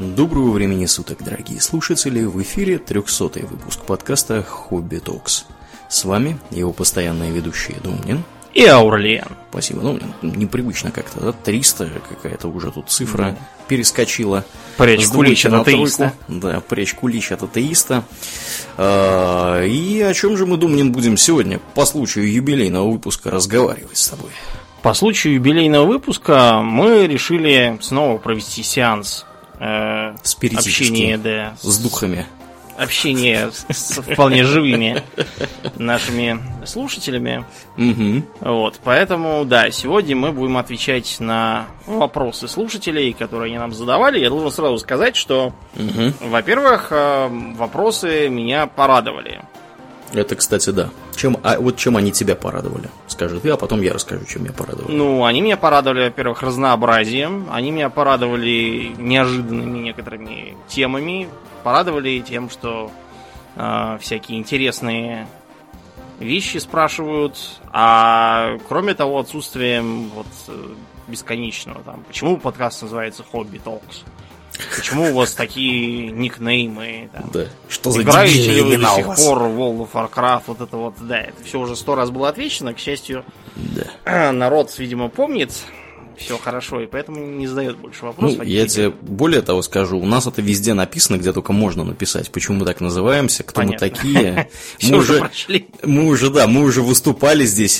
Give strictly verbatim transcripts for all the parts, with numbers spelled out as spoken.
Доброго времени суток, дорогие слушатели! В эфире трехсотый выпуск подкаста «Хобби Токс». С вами его постоянные ведущие Домнин и Аурлиен. Спасибо. Ну, непривычно как-то, да? триста какая-то уже тут цифра да. перескочила. Пречь кулич от атеиста. Да, пречь кулич от атеиста. А, и о чем же мы, Домнин, будем сегодня по случаю юбилейного выпуска разговаривать с тобой? По случаю юбилейного выпуска мы решили снова провести сеанс э, общения, да, с духами. Общение с вполне живыми нашими слушателями. Угу. Вот, поэтому, да, сегодня мы будем отвечать на вопросы слушателей, которые они нам задавали. Я должен сразу сказать, что, угу. во-первых, вопросы меня порадовали. Это, кстати, да. Чем, а вот чем они тебя порадовали? Скажи ты, а потом я расскажу, чем меня порадовали. Ну, они меня порадовали, во-первых, разнообразием. Они меня порадовали неожиданными некоторыми темами. Порадовали тем, что э, всякие интересные вещи спрашивают. А кроме того, отсутствием вот бесконечного там. Почему подкаст называется «Хобби Токс»? Почему у вас такие никнеймы? Там, да. Что за играете ли вы до сих пор в World of Warcraft? Вот это вот, да, это все уже сто раз было отвечено. К счастью, да. народ, видимо, помнит все хорошо, и поэтому не задает больше вопросов. Ну, я тебе более того скажу, у нас это везде написано, где только можно написать, почему мы так называемся, кто Понятно. мы такие. Мы уже, мы уже, да, мы уже выступали здесь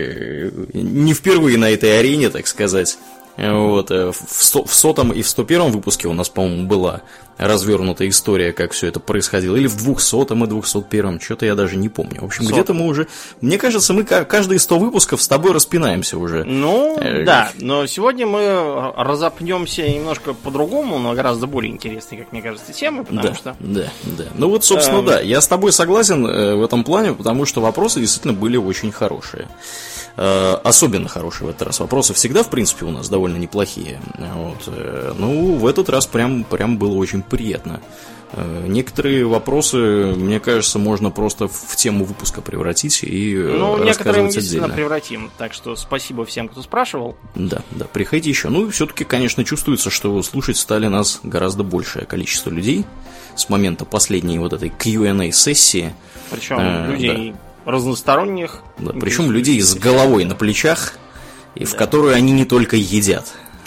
не впервые на этой арене, так сказать. Вот, в, сто, в сотом и в сто первом выпуске у нас, по-моему, была развернутая история, как все это происходило. Или в двухсотом и двухсот первом, что-то я даже не помню. В общем, где-то мы уже... Мне кажется, мы каждые сто выпусков с тобой распинаемся уже. Ну, э- да, но сегодня мы разопнемся немножко по-другому, но гораздо более интересные, как мне кажется, темы, потому да, что... Да, да. Ну вот, собственно, эм... да, я с тобой согласен в этом плане, потому что вопросы действительно были очень хорошие. Особенно хорошие в этот раз. Вопросы всегда, в принципе, у нас довольно неплохие. Вот. Ну, в этот раз прям, прям было очень приятно. Некоторые вопросы, мне кажется, можно просто в тему выпуска превратить и ну, рассказывать некоторые мы действительно отдельно. Превратим. Так что спасибо всем, кто спрашивал. Да, да, приходите еще. Ну, все-таки, конечно, чувствуется, что слушать стали нас гораздо большее количество людей с момента последней вот этой кью энд эй-сессии. Причем а, людей... Да. разносторонних. Да, причем людей с головой на плечах, и да. в которую они не только едят.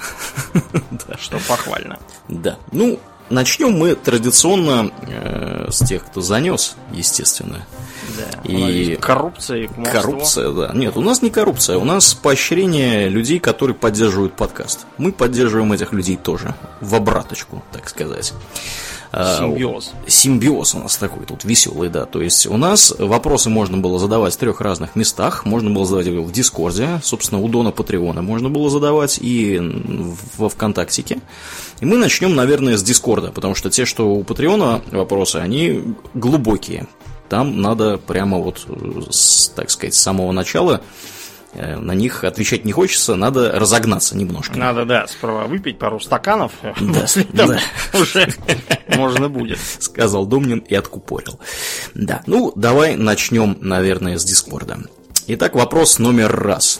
Да, что похвально. Да. Ну, начнем мы традиционно э, с тех, кто занес, естественно. Да. И коррупция и кумовство. Коррупция, да. Нет, у нас не коррупция, у нас поощрение людей, которые поддерживают подкаст. Мы поддерживаем этих людей тоже. В обраточку, так сказать. Симбиоз. Симбиоз у нас такой тут веселый, да. То есть у нас вопросы можно было задавать в трех разных местах. Можно было задавать в Дискорде, собственно, у Дона Патреона можно было задавать, и во Вконтактике. И мы начнем, наверное, с Дискорда, потому что те, что у Патреона вопросы, они глубокие. Там надо прямо вот, так сказать, с самого начала на них отвечать не хочется, надо разогнаться немножко. Надо, да, сперва выпить пару стаканов, да, после этого да. уже можно будет. Сказал Домнин и откупорил. Да, ну, давай начнем, наверное, с Дискорда. Итак, вопрос номер раз.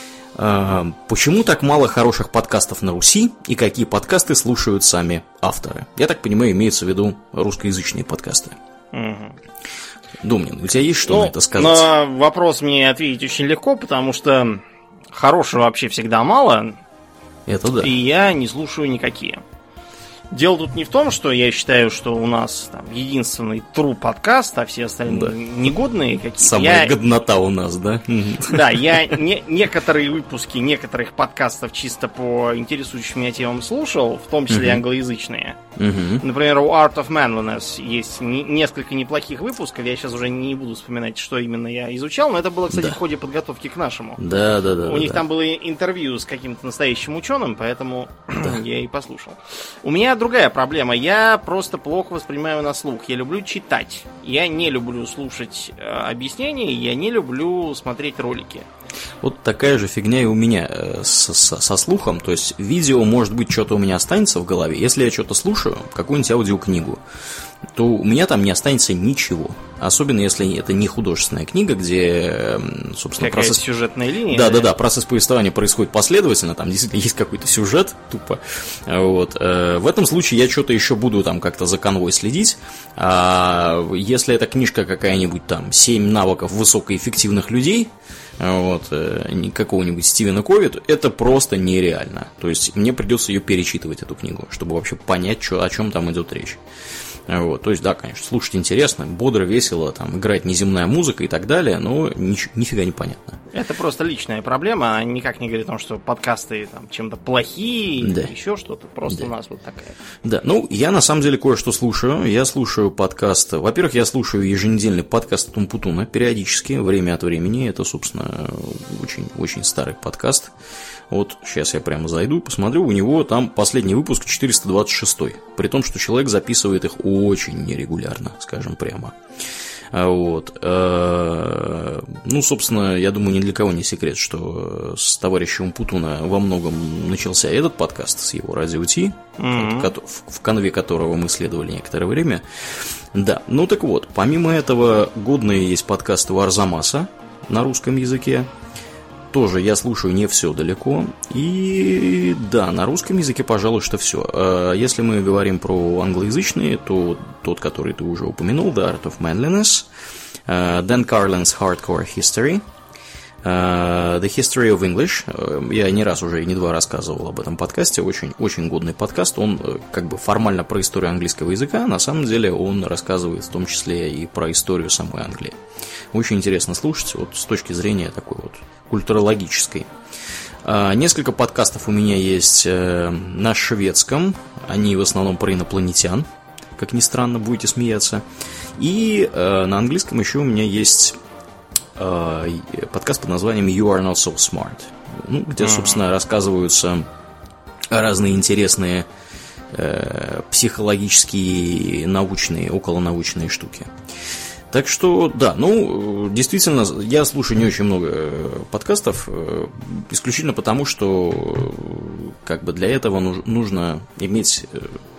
Почему так мало хороших подкастов на Руси и какие подкасты слушают сами авторы? Я так понимаю, имеется в виду русскоязычные подкасты. Угу. Домнин, у тебя есть что ну, на это сказать? На вопрос мне ответить очень легко, потому что хорошего вообще всегда мало. Это да. И я не слушаю никакие. Дело тут не в том, что я считаю, что у нас там единственный true подкаст, а все остальные да. негодные какие-то. Самая я... годнота у нас, да? Да, я не... некоторые выпуски некоторых подкастов чисто по интересующим меня темам слушал, в том числе uh-huh. англоязычные. Uh-huh. Например, у Art of Manliness есть не... несколько неплохих выпусков. Я сейчас уже не буду вспоминать, что именно я изучал, но это было, кстати, да. в ходе подготовки к нашему. Да, да, да. У да, них да. там было интервью с каким-то настоящим ученым, поэтому да. я и послушал. У меня другая проблема. Я просто плохо воспринимаю на слух. Я люблю читать. Я не люблю слушать э, объяснения, я не люблю смотреть ролики. Вот такая же фигня и у меня со, со, со слухом. То есть видео, может быть, что-то у меня останется в голове. Если я что-то слушаю, какую-нибудь аудиокнигу, то у меня там не останется ничего. Особенно если это не художественная книга, где, собственно, какая-то процесс... сюжетная линия. Да, да, да, процесс повествования происходит последовательно, там действительно есть какой-то сюжет, тупо. Вот. В этом случае я что-то еще буду там как-то за конвой следить. А если это книжка какая-нибудь там «Семь навыков высокоэффективных людей», вот, какого-нибудь Стивена Кови, то это просто нереально. То есть мне придется ее перечитывать, эту книгу, чтобы вообще понять, что, о чем там идет речь. Вот, то есть, да, конечно, слушать интересно, бодро, весело, там, играет неземная музыка и так далее, но ни, нифига не понятно. Это просто личная проблема, она никак не говорит о том, что подкасты там чем-то плохие, да. Или еще что-то, просто да. У нас вот такая. Да, ну, я на самом деле кое-что слушаю, я слушаю подкаст, во-первых, я слушаю еженедельный подкаст Тумпутуна периодически, время от времени, это, собственно, очень-очень старый подкаст. Вот сейчас я прямо зайду, посмотрю, у него там последний выпуск четыреста двадцать шестой, при том, что человек записывает их очень нерегулярно, скажем прямо. Вот. Ну, собственно, я думаю, ни для кого не секрет, что с товарищем Путуна во многом начался этот подкаст с его Радио Ти, mm-hmm. в канве которого мы следовали некоторое время. Да, ну так вот, помимо этого, годные есть подкасты у Арзамаса на русском языке. Тоже я слушаю не все далеко. И да, на русском языке, пожалуй, что все. Если мы говорим про англоязычные, то тот, который ты уже упомянул, The Art of Manliness, Dan Carlin's Hardcore History, The History of English. Я не раз уже и не два рассказывал об этом подкасте. Очень, очень годный подкаст. Он как бы формально про историю английского языка. На самом деле он рассказывает в том числе и про историю самой Англии. Очень интересно слушать вот с точки зрения такой вот культурологической. Несколько подкастов у меня есть на шведском. Они в основном про инопланетян. Как ни странно, будете смеяться. И на английском еще у меня есть подкаст под названием You Are Not So Smart, ну, где, uh-huh. собственно, рассказываются разные интересные э, психологические, научные, околонаучные штуки. Так что, да, ну, действительно, я слушаю не очень много подкастов, исключительно потому, что как бы для этого нужно иметь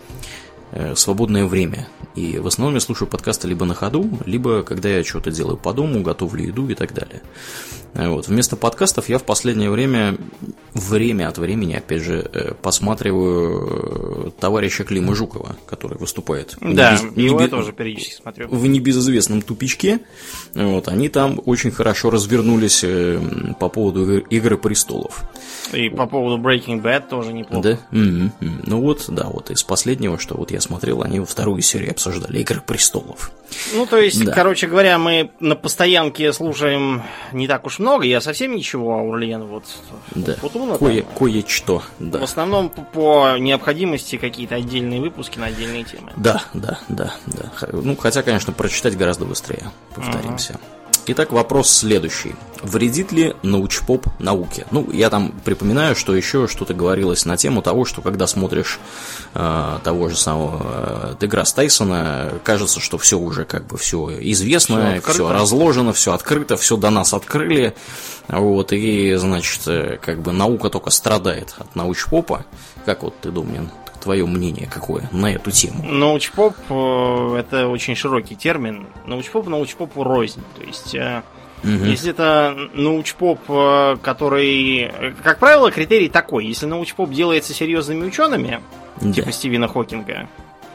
свободное время. И в основном я слушаю подкасты либо на ходу, либо когда я что-то делаю по дому, готовлю еду и так далее. Вот. Вместо подкастов я в последнее время, время от времени, опять же, посматриваю товарища Клима Жукова, который выступает. Да, небез... его я тоже периодически смотрю. В небезызвестном тупичке. Вот. Они там очень хорошо развернулись по поводу «Игры престолов». И по поводу Breaking Bad тоже неплохо. Да? Mm-hmm. Ну вот, да, вот из последнего, что вот я смотрел, они во вторую серию обсуждали «Игры престолов». Ну, то есть, да. Короче говоря, мы на постоянке слушаем не так уж много, я совсем ничего, а Урлен вот да. Путуна, Кое, кое-что, да. В основном по, по необходимости какие-то отдельные выпуски на отдельные темы. Да, да, да, да. Ну, хотя, конечно, прочитать гораздо быстрее, повторимся. Uh-huh. Итак, вопрос следующий. Вредит ли научпоп науке? Ну, я там припоминаю, что еще что-то говорилось на тему того, что когда смотришь э, того же самого э, Деграсс Тайсона, кажется, что все уже как бы все известно, все, все разложено, все открыто, все до нас открыли. Вот, и, значит, как бы наука только страдает от научпопа. Как вот ты, Домнин, твое мнение какое на эту тему? Научпоп – это очень широкий термин. Научпоп научпопу рознь. То есть, угу. Если это научпоп, который… Как правило, критерий такой. Если научпоп делается серьезными учеными, да. Типа Стивена Хокинга,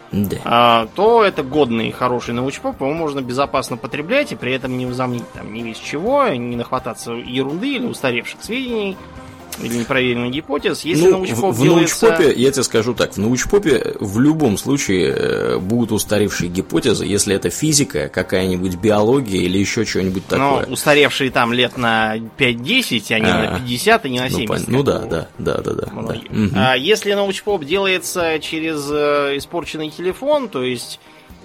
да. то это годный, хороший научпоп, его можно безопасно потреблять и при этом не возомнить там ни весь чего, не нахвататься ерунды или устаревших сведений, или непроверенных гипотез. Если ну, научпоп в, в делается... научпопе, я тебе скажу так, в научпопе в любом случае будут устаревшие гипотезы, если это физика, какая-нибудь биология или еще что-нибудь такое. Ну, устаревшие там лет на пять-десять, а не а, на пятьдесят и не на семьдесят. Ну, ну да, да, да, да, да, да. А если научпоп делается через испорченный телефон, то есть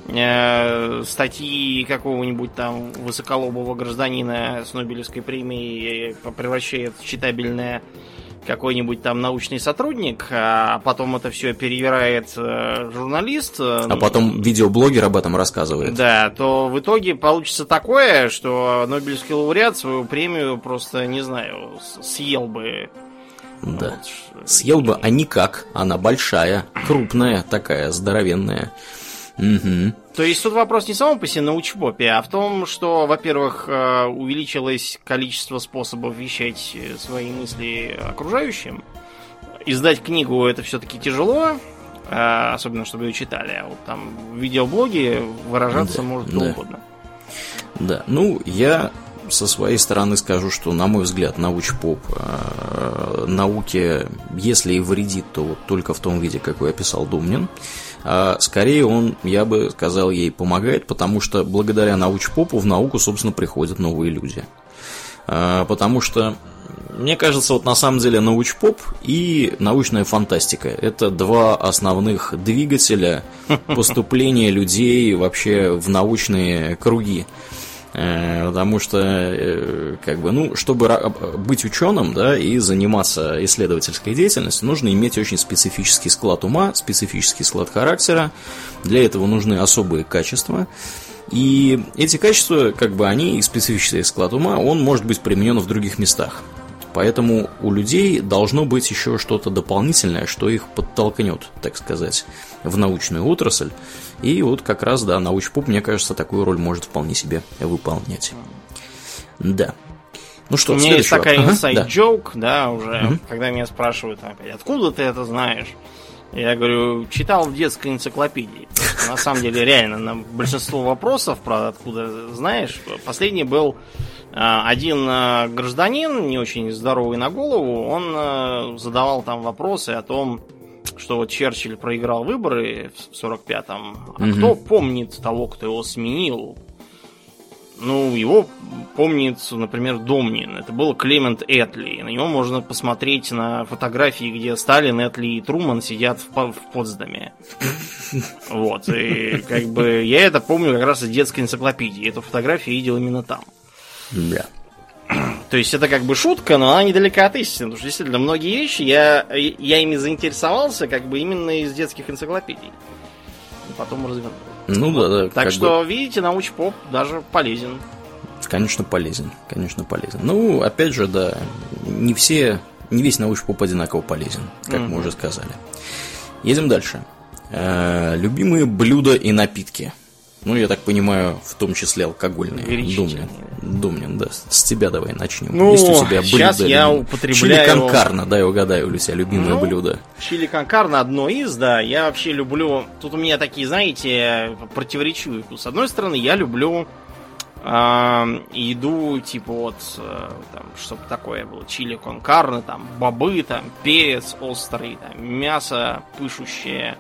э, статьи какого-нибудь там высоколобого гражданина с Нобелевской премией превращает в читабельное какой-нибудь там научный сотрудник, а потом это все перевирает э, журналист. А потом видеоблогер об этом рассказывает. Да, то в итоге получится такое, что Нобелевский лауреат свою премию просто, не знаю, съел бы. Да, вот. Съел бы, а никак. Она большая, крупная, такая, здоровенная. Угу. То есть тут вопрос не самом по себе научпопе, а в том, что, во-первых, увеличилось количество способов вещать свои мысли окружающим. Издать книгу это все-таки тяжело, особенно чтобы ее читали. А вот там в видеоблоге выражаться да, может кто да. угодно. Да, ну я со своей стороны скажу, что, на мой взгляд, научпоп э, науке, если и вредит, то вот только в том виде, какой описал Домнин. А скорее он, я бы сказал, ей помогает, потому что благодаря научпопу в науку, собственно, приходят новые люди. А, потому что, мне кажется, вот на самом деле научпоп и научная фантастика – это два основных двигателя поступления людей вообще в научные круги. Потому что, как бы, ну, чтобы быть ученым, да, и заниматься исследовательской деятельностью, нужно иметь очень специфический склад ума, специфический склад характера. Для этого нужны особые качества. И эти качества, как бы, они и специфический склад ума, он может быть применен в других местах. Поэтому у людей должно быть еще что-то дополнительное, что их подтолкнет, так сказать, в научную отрасль. И вот как раз, да, научпоп, мне кажется, такую роль может вполне себе выполнять. Да. Ну что, у меня есть такая инсайд-джоук, ага, да. да, уже, угу. Когда меня спрашивают опять, откуда ты это знаешь? Я говорю, читал в детской энциклопедии. На самом деле, реально, на большинство вопросов, про откуда знаешь, последний был один гражданин, не очень здоровый на голову, он задавал там вопросы о том, что вот Черчилль проиграл выборы в сорок пятом, а угу. кто помнит того, кто его сменил? Ну, его помнит, например, Домнин. Это был Клемент Этли. На него можно посмотреть на фотографии, где Сталин, Этли и Труман сидят в, в Потсдаме. Вот. И как бы я это помню как раз из детской энциклопедии. Эту фотографию видел именно там. Да. То есть это как бы шутка, но она недалека от истины. Потому что действительно многие вещи я, я ими заинтересовался как бы именно из детских энциклопедий. И потом развернул. Ну да, да. Так что, бы... видите, научпоп даже полезен. Конечно, полезен. Конечно, полезен. Ну, опять же, да, не все, не весь научпоп одинаково полезен, как mm-hmm. мы уже сказали. Едем дальше. Э, любимые блюда и напитки. Ну, я так понимаю, в том числе алкогольные. Домнин, Домнин, да. С тебя давай начнем. Ну, есть у тебя сейчас блюдо? Я употребляю... Чили кон-карне, дай угадаю, у тебя любимое ну, блюдо. Чили кон-карне одно из, да. Я вообще люблю... Тут у меня такие, знаете, противоречивые. С одной стороны, я люблю э, еду, типа вот, э, там, чтобы такое было. Чили кон-карне, там, бобы, там, перец острый, там, мясо пышущее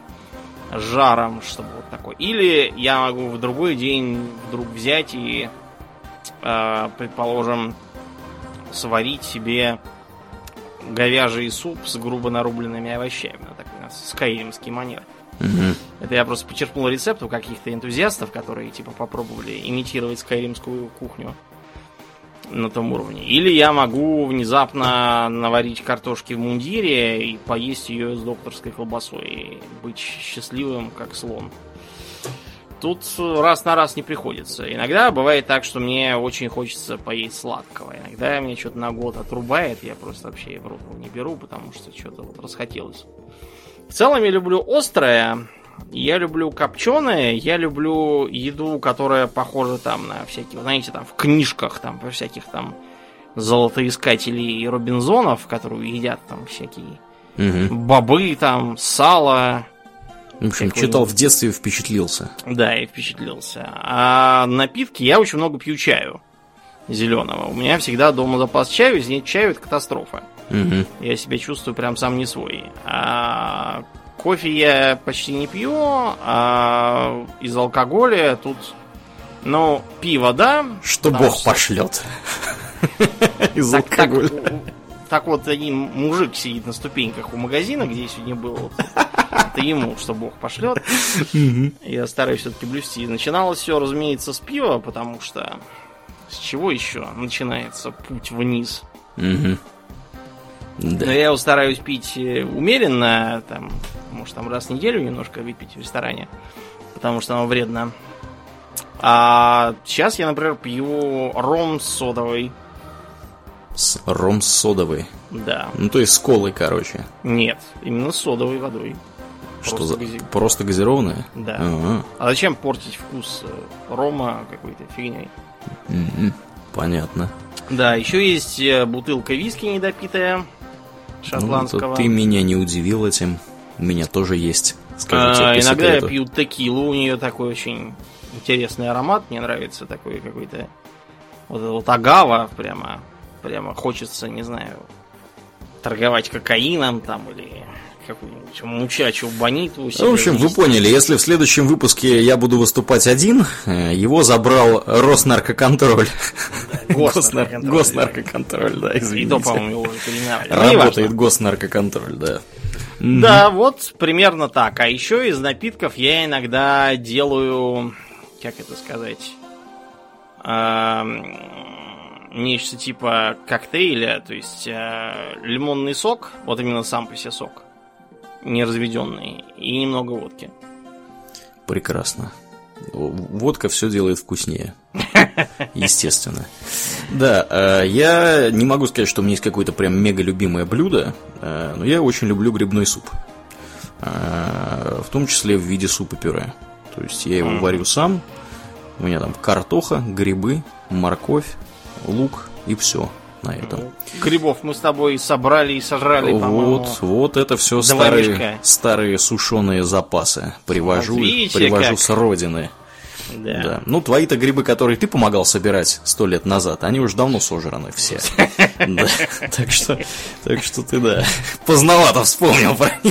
жаром, чтобы вот такой. Или я могу в другой день вдруг взять и, э, предположим, сварить себе говяжий суп с грубо нарубленными овощами. Ну, такой у нас скайримский манер. Mm-hmm. Это я просто почерпнул рецепт у каких-то энтузиастов, которые типа попробовали имитировать скайримскую кухню на том уровне. Или я могу внезапно наварить картошки в мундире и поесть ее с докторской колбасой и быть счастливым, как слон. Тут раз на раз не приходится. Иногда бывает так, что мне очень хочется поесть сладкого. Иногда мне что-то на год отрубает, я просто вообще в рот не беру, потому что что-то вот расхотелось. В целом я люблю острое, я люблю копченое, я люблю еду, которая похожа там на всякие, знаете, там в книжках, там, во всяких там золотоискателей и Робинзонов, которые едят там всякие угу. бобы, там, сало. В общем, читал в детстве и впечатлился. Да, и впечатлился. А напитки я очень много пью чаю зеленого. У меня всегда дома запас чаю, если нет чаю, это катастрофа. Угу. Я себя чувствую прям сам не свой. А кофе я почти не пью, а из алкоголя тут, ну, пиво, да. Что Бог что... пошлет. Из алкоголя. Так вот, один мужик сидит на ступеньках у магазина, где я сегодня был. Вот, это ему, что Бог пошлет. Я стараюсь все-таки блюсти. Начиналось все, разумеется, с пива, потому что с чего еще начинается путь вниз? Да. Но я его стараюсь пить умеренно, там, может, там раз в неделю немножко выпить в ресторане, потому что оно вредно. А сейчас я, например, пью ром содовый. С ром содовый? Да. Ну, то есть с колой, короче. Нет, именно с содовой водой. Что за... Гази... Просто газированное? Да. А-а. А зачем портить вкус рома какой-то фигней? Mm-hmm. Понятно. Да, еще есть бутылка виски недопитая, шотландского. Ну, ты меня не удивил этим. У меня тоже есть. Скажу а, иногда я пью текилу, у нее такой очень интересный аромат. Мне нравится такой какой-то... Вот это вот агава прямо, прямо хочется, не знаю, торговать кокаином там или какую-нибудь мучачу бониту. В общем, вы поняли, если в следующем выпуске я буду выступать один, его забрал Роснаркоконтроль. Госнаркоконтроль. Госнаркоконтроль, да, извините. И то, по-моему, его уже переименовали. Работает Госнаркоконтроль, да. Да, вот примерно так. А еще из напитков я иногда делаю, как это сказать... нечто типа коктейля, то есть э, лимонный сок, вот именно сам по себе сок, не разведенный, и немного водки. Прекрасно. Водка все делает вкуснее. Естественно. Да, э, я не могу сказать, что у меня есть какое-то прям мега любимое блюдо, э, но я очень люблю грибной суп. Э, в том числе в виде супа-пюре. То есть я его mm. варю сам. У меня там картоха, грибы, морковь, лук и все на этом. Грибов мы с тобой собрали и сожрали, по-моему. Вот, вот это все старые, старые сушеные запасы. Привожу, вот видите, привожу как... с родины. Да. Да. Ну, твои-то грибы, которые ты помогал собирать сто лет назад, они уже давно сожраны все. Так что, так что ты, да, поздновато вспомнил про них.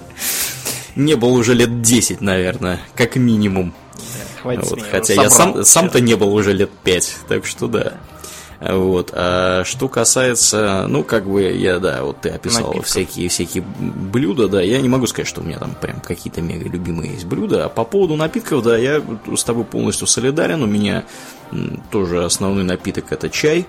Не было уже лет десять, наверное, как минимум. Вот, хотя я сам, сам-то не был уже лет пять, так что да. Вот. А что касается, ну, как бы я, да, вот ты описал всякие, всякие блюда, да, я не могу сказать, что у меня там прям какие-то мега любимые есть блюда. А по поводу напитков, да, я с тобой полностью солидарен. У меня тоже основной напиток — это чай.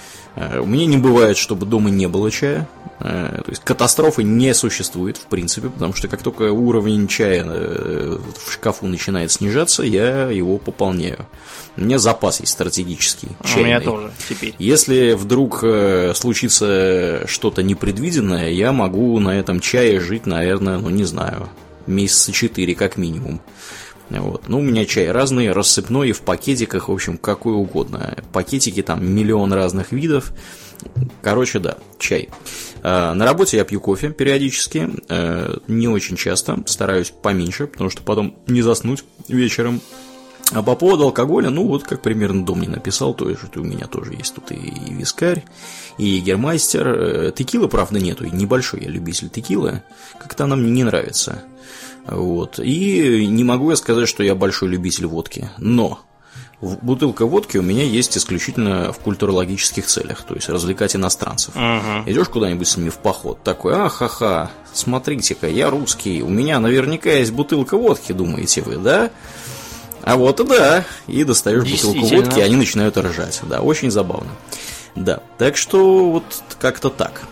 У меня не бывает, чтобы дома не было чая. То есть катастрофы не существует, в принципе, потому что как только уровень чая в шкафу начинает снижаться, я его пополняю. У меня запас есть стратегический, чайный. У меня тоже теперь. Если вдруг случится что-то непредвиденное, я могу на этом чае жить, наверное, ну не знаю, месяца четыре как минимум. Вот. Ну, у меня чай разный, рассыпной, в пакетиках, в общем, какой угодно. Пакетики там миллион разных видов. Короче, да, чай. На работе я пью кофе периодически, не очень часто, стараюсь поменьше, потому что потом не заснуть вечером. А по поводу алкоголя, ну вот как примерно Дом не написал, то есть у меня тоже есть тут и вискарь, и егермайстер. Текилы, правда, нету, небольшой я любитель текилы, как-то она мне не нравится. Вот. И не могу я сказать, что я большой любитель водки, но бутылка водки у меня есть исключительно в культурологических целях, то есть развлекать иностранцев. Uh-huh. Идешь куда-нибудь с ними в поход, такой: ахаха, смотрите-ка, я русский, у меня наверняка есть бутылка водки, думаете вы, да? А вот и да, и достаешь бутылку водки, и они начинают ржать, да, очень забавно. Да, так что вот как-то так.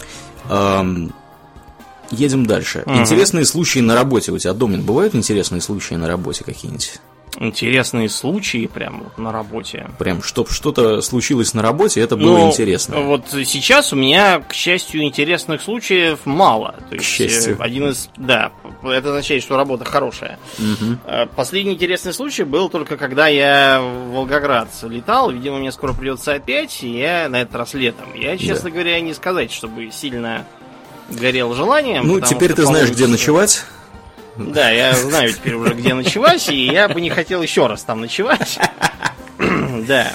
Эм... Едем дальше. Uh-huh. Интересные случаи на работе. У тебя, Домнин, бывают интересные случаи на работе какие-нибудь? Интересные случаи прям на работе. Прям, чтоб что-то случилось на работе, это было ну, интересно. Вот сейчас у меня, к счастью, интересных случаев мало. То к есть, счастью. Один из. Да, это означает, что работа хорошая. Uh-huh. Последний интересный случай был только когда я в Волгоград летал. Видимо, мне скоро придется опять. И я на этот раз летом. Я, честно да. говоря, не сказать, чтобы сильно горел желанием. Ну, теперь ты знаешь, где ночевать. Да, я знаю теперь уже, где ночевать, и я бы не хотел еще раз там ночевать. Да.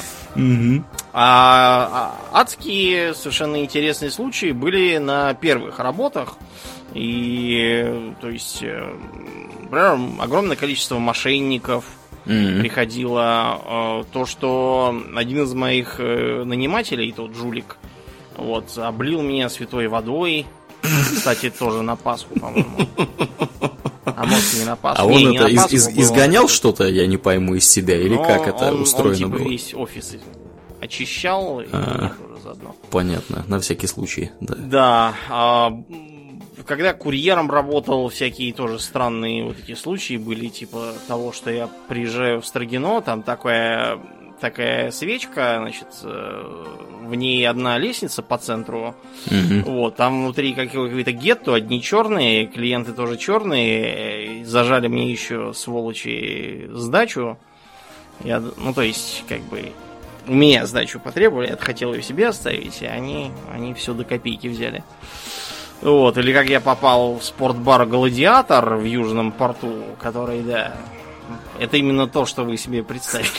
А адские, совершенно интересные случаи были на первых работах. И, то есть, например, огромное количество мошенников приходило. То, что один из моих нанимателей, тот жулик, вот, облил меня святой водой. Кстати, тоже на Пасху, по-моему. А может, не на Пасху. А не, он не это из, Пасху, из, изгонял что-то, я не пойму, из себя? Или но как это он, устроено он, типа, было? весь офис очищал, и а, тоже заодно. Понятно, на всякий случай, да. Да. А, когда курьером работал, всякие тоже странные вот эти случаи были, типа того, что я приезжаю в Строгино, там такая такая свечка, значит, в ней одна лестница по центру. Угу. Вот, там внутри какое-то гетто, одни черные, клиенты тоже черные. Зажали мне еще, сволочи, сдачу. Я, ну, то есть, как бы, у меня сдачу потребовали, я хотел ее себе оставить, и они, они все до копейки взяли. Вот, или как я попал в спортбар «Гладиатор» в Южном порту, который, да, это именно то, что вы себе представили.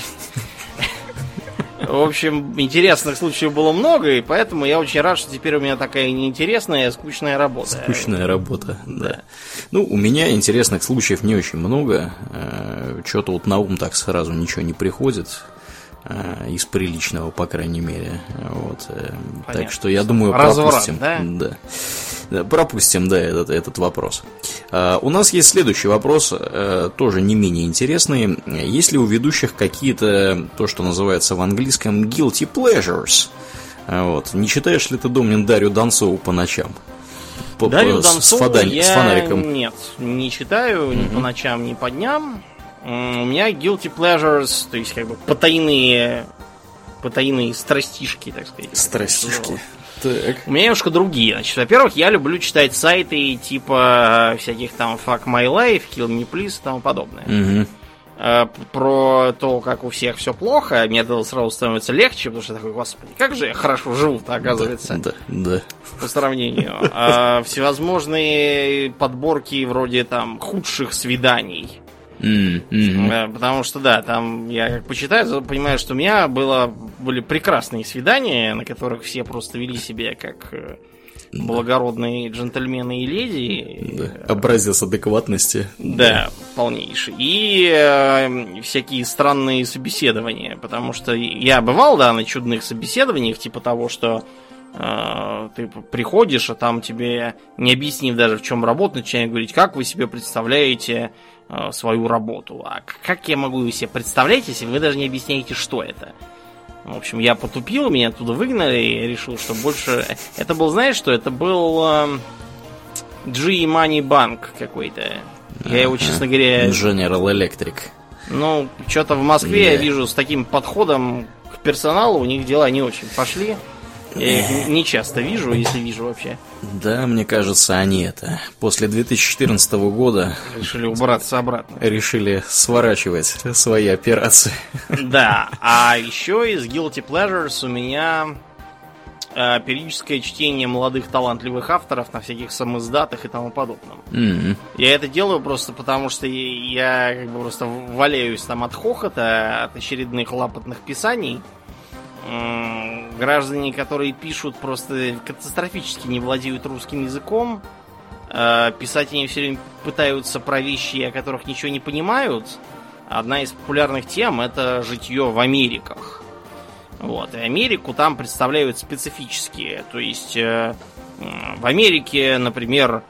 В общем, интересных случаев было много, и поэтому я очень рад, что теперь у меня такая неинтересная, скучная работа. Скучная работа, да. да. Ну, у меня интересных случаев не очень много. Что-то вот на ум так сразу ничего не приходит. Из приличного, по крайней мере. Вот. Так что я думаю, Разврат, пропустим. Да? Да. Да, пропустим, да, этот, этот вопрос. А, у нас есть следующий вопрос, а, тоже не менее интересный. Есть ли у ведущих какие-то, то, что называется в английском guilty pleasures? А, вот. Не читаешь ли ты, Домнин, Дарью Донцову по ночам? По, Дарью по, Донцову с, фонарь, я... с фонариком. Нет, не читаю mm-hmm. ни по ночам, ни по дням. У меня guilty pleasures, то есть как бы потайные, потайные страстишки, так сказать. Страстишки. Так. У меня немножко другие. Значит, во-первых, я люблю читать сайты типа всяких там Fuck My Life, Kill Me Please и тому подобное. Угу. Про то, как у всех все плохо, мне это сразу становится легче, потому что я такой, господи, как же я хорошо живу-то, оказывается. Да, да, да. По сравнению. А всевозможные подборки вроде там худших свиданий. Mm-hmm. Потому что, да, там я как почитаю, понимаю, что у меня было, были прекрасные свидания, на которых все просто вели себя как благородные джентльмены и леди. Да. Образец адекватности. Да, да, полнейший. И э, всякие странные собеседования. Потому что я бывал, да, на чудных собеседованиях, типа того, что э, ты приходишь, а там тебе, не объяснив даже, в чем работа, начинают говорить, как вы себе представляете э, свою работу. А как я могу ее себе представлять, если вы даже не объясняете, что это? В общем, я потупил, меня оттуда выгнали, и я решил, что больше... Это был, знаешь что? Это был э, G-Money Bank какой-то. Я его, честно говоря... General Electric. Ну, что-то в Москве yeah. я вижу с таким подходом к персоналу, у них дела не очень пошли. Я их не часто вижу, если вижу вообще. Да, мне кажется, они это после две тысячи четырнадцатого года решили убраться обратно. Решили сворачивать свои операции. Да, а еще из Guilty Pleasures у меня э, периодическое чтение молодых талантливых авторов на всяких самоиздатах и тому подобном. Mm-hmm. Я это делаю просто потому, что я как бы просто валяюсь там от хохота, от очередных лапотных писаний. Граждане, которые пишут, просто катастрофически не владеют русским языком. Писать они все время пытаются про вещи, о которых ничего не понимают. Одна из популярных тем — это житье в Америках. Вот. И Америку там представляют специфические. То есть в Америке, например,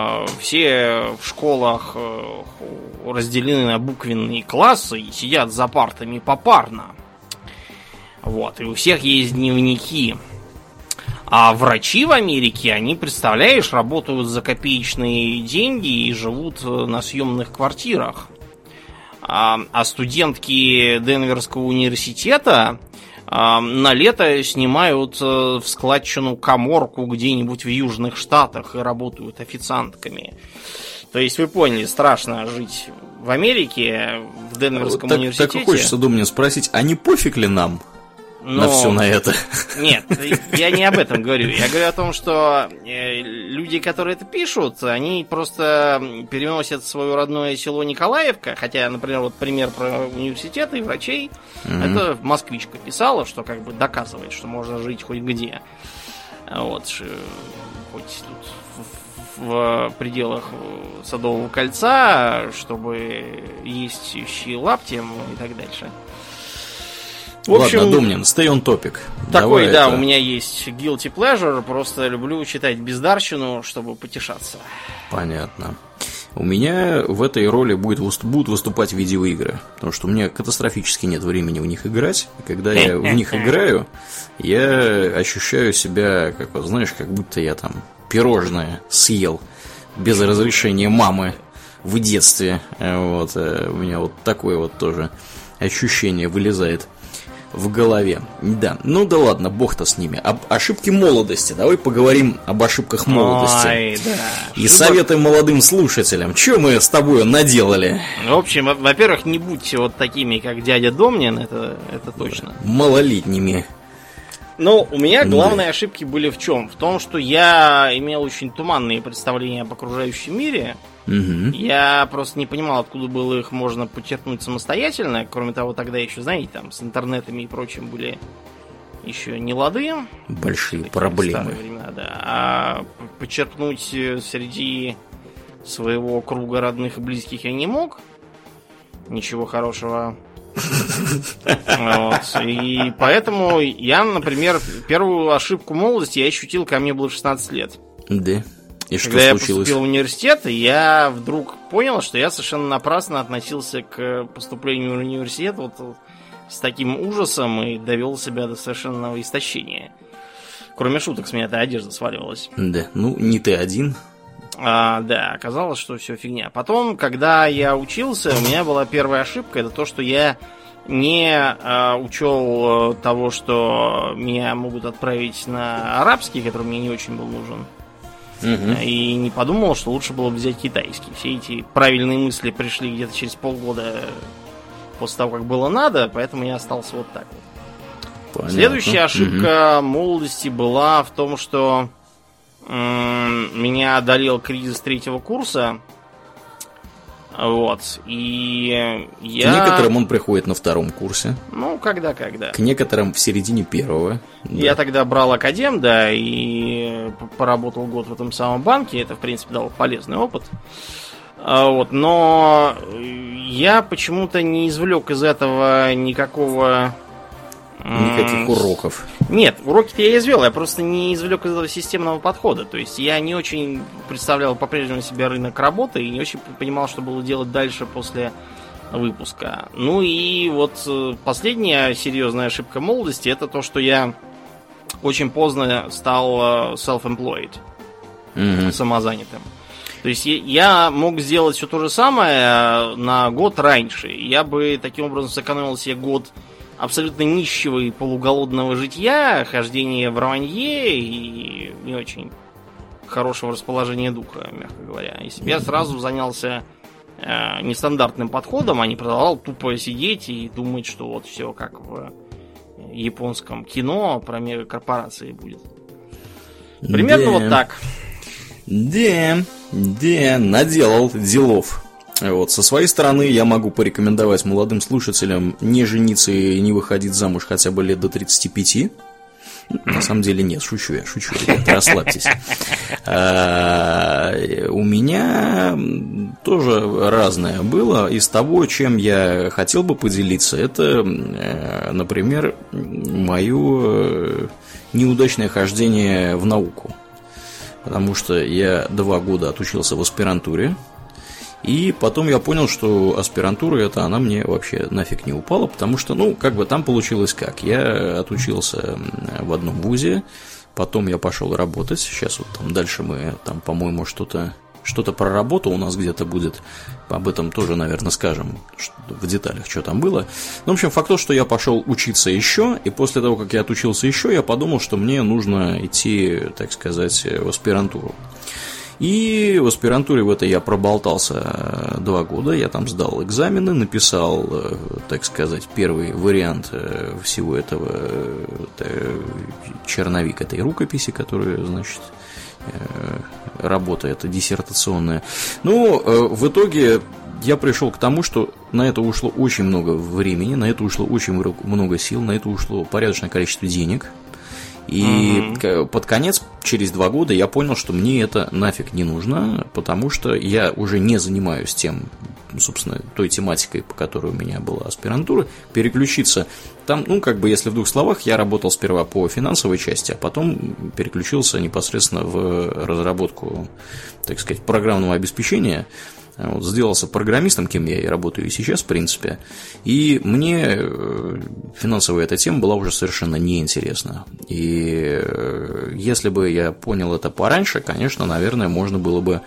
все в школах разделены на буквенные классы и сидят за партами попарно. Вот, и у всех есть дневники. А врачи в Америке, они, представляешь, работают за копеечные деньги и живут на съемных квартирах. А, а студентки Денверского университета а, на лето снимают в складчину каморку где-нибудь в Южных Штатах и работают официантками. То есть вы поняли, страшно жить в Америке, в Денверском так, университете. Так хочется, думаю, спросить, а не пофиг ли нам? Но... На все на это. Нет, я не об этом говорю. Я говорю о том, что люди, которые это пишут, они просто переносят свое родное село Николаевка. Хотя, например, вот пример про университеты и врачей. Mm-hmm. Это москвичка писала, что как бы доказывает, что можно жить хоть где. Вот, хоть тут в, в пределах Садового кольца, чтобы есть щи лаптем и так дальше. В общем, ладно, Домнин, stay on topic. Такой, Давай да, это... у меня есть guilty pleasure, просто люблю читать бездарщину, чтобы потешаться. Понятно. У меня в этой роли будет, будут выступать видеоигры, потому что у меня катастрофически нет времени в них играть. И когда я в них играю, я ощущаю себя, как вот, знаешь, как будто я там пирожное съел без разрешения мамы в детстве. Вот, у меня вот такое вот тоже ощущение вылезает в голове. Да, ну да ладно, бог-то с ними. Об ошибки молодости. Давай поговорим об ошибках молодости. Ой, да. И советы молодым слушателям. Че мы с тобой наделали? В общем, во-первых, не будьте вот такими, как дядя Домнин, это, это точно. Малолетними. Ну, у меня главные да. ошибки были в чем? В том, что я имел очень туманные представления об окружающем мире. Угу. Я просто не понимал, откуда было их можно подчеркнуть самостоятельно. Кроме того, тогда еще, знаете, там с интернетами и прочим были еще не лады. Большие проблемы. Времена, да. А подчеркнуть среди своего круга родных и близких я не мог. Ничего хорошего. Вот. И поэтому я, например, первую ошибку молодости я ощутил, когда мне было шестнадцать лет. Да. И что Когда случилось? я поступил в университет, я вдруг понял, что я совершенно напрасно относился к поступлению в университет вот с таким ужасом и довел себя до совершенного истощения. Кроме шуток, с меня эта одежда сваливалась. Да, ну не ты один. А, да, оказалось, что все фигня. Потом, когда я учился, у меня была первая ошибка. Это то, что я не а, учел того, что меня могут отправить на арабский, который мне не очень был нужен. Угу. И не подумал, что лучше было бы взять китайский. Все эти правильные мысли пришли где-то через полгода после того, как было надо, поэтому я остался вот так вот. Понятно. Следующая ошибка угу. молодости была в том, что м- меня одолел кризис третьего курса. Вот. И я... К некоторым он приходит на втором курсе. Ну, когда-когда. К некоторым в середине первого. Я да. тогда брал академ, да, и поработал год в этом самом банке. Это, в принципе, дал полезный опыт. Вот. Но я почему-то не извлек из этого никакого... Никаких уроков. Нет, уроки-то я извел, я просто не извлек из этого системного подхода. То есть я не очень представлял по-прежнему себе рынок работы и не очень понимал, что было делать дальше после выпуска. Ну и вот последняя серьезная ошибка молодости — это то, что я очень поздно стал self-employed, mm-hmm. самозанятым. То есть я мог сделать все то же самое на год раньше. Я бы таким образом сэкономил себе год абсолютно нищего и полуголодного житья, хождения в рванье и не очень хорошего расположения духа, мягко говоря. Если бы я сразу занялся э, нестандартным подходом, а не продолжал тупо сидеть и думать, что вот все как в японском кино про мегакорпорации будет. Примерно да. вот так. Да, да, наделал делов. Вот, со своей стороны я могу порекомендовать молодым слушателям не жениться и не выходить замуж хотя бы лет до тридцати пяти. На самом деле нет, шучу я, шучу, ребята, расслабьтесь. А, у меня тоже разное было. Из того, чем я хотел бы поделиться, это, например, мое неудачное хождение в науку. Потому что я два года отучился в аспирантуре. И потом я понял, что аспирантура эта, она мне вообще нафиг не упала, потому что, ну, как бы там получилось как. Я отучился в одном вузе, потом я пошел работать. Сейчас вот там дальше мы, там, по-моему, что-то, что-то про работу у нас где-то будет. Об этом тоже, наверное, скажем в деталях, что там было. Ну, в общем, факт то, что я пошел учиться еще, и после того, как я отучился еще, я подумал, что мне нужно идти, так сказать, в аспирантуру. И в аспирантуре в этой я проболтался два года, я там сдал экзамены, написал, так сказать, первый вариант всего этого, черновик этой рукописи, которая, значит, работа эта диссертационная. Ну, в итоге я пришел к тому, что на это ушло очень много времени, на это ушло очень много сил, на это ушло порядочное количество денег. И uh-huh. под конец, через два года, я понял, что мне это нафиг не нужно, потому что я уже не занимаюсь тем, собственно, той тематикой, по которой у меня была аспирантура, переключиться. Там, ну, как бы, если в двух словах, я работал сперва по финансовой части, а потом переключился непосредственно в разработку, так сказать, программного обеспечения. Вот, сделался программистом, кем я и работаю и сейчас, в принципе. И мне финансовая эта тема была уже совершенно неинтересна. И если бы я понял это пораньше, конечно, наверное, можно было бы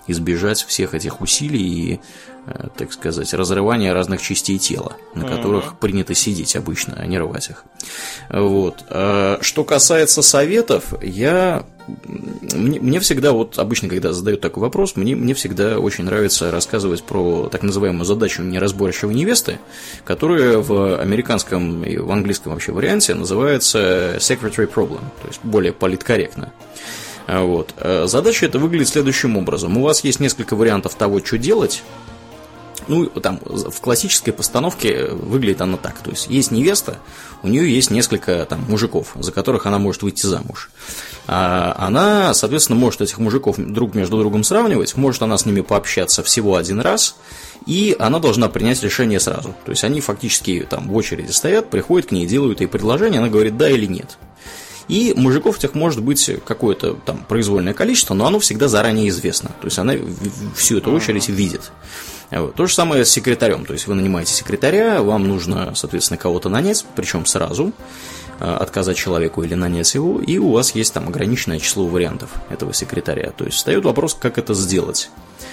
избежать всех этих усилий и, так сказать, разрывания разных частей тела, на которых mm-hmm. принято сидеть обычно, а не рвать их. Вот. Что касается советов, я... Мне, мне всегда, вот обычно, когда задают такой вопрос, мне, мне всегда очень нравится рассказывать про так называемую задачу неразборчивой невесты, которая в американском и в английском вообще варианте называется secretary problem, то есть более политкорректно. Вот. Задача эта выглядит следующим образом. У вас есть несколько вариантов того, что делать. Ну, там, в классической постановке выглядит она так. То есть, есть невеста, у нее есть несколько там мужиков, за которых она может выйти замуж. А она, соответственно, может этих мужиков друг между другом сравнивать, может она с ними пообщаться всего один раз, и она должна принять решение сразу. То есть, они фактически там в очереди стоят, приходят к ней, делают ей предложение, она говорит да или нет. И мужиков этих может быть какое-то там произвольное количество, но оно всегда заранее известно. То есть, она всю эту очередь видит. Вот. То же самое с секретарем. То есть вы нанимаете секретаря, вам нужно, соответственно, кого-то нанять, причем сразу, отказать человеку или нанять его, и у вас есть там ограниченное число вариантов этого секретаря. То есть встает вопрос, как это сделать.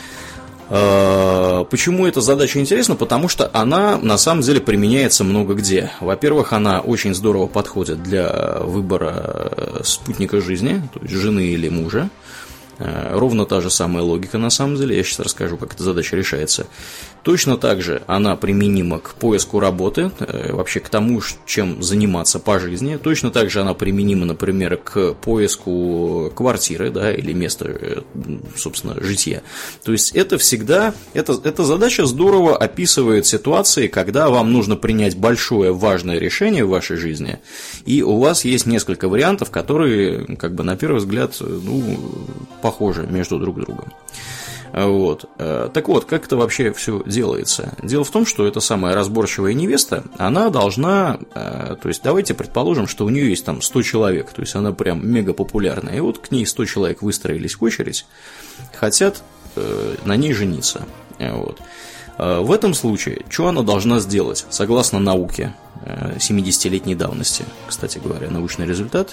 Почему эта задача интересна? Потому что она на самом деле применяется много где. Во-первых, она очень здорово подходит для выбора спутника жизни, то есть жены или мужа. Ровно та же самая логика на самом деле. Я сейчас расскажу, как эта задача решается. Точно так же она применима к поиску работы, вообще к тому, чем заниматься по жизни. Точно так же она применима, например, к поиску квартиры, да, или места, собственно, житья. То есть это всегда, это, эта задача здорово описывает ситуации, когда вам нужно принять большое важное решение в вашей жизни, и у вас есть несколько вариантов, которые, как бы на первый взгляд, ну, похожи между друг другом. Вот. Так вот, как это вообще все делается? Дело в том, что эта самая разборчивая невеста, она должна, то есть давайте предположим, что у нее есть там сто человек, то есть она прям мега популярная, и вот к ней сто человек выстроились в очередь, хотят на ней жениться. Вот. В этом случае, что она должна сделать? Согласно науке семидесятилетней давности, кстати говоря, научный результат,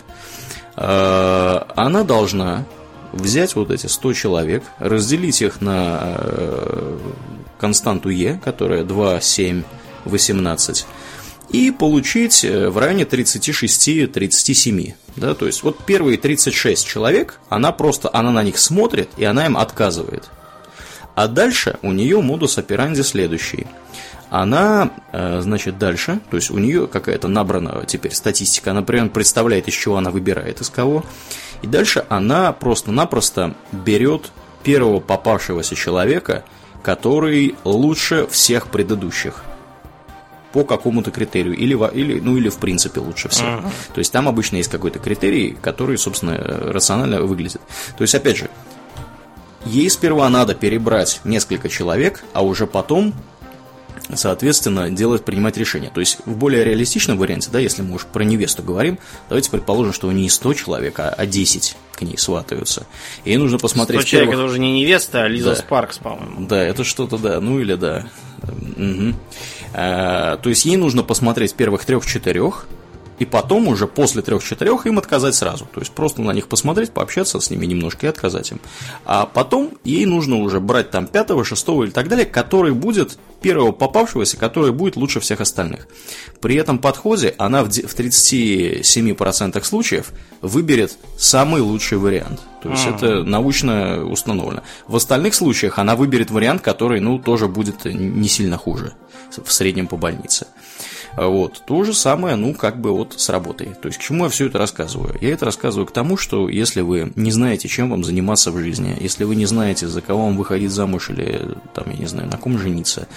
она должна взять вот эти сто человек, разделить их на константу Е, которая два, семь, восемнадцать, и получить в районе тридцать шесть - тридцать семь. Да, то есть вот первые тридцать шесть человек, она просто, она на них смотрит, и она им отказывает. А дальше у нее модус операнди следующий. Она, значит, дальше, то есть у нее какая-то набрана теперь статистика, она прям представляет, из чего она выбирает, из кого. И дальше она просто-напросто берет первого попавшегося человека, который лучше всех предыдущих по какому-то критерию, или, или, ну, или в принципе лучше всех. Uh-huh. То есть там обычно есть какой-то критерий, который, собственно, рационально выглядит. То есть, опять же, ей сперва надо перебрать несколько человек, а уже потом, соответственно, делать, принимать решение. То есть в более реалистичном варианте, да, если мы уж про невесту говорим, давайте предположим, что не сто человек, а десять к ней сватаются. И ей нужно посмотреть... сто человек, это уже не невеста, а Лиза да. Спаркс, по-моему. Да, это что-то, да, ну или да. Угу. А, то есть ей нужно посмотреть первых трех-четырех, и потом уже после трех-четырех им отказать сразу. То есть просто на них посмотреть, пообщаться с ними немножко и отказать им. А потом ей нужно уже брать там пятого, шестого или так далее, который будет первого попавшегося, который будет лучше всех остальных. При этом подходе она в тридцати семи процентах случаев выберет самый лучший вариант. То есть mm. это научно установлено. В остальных случаях она выберет вариант, который, ну, тоже будет не сильно хуже в среднем по больнице. Вот, то же самое, ну, как бы вот с работой. То есть, к чему я все это рассказываю? Я это рассказываю к тому, что если вы не знаете, чем вам заниматься в жизни, если вы не знаете, за кого вам выходить замуж или, там, я не знаю, на ком жениться,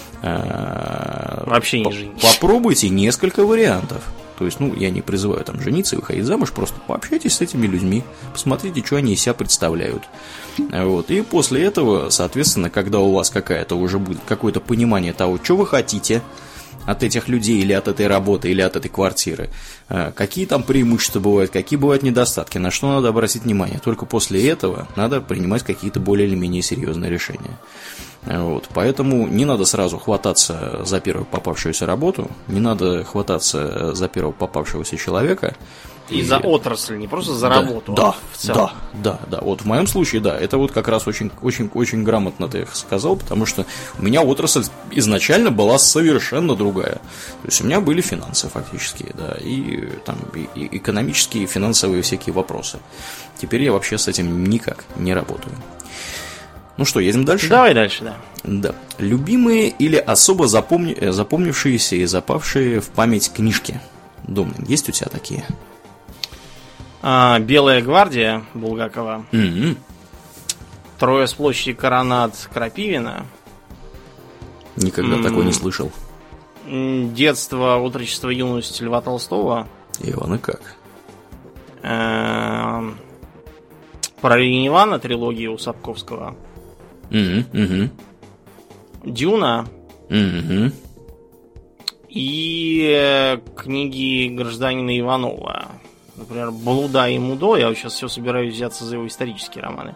вообще не жениться. Попробуйте несколько вариантов. То есть, ну, я не призываю там жениться и выходить замуж, просто пообщайтесь с этими людьми, посмотрите, что они из себя представляют. Вот. И после этого, соответственно, когда у вас какая-то уже будет какое-то понимание того, что вы хотите от этих людей, или от этой работы, или от этой квартиры, какие там преимущества бывают, какие бывают недостатки, на что надо обратить внимание. Только после этого надо принимать какие-то более или менее серьезные решения. Вот, поэтому не надо сразу хвататься за первую попавшуюся работу, не надо хвататься за первого попавшегося человека. И, и за отрасль, не просто за да, работу, да, а в целом. Да, да, да. Вот в моем случае, да, это вот как раз очень, очень, очень грамотно ты сказал, потому что у меня отрасль изначально была совершенно другая. То есть у меня были финансы фактически, да, и там и, и экономические, и финансовые всякие вопросы. Теперь я вообще с этим никак не работаю. Ну что, едем дальше? Давай дальше, да. Да. Любимые или особо запомни... запомнившиеся и запавшие в память книжки? Домнин, есть у тебя такие? А, «Белая гвардия» Булгакова. Mm-hmm. «Трое с площади Коронад» Крапивина. Никогда mm-hmm. такой не слышал. «Детство, отрочество, юность» Льва Толстого. Иван и как? Э-э- Про Лени Ивана трилогию у Сапковского. Mm-hmm. Mm-hmm. «Дюна». Mm-hmm. И книги гражданина Иванова. Например, «Блуда и Мудо». Я вот сейчас все собираюсь взяться за его исторические романы.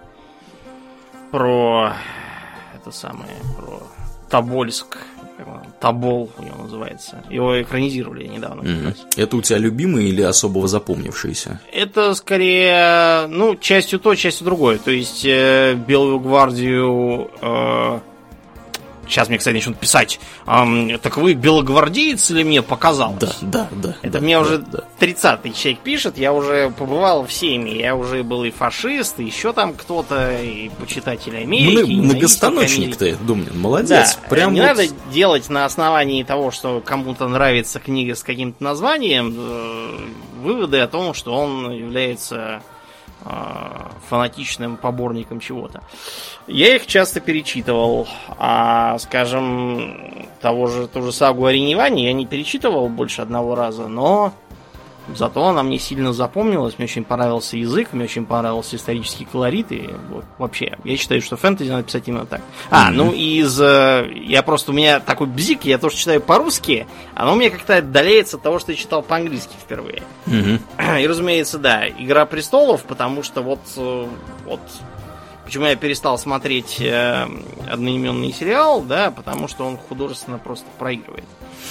Про это самое, про Тобольск. Тобол у него называется. Его экранизировали недавно. Mm-hmm. Это у тебя любимые или особо запомнившиеся? Это скорее, ну, частью то, частью другое. То есть э, «Белую гвардию». Э, Сейчас мне, кстати, начнут писать. Эм, так вы белогвардеец или мне показалось? Да, да, да. Это да, мне да, уже да. тридцатый человек пишет. Я уже побывал всеми. Я уже был и фашист, и еще там кто-то, и почитатель Америки. Мно- многостаночник ты, Думнин, молодец. Да, Прям не вот... надо делать на основании того, что кому-то нравится книга с каким-то названием, э, выводы о том, что он является э, фанатичным поборником чего-то. Я их часто перечитывал, а, скажем, того же, ту же сагу о Реневане я не перечитывал больше одного раза, но зато она мне сильно запомнилась, мне очень понравился язык, мне очень понравился исторический колорит, и вот, вообще, я считаю, что фэнтези надо писать именно так. А, mm-hmm. ну из... Я просто, у меня такой бзик, я тоже читаю по-русски, оно у меня как-то отдаляется от того, что я читал по-английски впервые. Mm-hmm. И, разумеется, да, «Игра престолов», потому что вот... вот почему я перестал смотреть э, одноименный сериал, да, потому что он художественно просто проигрывает.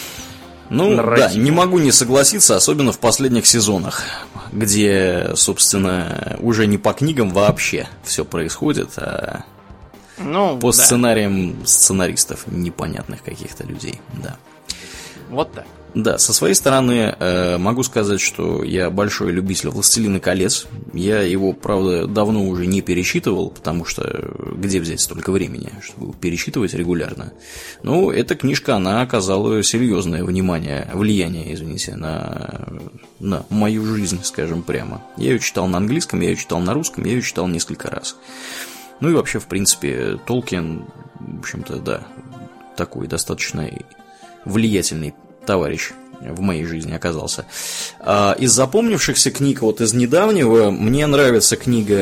Ну, нарратив. Да, не могу не согласиться, особенно в последних сезонах, где, собственно, уже не по книгам вообще все происходит, а ну, по да. сценариям сценаристов непонятных каких-то людей, да. Вот так. Да, со своей стороны э, могу сказать, что я большой любитель «Властелина колец». Я его, правда, давно уже не перечитывал, потому что где взять столько времени, чтобы его перечитывать регулярно. Но эта книжка, она оказала серьезное внимание, влияние, извините, на, на мою жизнь, скажем прямо. Я ее читал на английском, я ее читал на русском, я ее читал несколько раз. Ну и вообще, в принципе, Толкин, в общем-то, да, такой достаточно влиятельный товарищ в моей жизни оказался. Из запомнившихся книг, вот из недавнего, мне нравится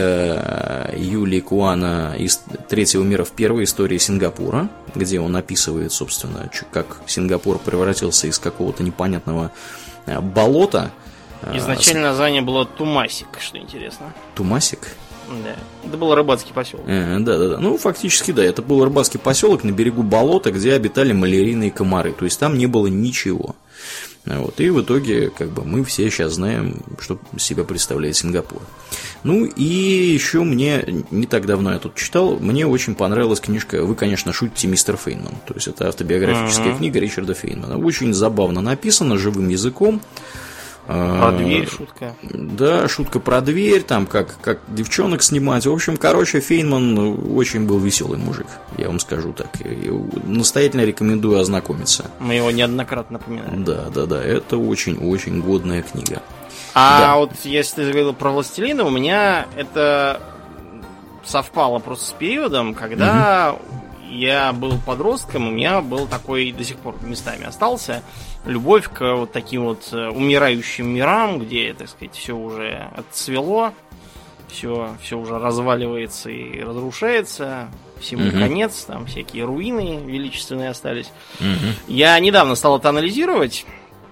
книга Юлии Куана из «Третьего мира в первой истории Сингапура», где он описывает, собственно, как Сингапур превратился из какого-то непонятного болота. Изначально название было Тумасик, что интересно. Тумасик? Да. Это был рыбацкий поселок. Да, да, да. Ну, фактически, да. Это был рыбацкий поселок на берегу болота, где обитали малярийные комары. То есть там не было ничего. Вот. И в итоге, как бы, мы все сейчас знаем, что себя представляет Сингапур. Ну и еще мне, не так давно я тут читал, мне очень понравилась книжка «Вы, конечно, шутите, мистер Фейнман». То есть это автобиографическая uh-huh. книга Ричарда Фейнмана. Очень забавно написана, живым языком. Про дверь шутка. Да, шутка про дверь, там как, как девчонок снимать. В общем, короче, Фейнман очень был веселый мужик, я вам скажу так. И настоятельно рекомендую ознакомиться. Мы его неоднократно напоминали. Да, да, да, это очень-очень годная книга. А да. вот если ты говорил про «Властелина», у меня это совпало просто с периодом, когда угу. я был подростком, у меня был такой, до сих пор местами остался, любовь к вот таким вот умирающим мирам, где, так сказать, все уже отцвело, все, все уже разваливается и разрушается, всему uh-huh. конец, там всякие руины величественные остались. Uh-huh. Я недавно стал это анализировать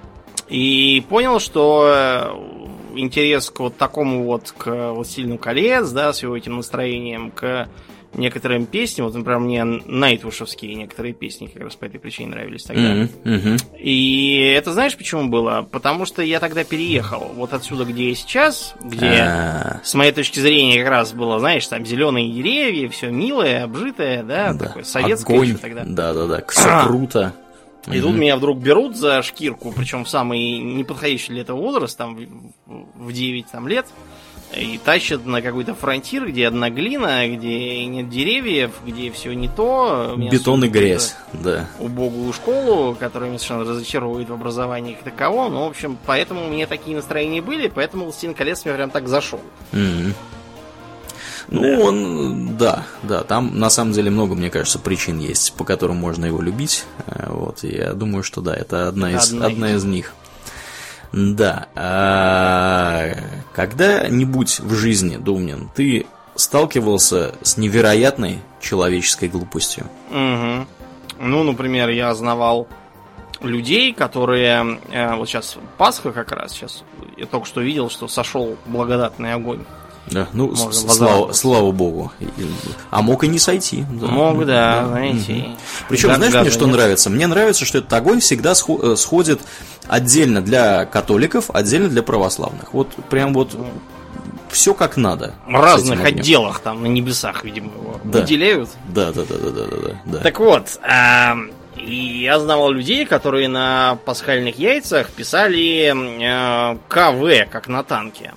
и понял, что интерес к вот такому вот, к «Властелину колец», да, с его этим настроением, к некоторым песням. Вот, например, мне найтвушевские некоторые песни как раз по этой причине нравились тогда. Mm-hmm. Mm-hmm. И это знаешь почему было? Потому что я тогда переехал вот отсюда, где я сейчас, где А-а-а. с моей точки зрения как раз было, знаешь, там зеленые деревья, все милое, обжитое, да, да. такое советское Огонь. еще тогда. Да-да-да, все круто. И mm-hmm. тут меня вдруг берут за шкирку, причем в самый неподходящий для этого возраст, там в девять там, лет, и тащат на какой-то фронтир, где одна глина, где нет деревьев, где все не то. Бетон и грязь, да. Убогую школу, которая меня совершенно разочаровывает в образовании как таковом. Ну, в общем, поэтому у меня такие настроения были, поэтому «Властелин колец» мне прям так зашел. Mm-hmm. Ну, да. он, да, да, там на самом деле много, мне кажется, причин есть, по которым можно его любить. Вот, и я думаю, что да, это одна из, одна одна из них. Да. А, когда-нибудь в жизни, Домнин, ты сталкивался с невероятной человеческой глупостью? Угу. Ну, например, я знавал людей, которые... Э, вот сейчас Пасха как раз, сейчас я только что видел, что сошел благодатный огонь. Да, ну, слава, слава богу. А мог и не сойти. Да. Мог, да, да, знаете. Угу. Причем, знаешь, мне что нет? нравится? Мне нравится, что этот огонь всегда сходит отдельно для католиков, отдельно для православных. Вот прям вот все как надо. В разных отделах там на небесах, видимо, его да. выделяют. Да, да, да, да, да, да, да. Так вот, э, и я знал людей, которые на пасхальных яйцах писали э, КВ, как на танке.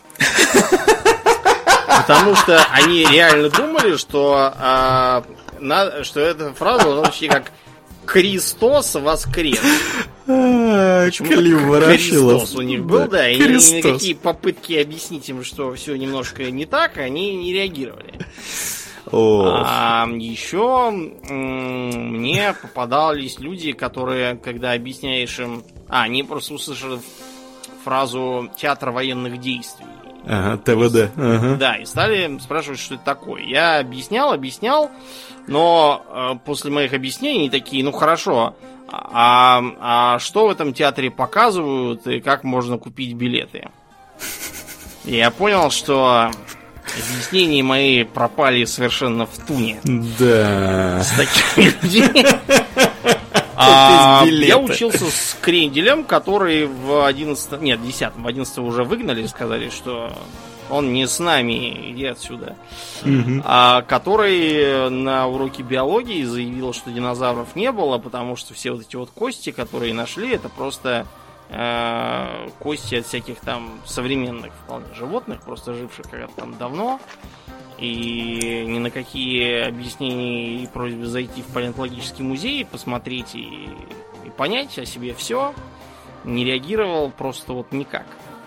Потому что они реально думали, что, а, на, что эта фраза звучит как «Христос воскрес». Почему-то Христос у них был, да, и ни на какие попытки объяснить им, что все немножко не так, они не реагировали. А еще мне попадались люди, которые, когда объясняешь им... А, они просто услышали фразу «театр военных действий». Ага, ТВД. Ага. Да, и стали спрашивать, что это такое. Я объяснял, объяснял, но э, после моих объяснений такие, ну хорошо, а, а что в этом театре показывают и как можно купить билеты? И я понял, что объяснения мои пропали совершенно в туне. Да. С такими людьми. А, я учился с Кренделем, который в одиннадцатом, нет, десятом, в одиннадцатом уже выгнали, сказали, что он не с нами, иди отсюда. Mm-hmm. А, который на уроке биологии заявил, что динозавров не было, потому что все вот эти вот кости, которые нашли, это просто э, кости от всяких там современных вполне животных, просто живших когда-то там давно. И ни на какие объяснения и просьбы зайти в палеонтологический музей, посмотреть и, и понять о себе все, не реагировал просто вот никак.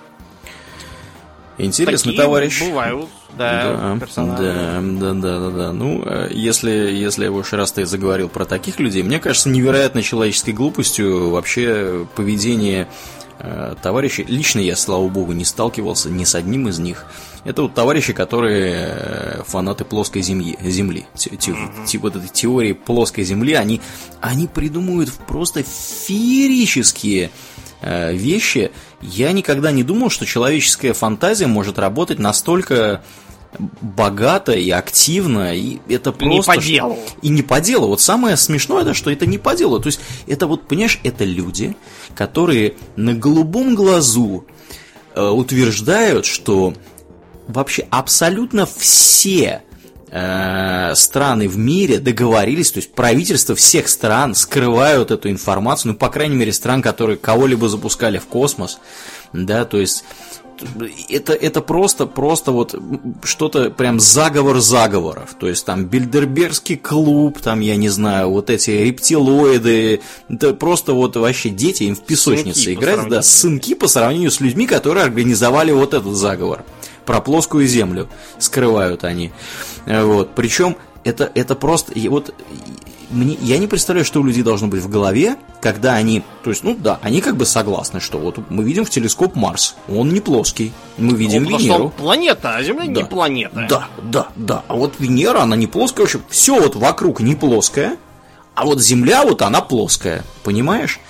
Интересный такие товарищ. Бывают, да, да, персонажи. Да, да, да, да, да. Ну, если, если уж раз ты заговорил про таких людей, мне кажется, невероятной человеческой глупостью вообще поведение э, товарищей. Лично я, слава богу, не сталкивался ни с одним из них. Это вот товарищи, которые фанаты плоской земли, земли. Те, те, mm-hmm. те, вот этой теории плоской земли, они, они придумывают просто феерические э, вещи. Я никогда не думал, что человеческая фантазия может работать настолько богато и активно, и это просто... И не по делу. И не по делу. Вот самое смешное, это, что это не по делу. То есть, это вот, понимаешь, это люди, которые на голубом глазу э, утверждают, что вообще абсолютно все э, страны в мире договорились, то есть правительства всех стран скрывают эту информацию, ну, по крайней мере, стран, которые кого-либо запускали в космос, да, то есть это, это просто, просто вот что-то прям заговор заговоров, то есть там Бильдербергский клуб, там, я не знаю, вот эти рептилоиды, это просто вот вообще дети, им в песочнице сынки играть, да, сынки по сравнению с людьми, которые организовали вот этот заговор. Про плоскую землю скрывают они. Вот. Причем это, это просто... Вот, мне, я не представляю, что у людей должно быть в голове, когда они... То есть, ну да, они как бы согласны, что вот мы видим в телескоп Марс, он не плоский. Мы видим ну, Венеру. Что планета, а Земля да, не планета. Да, да, да. А вот Венера, она не плоская. В общем, все вот вокруг не плоское, а вот Земля вот она плоская. Понимаешь?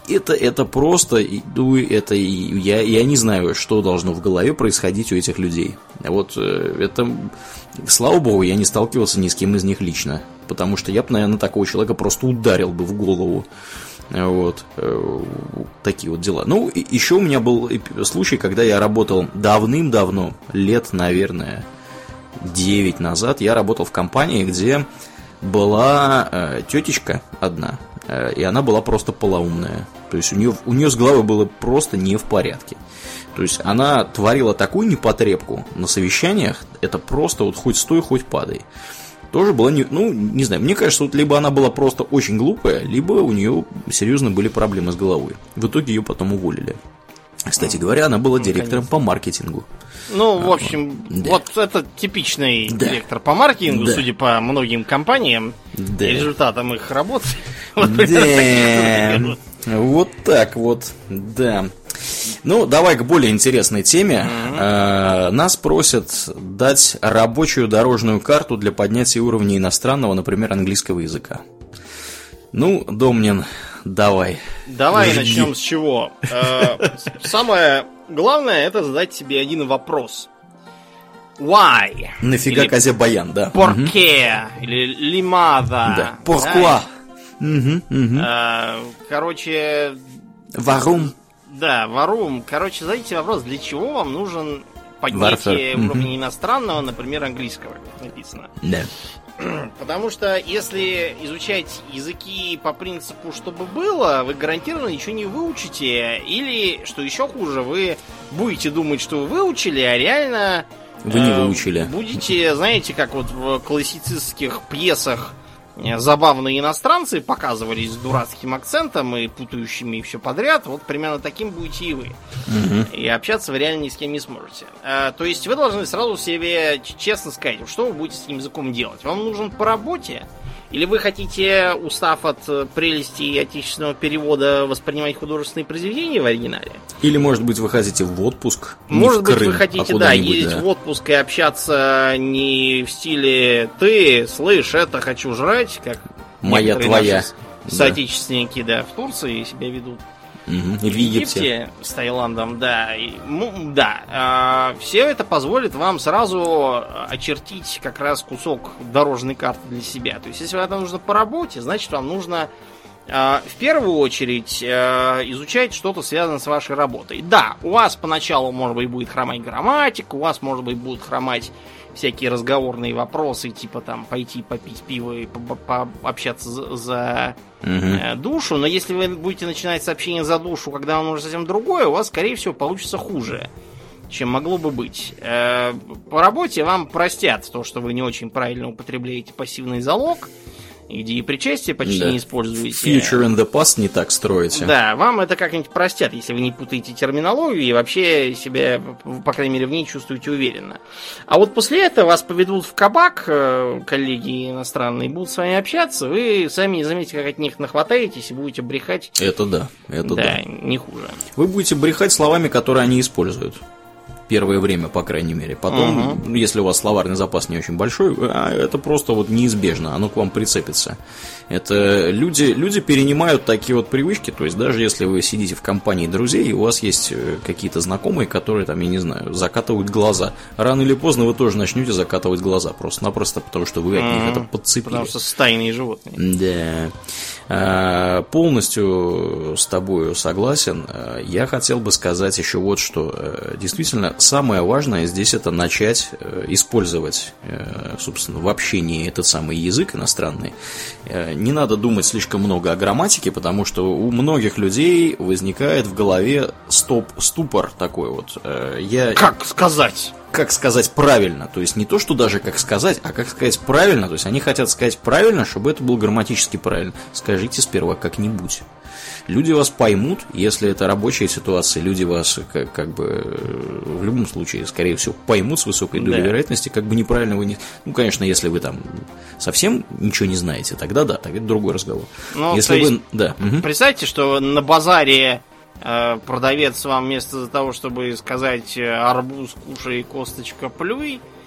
это, это просто, ну, это, я, я не знаю, что должно в голове происходить у этих людей. Вот это, слава богу, я не сталкивался ни с кем из них лично, потому что я бы, наверное, такого человека просто ударил бы в голову. Вот, такие вот дела. Ну, еще у меня был случай, когда я работал давным-давно, лет, наверное, девять назад, я работал в компании, где была э, тетечка одна, э, и она была просто полоумная. То есть у нее, у нее с головой было просто не в порядке. То есть она творила такую непотребку на совещаниях, это просто вот хоть стой, хоть падай. Тоже была, не, ну, не знаю, мне кажется, вот либо она была просто очень глупая, либо у нее серьезно были проблемы с головой. В итоге ее потом уволили. Кстати говоря, она была директором ну, по маркетингу. Ну, в общем, да. Вот это типичный да. директор по маркетингу, да. судя по многим компаниям, да. результатом их работы. Да, вот так вот, да. Ну, давай к более интересной теме. Mm-hmm. Нас просят дать рабочую дорожную карту для поднятия уровня иностранного, например, английского языка. Ну, Домнин, давай. Давай Жги. Начнем с чего. Самое главное — это задать себе один вопрос. Why? Нафига или козе баян, да. Порке? Угу. Или лимада? Да. Поркуа? Угу, угу. Короче... Варум? Да, варум. Короче, задайте вопрос, для чего вам нужен поднятие Варфер. уровня угу. иностранного, например, английского, как написано. Да. Потому что если изучать языки по принципу, чтобы было, вы гарантированно ничего не выучите. Или, что еще хуже, вы будете думать, что вы выучили, а реально... Вы не выучили. Э, будете, знаете, как вот в классицистских пьесах забавные иностранцы показывались с дурацким акцентом и путающими все подряд. Вот примерно таким будете и вы. Угу. И общаться вы реально ни с кем не сможете. А, то есть вы должны сразу себе честно сказать, что вы будете с этим языком делать. Вам нужен по работе? Или вы хотите, устав от прелести отечественного перевода, воспринимать художественные произведения в оригинале? Или, может быть, вы хотите в отпуск? Может быть, Крым, вы хотите, а да, ездить да. в отпуск и общаться не в стиле «ты, слышь, это хочу жрать», как моя твоя соотечественники, да, в Турции себя ведут. Угу. И в Египте. Египте с Таиландом, да. И, ну, да. Э, все это позволит вам сразу очертить как раз кусок дорожной карты для себя. То есть, если вам это нужно по работе, значит, вам нужно э, в первую очередь э, изучать что-то связанное с вашей работой. Да, у вас поначалу, может быть, будет хромать грамматика, у вас, может быть, будут хромать всякие разговорные вопросы, типа там пойти попить пиво и пообщаться за, за угу. э, душу, но если вы будете начинать сообщение за душу, когда оно уже совсем другое, у вас, скорее всего, получится хуже, чем могло бы быть. Э, по работе вам простят то, что вы не очень правильно употребляете пассивный залог, и деепричастие почти да. не используете. Future in the past не так строите. Да, вам это как-нибудь простят, если вы не путаете терминологию и вообще себя, по крайней мере, в ней чувствуете уверенно. А вот после этого вас поведут в кабак коллеги иностранные, будут с вами общаться, вы сами не заметите, как от них нахватаетесь и будете брехать. Это да, это да. Да, не хуже. Вы будете брехать словами, которые они используют. Первое время, по крайней мере. Потом, угу. если у вас словарный запас не очень большой, это просто вот неизбежно, оно к вам прицепится. Это люди, люди перенимают такие вот привычки, то есть даже если вы сидите в компании друзей, и у вас есть какие-то знакомые, которые там, я не знаю, закатывают глаза. Рано или поздно вы тоже начнете закатывать глаза, просто-напросто, потому что вы от них угу. это подцепили. Потому что стайные животные. Да. Полностью с тобой согласен. Я хотел бы сказать еще вот что. Действительно, самое важное здесь это начать использовать, собственно, в общении этот самый язык иностранный. Не надо думать слишком много о грамматике, потому что у многих людей возникает в голове стоп, ступор такой вот. Я... Как сказать? Как сказать правильно, то есть не то, что даже как сказать, а как сказать правильно, то есть они хотят сказать правильно, чтобы это было грамматически правильно. Скажите сперва как-нибудь. Люди вас поймут, если это рабочая ситуация, люди вас как, как бы в любом случае, скорее всего, поймут с высокой долей да. вероятности, как бы неправильно вы не... Ну, конечно, если вы там совсем ничего не знаете, тогда да, так это другой разговор. Ну, если вы... Есть, да. Представьте, что на базаре продавец вам вместо того, чтобы сказать «арбуз, кушай, косточка, плюй»,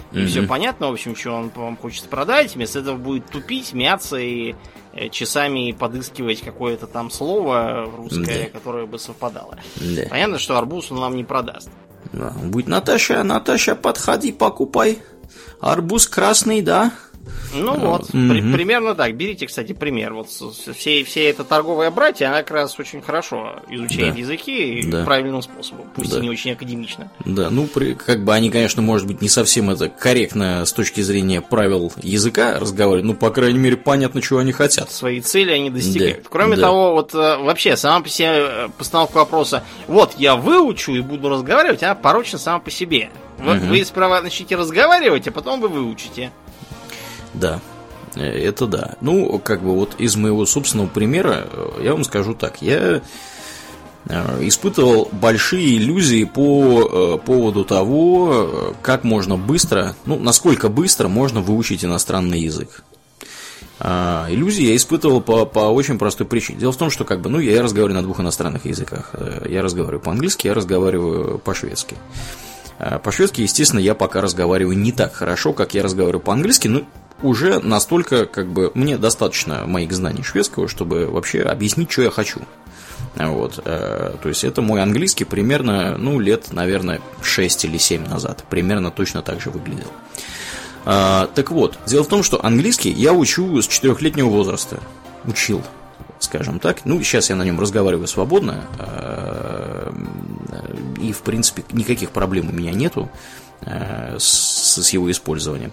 И mm-hmm. все понятно, в общем, что он вам хочет продать. Вместо этого будет тупить, мяться и часами подыскивать какое-то там слово русское, да. которое бы совпадало. Да. Понятно, что арбуз он вам не продаст. Да. Будет: Наташа, Наташа, подходи, покупай. Арбуз красный, да? Ну вот, mm-hmm. при, примерно так. Берите, кстати, пример. Вот все, все это торговые братья, она как раз очень хорошо изучает да. языки да. правильным способом, пусть да. и не очень академично. Да, ну, при, как бы они, конечно, может быть, не совсем это корректно с точки зрения правил языка разговаривают, ну, по крайней мере, понятно, чего они хотят. Свои цели они достигают. Да. Кроме да. того, вот вообще, сама по себе постановка вопроса, вот, я выучу и буду разговаривать, она порочна сама по себе. Вот mm-hmm. вы сперва начнете разговаривать, а потом вы выучите. Да, это да. Ну, как бы вот из моего собственного примера я вам скажу так. Я испытывал большие иллюзии по поводу того, как можно быстро, ну, насколько быстро можно выучить иностранный язык. А, иллюзии я испытывал по, по очень простой причине. Дело в том, что как бы, ну, я разговариваю на двух иностранных языках. Я разговариваю по-английски, я разговариваю по-шведски. По-шведски, естественно, я пока разговариваю не так хорошо, как я разговариваю по-английски, но уже настолько, как бы, мне достаточно моих знаний шведского, чтобы вообще объяснить, что я хочу. Вот. То есть это мой английский примерно, ну, лет, наверное, шесть или семь назад. Примерно точно так же выглядел. Так вот, дело в том, что английский я учу с четырехлетнего возраста. Учил, скажем так. Ну, сейчас я на нем разговариваю свободно. И, в принципе, никаких проблем у меня нету с, с его использованием.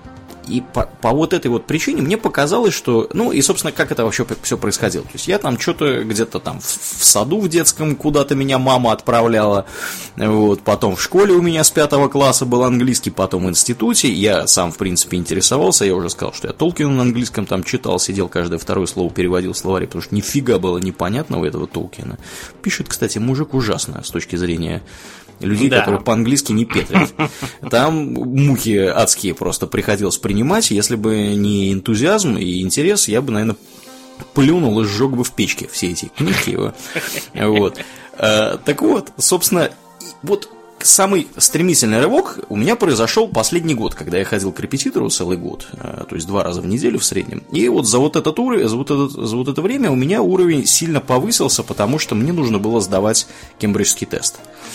И по, по вот этой вот причине мне показалось, что... Ну, и, собственно, как это вообще все происходило. То есть я там что-то где-то там в, в саду в детском куда-то меня мама отправляла. Вот, потом в школе у меня с пятого класса был английский, потом в институте. Я сам, в принципе, интересовался. Я уже сказал, что я Толкина на английском там читал, сидел, каждое второе слово переводил в словаре, потому что нифига было непонятно у этого Толкина. Пишет, кстати, мужик ужасно с точки зрения... людей, да. которые по-английски не петлят. Там муки адские просто приходилось принимать. Если бы не энтузиазм и интерес, я бы, наверное, плюнул и сжег бы в печке все эти книги его. Вот. Так вот, собственно, вот самый стремительный рывок у меня произошел последний год, когда я ходил к репетитору целый год, то есть два раза в неделю в среднем. И вот за вот, этот уровень, за, вот этот, за вот это время у меня уровень сильно повысился, потому что мне нужно было сдавать кембриджский тест.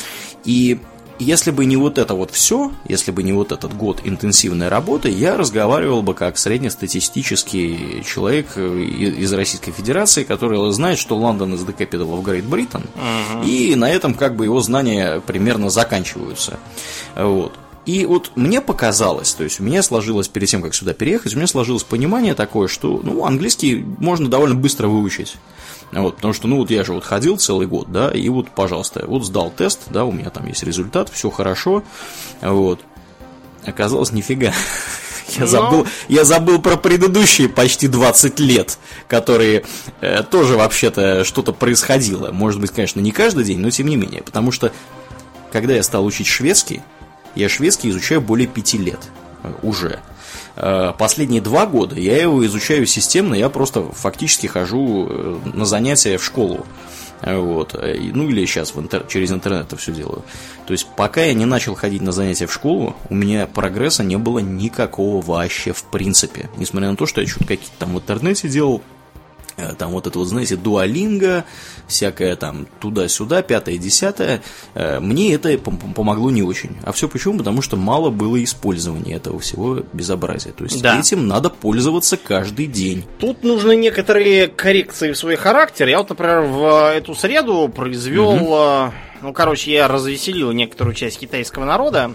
И если бы не вот это вот все, если бы не вот этот год интенсивной работы, я разговаривал бы как среднестатистический человек из Российской Федерации, который знает, что Лондон is the capital of Great Britain, uh-huh. и на этом как бы его знания примерно заканчиваются. Вот. И вот мне показалось, то есть у меня сложилось, перед тем, как сюда переехать, у меня сложилось понимание такое, что, ну, английский можно довольно быстро выучить. Вот, потому что, ну, вот я же вот ходил целый год, да, и вот, пожалуйста, вот сдал тест, да, у меня там есть результат, все хорошо, вот. Оказалось, нифига. Я забыл, я забыл про предыдущие почти двадцать лет, которые э, тоже вообще-то что-то происходило. Может быть, конечно, не каждый день, но тем не менее. Потому что, когда я стал учить шведский, я шведский изучаю более пяти лет э, уже. Последние два года я его изучаю системно, я просто фактически хожу на занятия в школу. Вот. Ну или сейчас в интер... через интернет это все делаю. То есть пока я не начал ходить на занятия в школу, у меня прогресса не было никакого вообще в принципе. Несмотря на то, что я что-то какие-то там в интернете делал, там вот это вот, знаете, дуалинго, всякое там туда-сюда, пятое-десятое, мне это помогло не очень. А все почему? Потому что мало было использования этого всего безобразия. То есть да. этим надо пользоваться каждый день. Тут нужны некоторые коррекции в свой характер. Я вот, например, в эту среду произвел, угу. ну, короче, я развеселил некоторую часть китайского народа.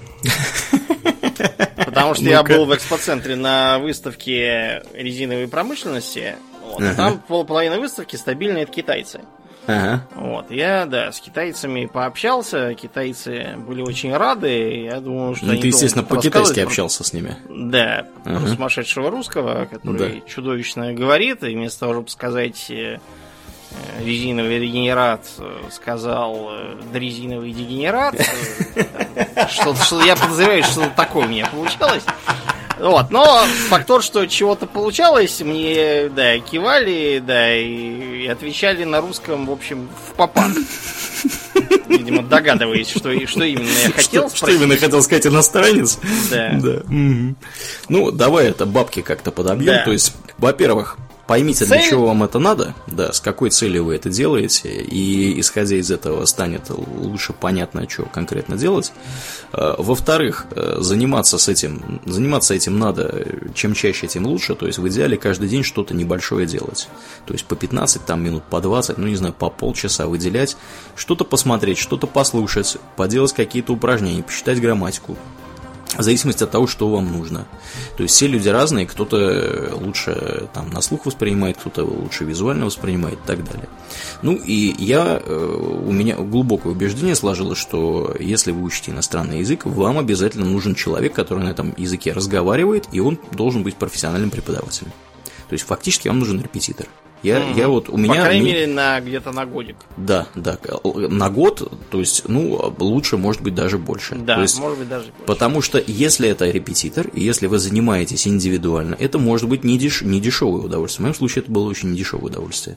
Потому что я был в экспоцентре на выставке резиновой промышленности. Вот, ага. Там половина выставки стабильно это китайцы. Ага. Вот, я, да, с китайцами пообщался, китайцы были очень рады. Я думаю, что ну, они ты, естественно, по-китайски общался с ними. Да, ага. про сумасшедшего русского, который да. чудовищно говорит, и вместо того, чтобы сказать резиновый регенерат, сказал резиновый дегенерат. Что-то, я подозреваю, что такое у меня получалось. Вот, но факт тот, что чего-то получалось, мне, да, кивали, да, и, и отвечали на русском, в общем, в попад. Видимо, догадываясь, что, что именно я хотел что, спросить. Что именно хотел сказать иностранец? Да. Да. Mm-hmm. Ну, давай это бабки как-то подобьем. Да. То есть, во-первых, поймите, Цель... для чего вам это надо, да, с какой целью вы это делаете, и исходя из этого станет лучше понятно, что конкретно делать. Во-вторых, заниматься с этим, заниматься этим надо, чем чаще, тем лучше, то есть в идеале каждый день что-то небольшое делать, то есть по пятнадцать там, минут, по двадцать, ну не знаю, по полчаса выделять, что-то посмотреть, что-то послушать, поделать какие-то упражнения, посчитать грамматику. В зависимости от того, что вам нужно. То есть все люди разные, кто-то лучше там, на слух воспринимает, кто-то лучше визуально воспринимает и так далее. Ну и я, у меня глубокое убеждение сложилось, что если вы учите иностранный язык, вам обязательно нужен человек, который на этом языке разговаривает, и он должен быть профессиональным преподавателем. То есть фактически вам нужен репетитор. Я, mm-hmm. я вот у меня... По крайней мере, на, где-то на годик. Да, да, на год, то есть, ну, лучше, может быть, даже больше. Да, то есть, может быть, даже больше. Потому что, если это репетитор, и если вы занимаетесь индивидуально, это может быть не, деш... не дешевое удовольствие. В моем случае это было очень недешевое удовольствие.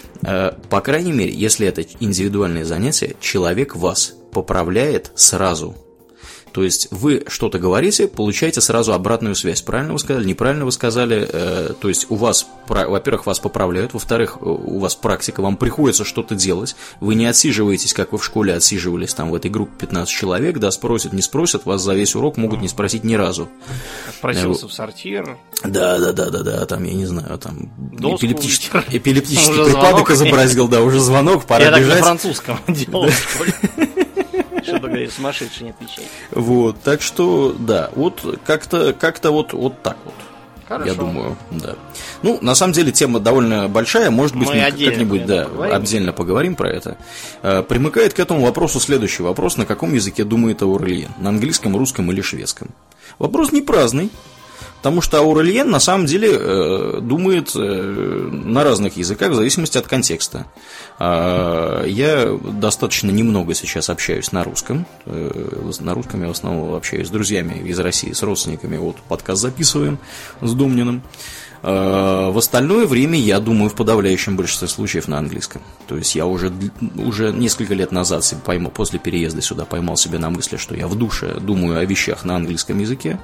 По крайней мере, если это индивидуальное занятие, человек вас поправляет сразу. То есть вы что-то говорите, получаете сразу обратную связь. Правильно вы сказали, неправильно вы сказали. э, То есть у вас, во-первых, вас поправляют, во-вторых, у вас практика, вам приходится что-то делать. Вы не отсиживаетесь, как вы в школе отсиживались там в этой группе пятнадцать человек, да, спросят, не спросят, вас за весь урок могут не спросить ни разу. Просился в сортир. Да, да, да, да, да, там, я не знаю, там Доску эпилептический, вытер. эпилептический Уже припадок звонок. изобразил, да, уже звонок, пора Я бежать. так на французском делал в школе. Что-то, говорит, сумасшедший, не отвечай. Вот, так что, да, вот как-то, как-то вот, вот так вот. Хорошо. Я думаю, да. Ну, на самом деле, тема довольно большая, может быть, мы, мы отдельно как-нибудь, да, поговорим. отдельно поговорим про это. Примыкает к этому вопросу следующий вопрос: на каком языке думает Аурельен? На английском, русском или шведском? Вопрос не праздный. Потому что Аурельен на самом деле э, думает э, на разных языках в зависимости от контекста. Э, я достаточно немного сейчас общаюсь на русском. Э, на русском я в основном общаюсь с друзьями из России, с родственниками. Вот подкаст записываем с Домниным. Э, в остальное время я думаю в подавляющем большинстве случаев на английском. То есть я уже, уже несколько лет назад поймал, после переезда сюда поймал себя на мысли, что я в душе думаю о вещах на английском языке.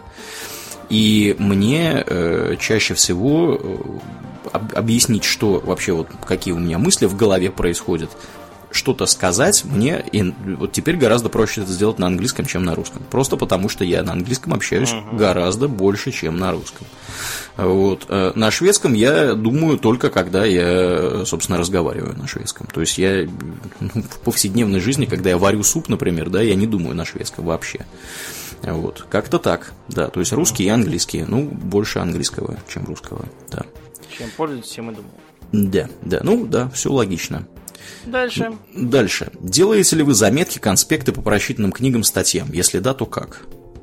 И мне э, чаще всего э, об, объяснить, что вообще вот какие у меня мысли в голове происходят, что-то сказать мне, и вот теперь гораздо проще это сделать на английском, чем на русском. Просто потому, что я на английском общаюсь uh-huh. гораздо больше, чем на русском. Вот. На шведском я думаю только когда я, собственно, разговариваю на шведском. То есть я ну, в повседневной жизни, когда я варю суп, например, да, я не думаю на шведском вообще. Вот, как-то так, да, то есть русский и английский, ну, больше английского, чем русского, да. Чем пользуются, тем и думаю. Да, да, ну, да, все логично. Дальше. Дальше. Делаете ли вы заметки, конспекты по прочитанным книгам, статьям? Если да, то как?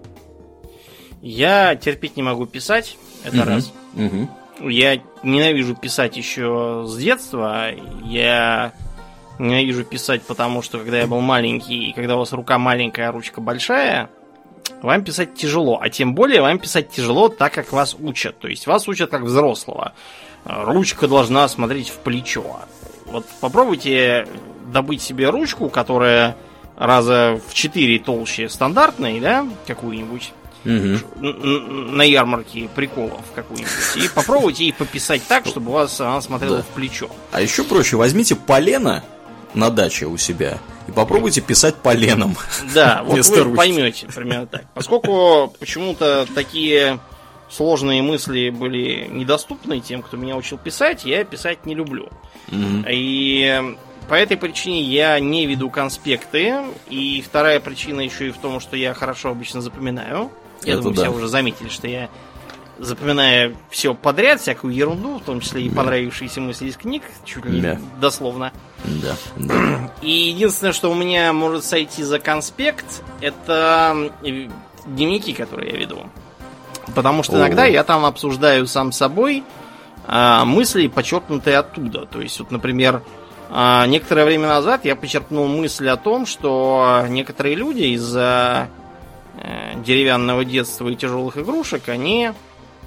Я терпеть не могу писать, это угу, раз. Угу. Я ненавижу писать еще с детства, я... Ненавижу писать, потому что когда я был маленький, и когда у вас рука маленькая, а ручка большая, вам писать тяжело. А тем более вам писать тяжело так, как вас учат. То есть вас учат как взрослого. Ручка должна смотреть в плечо. Вот попробуйте добыть себе ручку, которая раза в четыре толще стандартной, да, какую-нибудь. Угу. На ярмарке приколов какую-нибудь. И попробуйте ей пописать так, чтобы у вас она смотрела да. в плечо. А еще проще, возьмите полено на даче у себя и попробуйте писать поленом. Да, вот вы ручки. Поймете примерно так. Поскольку почему-то такие сложные мысли были недоступны тем, кто меня учил писать, я писать не люблю. Угу. И по этой причине я не веду конспекты. И вторая причина еще и в том, что я хорошо обычно запоминаю. Я Это думаю, да. все уже заметили, что я запоминаю все подряд, всякую ерунду, в том числе и да. понравившиеся мысли из книг, чуть ли да. не дословно. Да, да. И единственное, что у меня может сойти за конспект, это дневники, которые я веду. Потому что О. иногда я там обсуждаю сам с собой а, мысли, почерпнутые оттуда. То есть, вот, например, а, некоторое время назад я почерпнул мысль о том, что некоторые люди из-за а, деревянного детства и тяжелых игрушек, они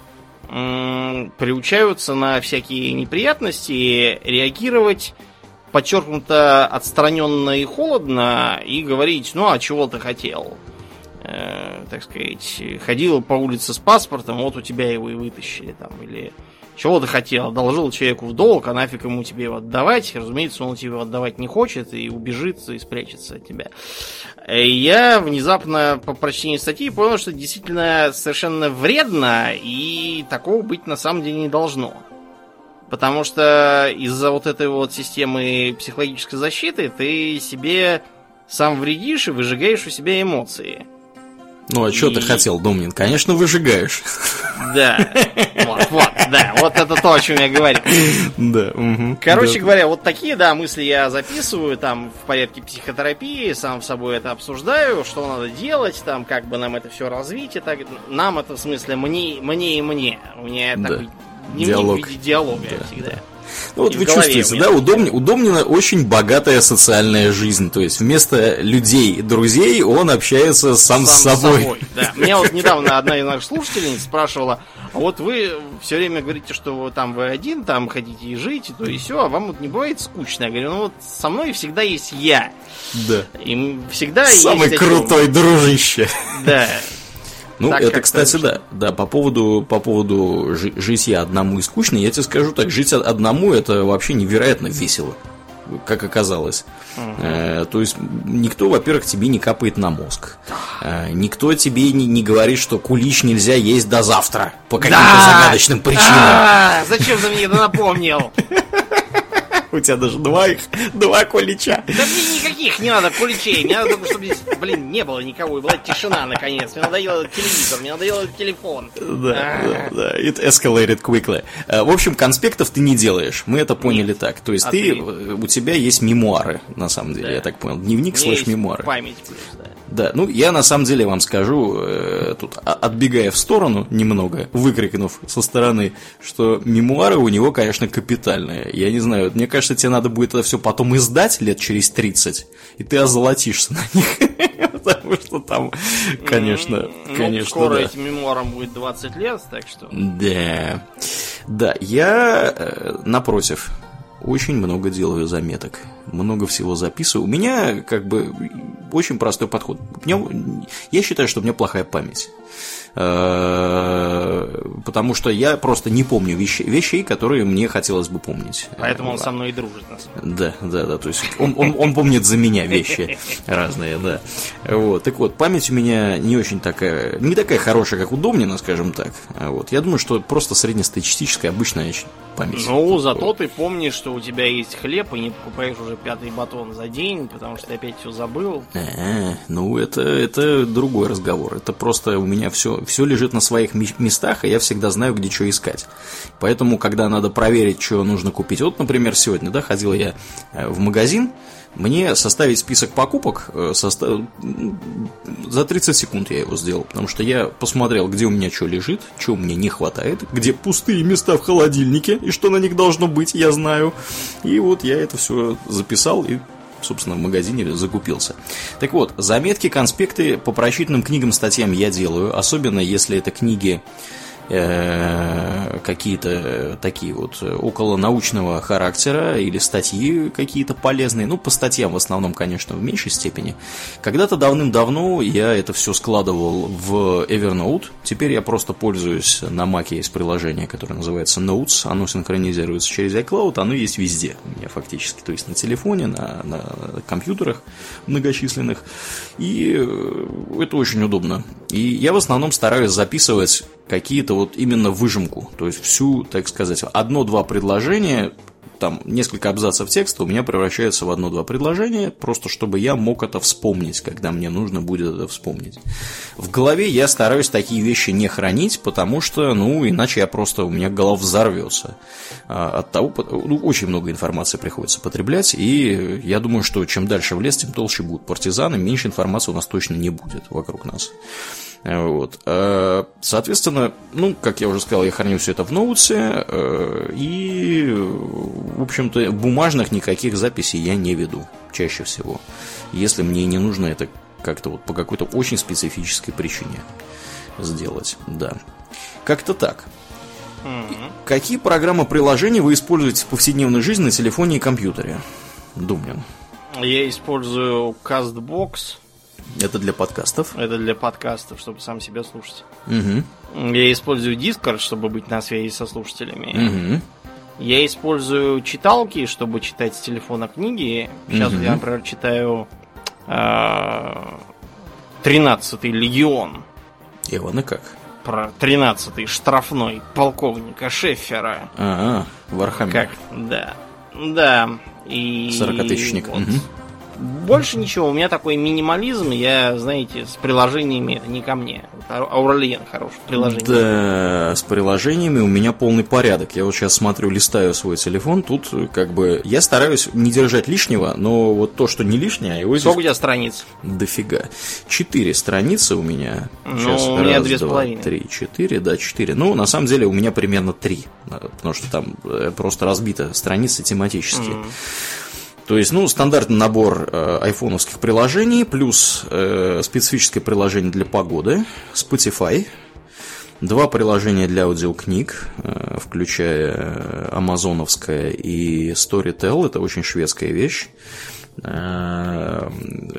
м- приучаются на всякие неприятности реагировать подчеркнуто отстраненно и холодно и говорить, ну а чего ты хотел? Э, так сказать, ходил по улице с паспортом, вот у тебя его и вытащили там, или чего ты хотел? Одолжил человеку в долг, а нафиг ему тебе его отдавать? Разумеется, он тебе его отдавать не хочет и убежит и спрячется от тебя. И я внезапно по прочтении статьи понял, что это действительно совершенно вредно, и такого быть на самом деле не должно. Потому что из-за вот этой вот системы психологической защиты ты себе сам вредишь и выжигаешь у себя эмоции. Ну, а что и... ты хотел, Домнин? Конечно, выжигаешь. Да, вот, вот, да, вот это то, о чем я говорю. Да, угу. Короче да. говоря, вот такие, да, мысли я записываю, там, в порядке психотерапии, сам с собой это обсуждаю, что надо делать, там, как бы нам это все развить, и так, нам это, в смысле, мне, мне и мне. У меня да. такой дневник Диалог. в виде диалога да, всегда. Да. Ну вот И вы в голове чувствуете, у меня да, у, такие. Домни, у Домнина очень богатая социальная жизнь. То есть вместо людей, друзей, он общается сам, Сам с собой. С собой да. Меня вот недавно одна из наших слушательниц спрашивала, а вот вы все время говорите, что вы, там вы один, там хотите и жить, и то и все, а вам вот не бывает скучно? Я говорю, ну вот со мной всегда есть я. Да. И всегда Самый есть крутой дружище. Да. Ну, Так, это, кстати, да. Да, по поводу, по поводу жи- жить я одному и скучно, я тебе скажу так, жить одному это вообще невероятно весело, как оказалось. Uh-huh. Э, то есть никто, во-первых, тебе не капает на мозг. Э, никто тебе не, не говорит, что кулич нельзя есть до завтра по каким-то да! загадочным причинам. А, зачем ты мне это напомнил? У тебя даже два их, два кулича. Да мне никаких не надо куличей. Мне надо только, чтобы здесь, блин, не было никого. И была тишина, наконец. Мне надоел этот телевизор, мне надоел этот телефон. Да, да, да. It escalated quickly. В общем, конспектов ты не делаешь. Мы это поняли Нет. так. То есть а ты, ты, у тебя есть мемуары, на самом деле, да. я так понял. Дневник слэш мемуары. Память плюс, да. Да, ну я на самом деле вам скажу, э, тут отбегая в сторону немного, выкрикнув со стороны, что мемуары у него, конечно, капитальные. Я не знаю, мне кажется, тебе надо будет это все потом издать лет через тридцать, и ты озолотишься на них. Потому что там, конечно, конечно, скоро этим мемуарам будет двадцать лет, так что... Да, да, я, напротив, очень много делаю заметок, много всего записываю. У меня, как бы, очень простой подход. У меня, я считаю, что у меня плохая память. Потому что я просто не помню вещей, вещей, которые мне хотелось бы помнить. Поэтому он со мной и дружит, на самом деле. Да, да, да. То есть он, он, он помнит за меня вещи разные, да. Вот. Так вот, память у меня не очень такая, не такая хорошая, как у Домнина, скажем так. Вот. Я думаю, что просто среднестатистическая обычная память. Ну, зато ты помнишь, что у тебя есть хлеб, и не покупаешь уже пятый батон за день, потому что ты опять все забыл. А, ну, это, это другой разговор. Это просто у меня все, все лежит на своих местах, и я всегда знаю, где что искать. Поэтому, когда надо проверить, что нужно купить. Вот, например, сегодня, да, ходил я в магазин, мне составить список покупок состав... за тридцать секунд я его сделал, потому что я посмотрел, где у меня что лежит, что у меня не хватает, где пустые места в холодильнике и что на них должно быть, я знаю. И вот я это все записал и, собственно, в магазине закупился. Так вот, заметки, конспекты по прочитанным книгам, статьям я делаю, особенно если это книги какие-то такие вот около научного характера или статьи какие-то полезные. Ну, по статьям в основном, конечно, в меньшей степени. Когда-то давным-давно я это все складывал в Evernote. Теперь я просто пользуюсь, на Mac есть приложение, которое называется Notes. Оно синхронизируется через iCloud, оно есть везде у меня фактически. То есть на телефоне, на, на компьютерах многочисленных. И это очень удобно. И я в основном стараюсь записывать какие-то вот именно выжимку, то есть всю, так сказать, одно-два предложения, там несколько абзацев текста у меня превращаются в одно-два предложения, просто чтобы я мог это вспомнить, когда мне нужно будет это вспомнить. В голове я стараюсь такие вещи не хранить, потому что, ну, иначе я просто, у меня голова взорвется от того, ну, очень много информации приходится потреблять, и я думаю, что чем дальше в лес, тем толще будут партизаны, меньше информации у нас точно не будет вокруг нас. Вот. Соответственно, ну, как я уже сказал, я храню все это в ноутсе, и, в общем-то, бумажных никаких записей я не веду чаще всего, если мне не нужно это как-то вот по какой-то очень специфической причине сделать, да. Как-то так. Mm-hmm. Какие программы, приложения вы используете в повседневной жизни на телефоне и компьютере? Думнин? Я использую CastBox. Это для подкастов. Это для подкастов, чтобы сам себя слушать. Угу. Я использую Discord, чтобы быть на связи со слушателями. Угу. Я использую читалки, чтобы читать с телефона книги. Сейчас Угу. я, например, читаю тринадцатый легион. И ладно как? Про тринадцатый штрафной полковника Шеффера. А, Вархаммер. Как? Да. Да. И... сорокатысячник. Вот. Угу. Больше ничего. У меня такой минимализм. Я, знаете, с приложениями это не ко мне. Ауралиен хороший приложение. Да, с приложениями у меня полный порядок. Я вот сейчас смотрю, листаю свой телефон. Тут как бы я стараюсь не держать лишнего, но вот то, что не лишнее, его здесь... Сколько у тебя страниц? Дофига. Четыре страницы у меня. Ну, Сейчас, у меня раз, две с два, половиной. три, четыре, да, четыре. Ну, на самом деле у меня примерно три, потому что там просто разбито страницы тематически. Mm. То есть, ну, стандартный набор э, айфоновских приложений, плюс э, специфическое приложение для погоды, Spotify, два приложения для аудиокниг, э, включая амазоновское и Storytel, это очень шведская вещь, э,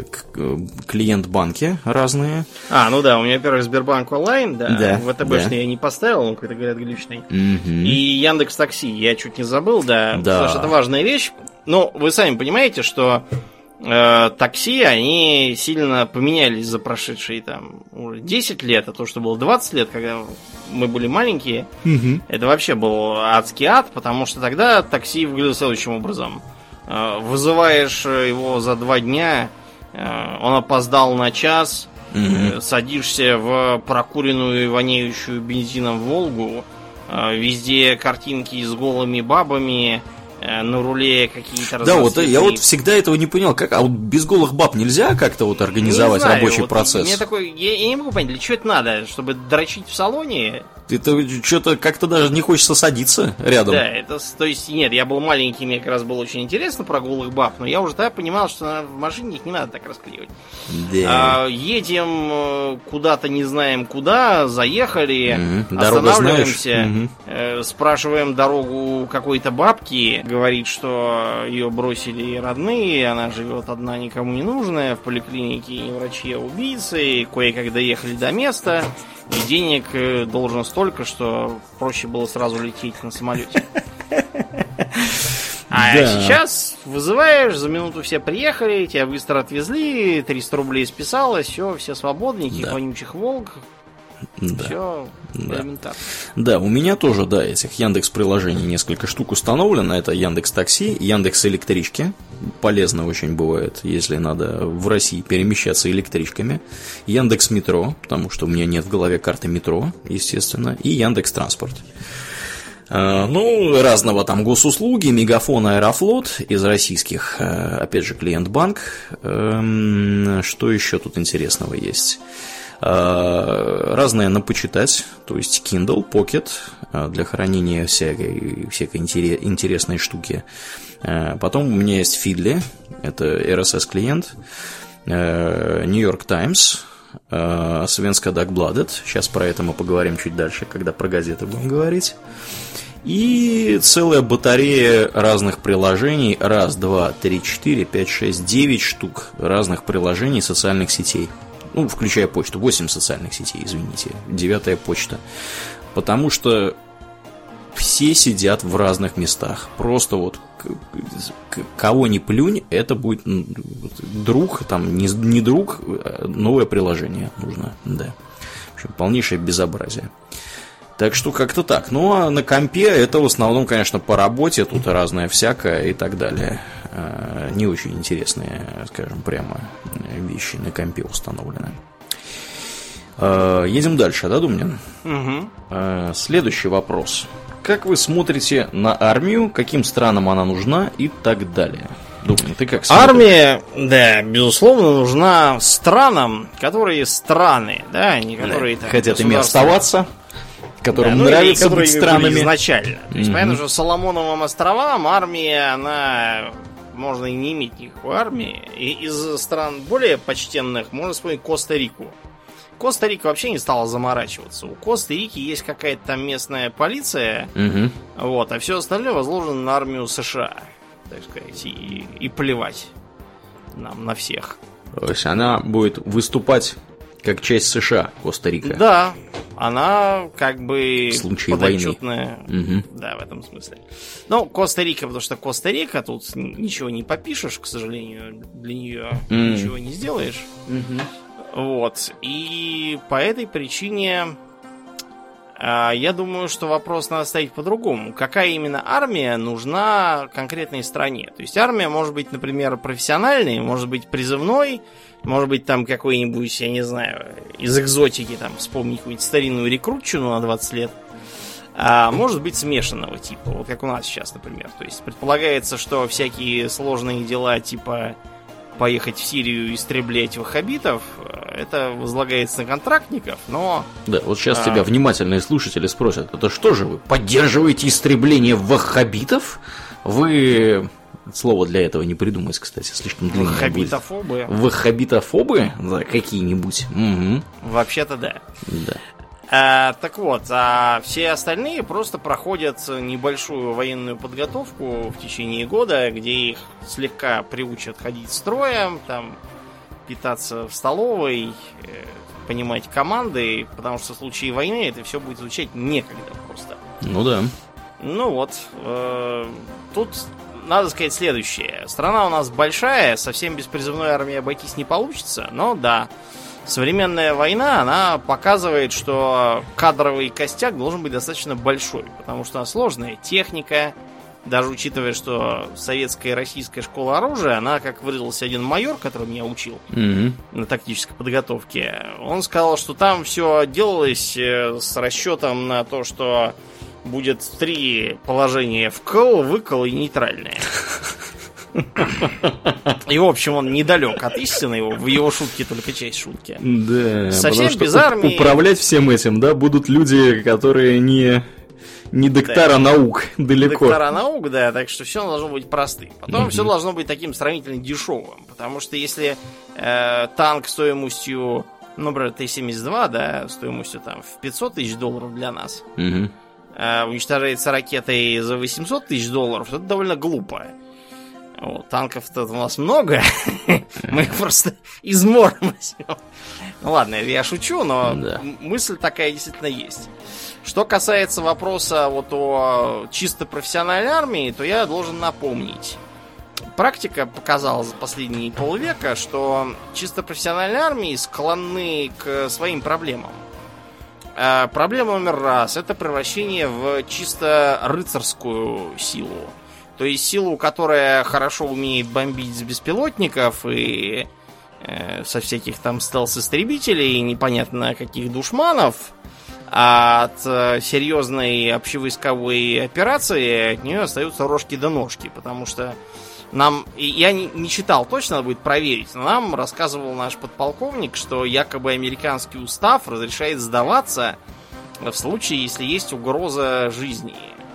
клиент банки разные. А, ну да, у меня, во-первых, Сбербанк онлайн, да, Да, ВТБшный да. я не поставил, он какой-то, говорят, глючный. Угу. И Яндекс Такси, я чуть не забыл, да, Да. потому что это важная вещь. Ну, вы сами понимаете, что э, такси, они сильно поменялись за прошедшие там уже десять лет, а то, что было двадцать лет, когда мы были маленькие, Угу. это вообще был адский ад, потому что тогда такси выглядело следующим образом. Э, вызываешь его за два дня, э, он опоздал на час, Угу. э, садишься в прокуренную и воняющую бензином Волгу, э, везде картинки с голыми бабами, на руле какие-то Да, вот разноцветные... я вот всегда этого не понял, как, а вот без голых баб нельзя как-то вот организовать Не знаю, рабочий вот процесс? Мне такой, я, я не могу понять, для чего это надо, чтобы дрочить в салоне? Это что-то как-то даже не хочется садиться рядом. Да, это, то есть, нет, я был маленький, мне как раз было очень интересно про голых баб, но я уже тогда понимал, что в машине их не надо так расклеивать. Да. А, едем куда-то, не знаем куда, заехали, Мгм. Дорогу останавливаемся, знаешь? Мгм. э, спрашиваем дорогу какой-то бабки, говорит, что ее бросили родные, она живет одна, никому не нужная, в поликлинике не врачи, а убийцы, кое-как доехали до места, и денег э, должен столько, что проще было сразу лететь на самолете. А Да. сейчас вызываешь, за минуту все приехали, тебя быстро отвезли, триста рублей списалось, все, все свободны, никаких Да. вонючих волк, Да. все Да. элементарно. Да, у меня тоже, да, этих Яндекс приложений несколько штук установлено. Это Яндекс Такси, Яндекс Электрички. Полезно очень бывает, если надо в России перемещаться электричками. Яндекс Метро, потому что у меня нет в голове карты метро, естественно. И Яндекс Транспорт. А, Ну, разного там госуслуги, Мегафон, Аэрофлот из российских, а, опять же, клиент-банк. Эм, Что еще тут интересного есть? А, Разное на почитать, то есть Kindle, Pocket а, для хранения всякой, всякой интере- интересной штуки. А, Потом у меня есть Feedly, это эр эс эс-клиент, New York Times, Svenska Dagbladet, сейчас про это мы поговорим чуть дальше, когда про газеты будем говорить. И целая батарея разных приложений, раз, два, три, четыре, пять, шесть, девять штук разных приложений социальных сетей. Ну, включая почту, восемь социальных сетей, извините, девятая почта. Потому что все сидят в разных местах. Просто вот к- к- кого ни плюнь, это будет друг, там, не, не друг, а новое приложение нужно, да. В общем, полнейшее безобразие. Так что как-то так. Ну, а на компе это в основном, конечно, по работе, тут разное всякое и так далее. Не очень интересные, скажем прямо, вещи на компе установлены. Едем дальше, да, Думнин? Угу. Следующий вопрос. Как вы смотрите на армию, каким странам она нужна и так далее? Думнин, ты как смотришь? Армия, да, безусловно, нужна странам, которые страны, да, не которые так, хотят ими государства. оставаться, которым Да, ну, или нравится которые быть ими странами. были изначально. То есть, Мгм. понятно, что Соломоновым островам армия, она... Можно и не иметь никакой армии. И из стран более почтенных можно вспомнить Коста-Рику. Коста-Рика вообще не стала заморачиваться. У Коста-Рики есть какая-то там местная полиция, Мгм. вот, а все остальное возложено на армию США. так сказать, и, и плевать нам на всех. То есть она будет выступать как часть США, Коста-Рика. Да, она как бы в случае подотчетная, войны. Да, в этом смысле. Ну, Коста-Рика, потому что Коста-Рика, тут ничего не попишешь, к сожалению, для нее mm. ничего не сделаешь. Mm-hmm. Вот, и по этой причине а, я думаю, что вопрос надо ставить по-другому. Какая именно армия нужна конкретной стране? То есть армия может быть, например, профессиональной, может быть призывной, может быть там какой-нибудь, я не знаю, из экзотики, там, вспомнить какую-нибудь старинную рекрутчину на двадцать лет, а может быть смешанного типа, вот как у нас сейчас, например. То есть предполагается, что всякие сложные дела типа поехать в Сирию и истреблять ваххабитов, это возлагается на контрактников, но... Да, вот сейчас а... тебя внимательные слушатели спросят, это что же вы, поддерживаете истребление ваххабитов? Вы... Слово для этого не придумать, кстати, слишком длинное. Ваххабитофобы. Ваххабитофобы? Да, какие-нибудь. Угу. Вообще-то да. Да. А, так вот, а все остальные просто проходят небольшую военную подготовку в течение года, где их слегка приучат ходить строем, там, питаться в столовой, понимать команды, потому что в случае войны это все будет звучать некогда просто. Ну да. Ну вот, э, тут надо сказать следующее. Страна у нас большая, совсем без призывной армии обойтись не получится, но да, современная война, она показывает, что кадровый костяк должен быть достаточно большой, потому что сложная техника, даже учитывая, что советская и российская школа оружия, она, как выразился один майор, который меня учил mm-hmm. на тактической подготовке, он сказал, что там все делалось с расчетом на то, что будет три положения: вкл, выкл и нейтральное. И, в общем, он недалек от истины, его, в его шутке только часть шутки. Да, совсем без армии. Управлять всем этим, да, будут люди, которые не, не доктора да. наук, далеко. Доктора наук, да, так что все должно быть простым. Потом угу. все должно быть таким сравнительно дешевым, потому что если э, танк стоимостью, ну, например, Т семьдесят два, да, стоимостью там в пятьсот тысяч долларов для нас, угу. э, уничтожается ракетой за восемьсот тысяч долларов, это довольно глупо. Вот, танков-то у нас много, мы их просто измором возьмем. Ну ладно, я шучу, но да. мысль такая действительно есть. Что касается вопроса вот о чисто профессиональной армии, то я должен напомнить. Практика показала за последние полвека, что чисто профессиональные армии склонны к своим проблемам. А проблема номер раз – это превращение в чисто рыцарскую силу. То есть силу, которая хорошо умеет бомбить с беспилотников и э, со всяких там стелс-истребителей и непонятно каких душманов, а от э, серьезной общевойсковой операции от нее остаются рожки до ножки, потому что нам, я не, не читал, точно надо будет проверить, но нам рассказывал наш подполковник, что якобы американский устав разрешает сдаваться в случае, если есть угроза жизни.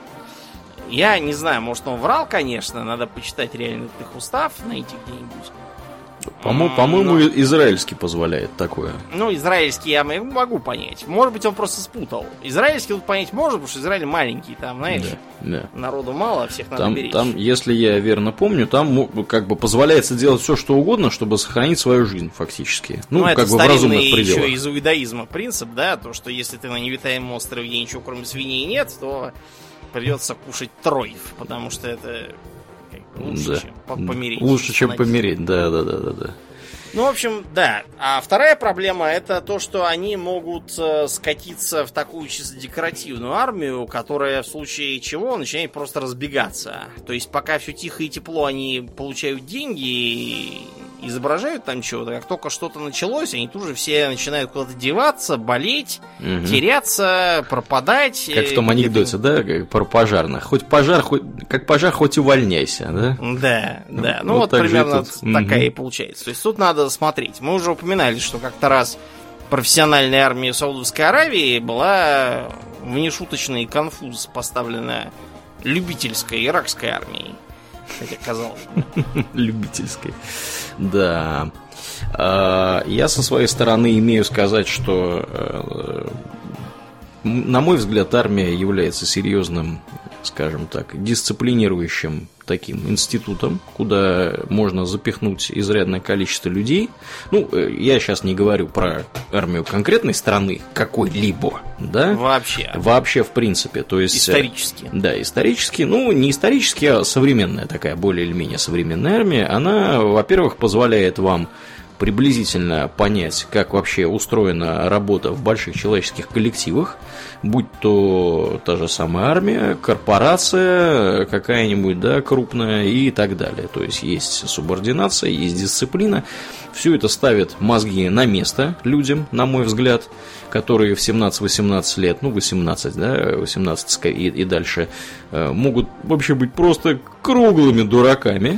Я не знаю, может он врал, конечно, надо почитать реально их устав, найти где-нибудь. По-моему, по-моему, но... израильский позволяет такое. Ну, израильский я могу понять. Может быть, он просто спутал. Израильский тут понять можно, потому что Израиль маленький, там, знаешь, да, да. народу мало, всех надо там, беречь. Там, если я верно помню, там как бы позволяется делать все, что угодно, чтобы сохранить свою жизнь, фактически. Ну, ну как это бы в разумных пределах. Еще из иудаизма принцип, да, то, что если ты на необитаемом острове, где ничего кроме свиней нет, то придется кушать троев, потому что это лучше, да. чем помереть. Лучше, чем помереть, да, да, да, да, да. Ну, в общем, да. А вторая проблема — это то, что они могут э, скатиться в такую чисто декоративную армию, которая в случае чего начинает просто разбегаться. То есть, пока все тихо и тепло, они получают деньги и изображают там чего-то. Как только что-то началось, они тут же все начинают куда-то деваться, болеть, угу. теряться, пропадать. Как в том анекдоте, да, как про пожарных. Хоть пожар, хоть как пожар, хоть увольняйся, да? Да, да. Ну, вот, вот примерно такая угу. и получается. То есть, тут надо смотреть. Мы уже упоминали, что как-то раз профессиональная армия Саудовской Аравии была в нешуточный конфуз поставлена любительской иракской армией. Хотя казалось бы. Любительской. Да. Я со своей стороны имею сказать, что, на мой взгляд, армия является серьезным скажем так, дисциплинирующим таким институтом, куда можно запихнуть изрядное количество людей. Ну, я сейчас не говорю про армию конкретной страны, какой-либо, да? Вообще. Вообще, в принципе. То есть, исторически. Да, исторически. Ну, не исторически, а современная такая, более или менее современная армия. Она, во-первых, позволяет вам приблизительно понять, как вообще устроена работа в больших человеческих коллективах, будь то та же самая армия, корпорация какая-нибудь, да, крупная и так далее. То есть есть субординация, есть дисциплина. Все это ставит мозги на место людям, на мой взгляд, которые в семнадцать-восемнадцать лет, ну восемнадцать, да, восемнадцать и, и дальше, могут вообще быть просто круглыми дураками.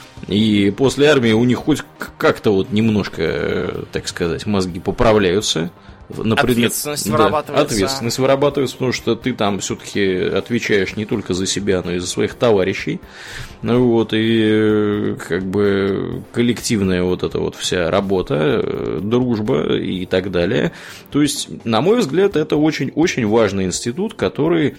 И после армии у них хоть как-то вот немножко, так сказать, мозги поправляются. На ответственность предмет... вырабатывается. Да, ответственность вырабатывается, потому что ты там все-таки отвечаешь не только за себя, но и за своих товарищей. Ну вот, и как бы коллективная вот эта вот вся работа, дружба и так далее. То есть, на мой взгляд, это очень-очень важный институт, который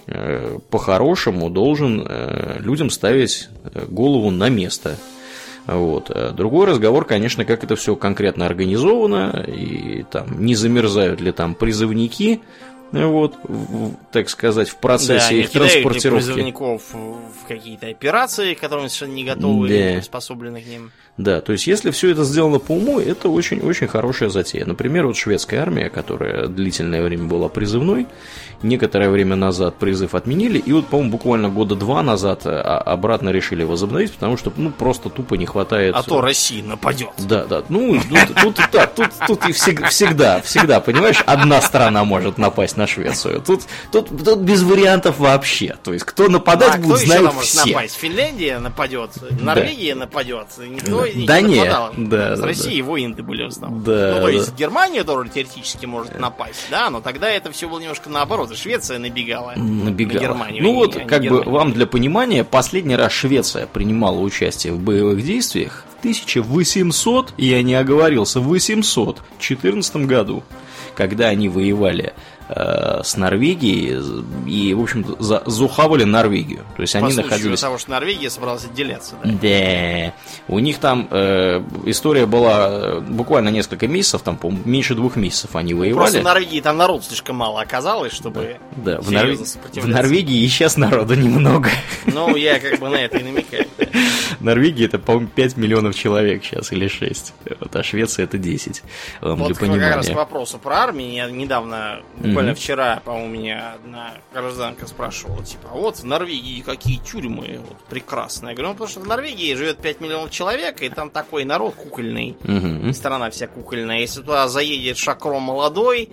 по-хорошему должен людям ставить голову на место. Вот. Другой разговор, конечно, как это все конкретно организовано, и там не замерзают ли там призывники, вот, в, так сказать, в процессе да, их транспортировки. Призывников в какие-то операции, к которым совершенно не готовы, да. не приспособлены к ним. Да, то есть, если все это сделано по уму, это очень-очень хорошая затея. Например, вот шведская армия, которая длительное время была призывной, некоторое время назад призыв отменили, и вот, по-моему, буквально года два назад обратно решили возобновить, потому что, ну, просто тупо не хватает... А то Россия нападет. Да, да, ну, тут, тут, да, тут, тут и всегда, всегда, понимаешь, одна страна может напасть на Швецию. Тут, тут, тут без вариантов вообще. То есть, кто нападать а будет, кто знают еще все. Напасть? Финляндия нападет, Норвегия да. нападет. Никто не да нападал. Нет, да, С да, Россией да. войны были в основном. Да, ну, то да. есть, Германия тоже теоретически может напасть, да, но тогда это все было немножко наоборот. Швеция набегала, набегала. на Германию. Ну не, вот, не как Германию. бы вам для понимания, последний раз Швеция принимала участие в боевых действиях в тысяча восемьсот, я не оговорился, в восемьсот четырнадцатом году, когда они воевали э, с Норвегией и, в общем-то, захавали Норвегию. То есть По они случаю находились... того, что Норвегия собралась отделяться. Да, да. У них там э, история была буквально несколько месяцев, там, по-моему, меньше двух месяцев они воевали. Просто в Норвегии там народ слишком мало оказалось, чтобы да, да. В, серьезно Норвег... сопротивляться. в Норвегии и сейчас народу немного. Ну, я как бы на это и намекаю. Да. Норвегия это, по-моему, пять миллионов человек сейчас или шесть, вот, а Швеция это десять. Вам Вот для как понимания. раз к вопросу про армию. Я недавно, буквально mm-hmm. вчера, по-моему, меня одна гражданка спрашивала, типа, а вот в Норвегии какие тюрьмы вот, прекрасные. Я говорю, ну, потому что в Норвегии живет пять миллионов человек, и там такой народ кукольный, mm-hmm. страна вся кукольная. Если туда заедет Шакро молодой,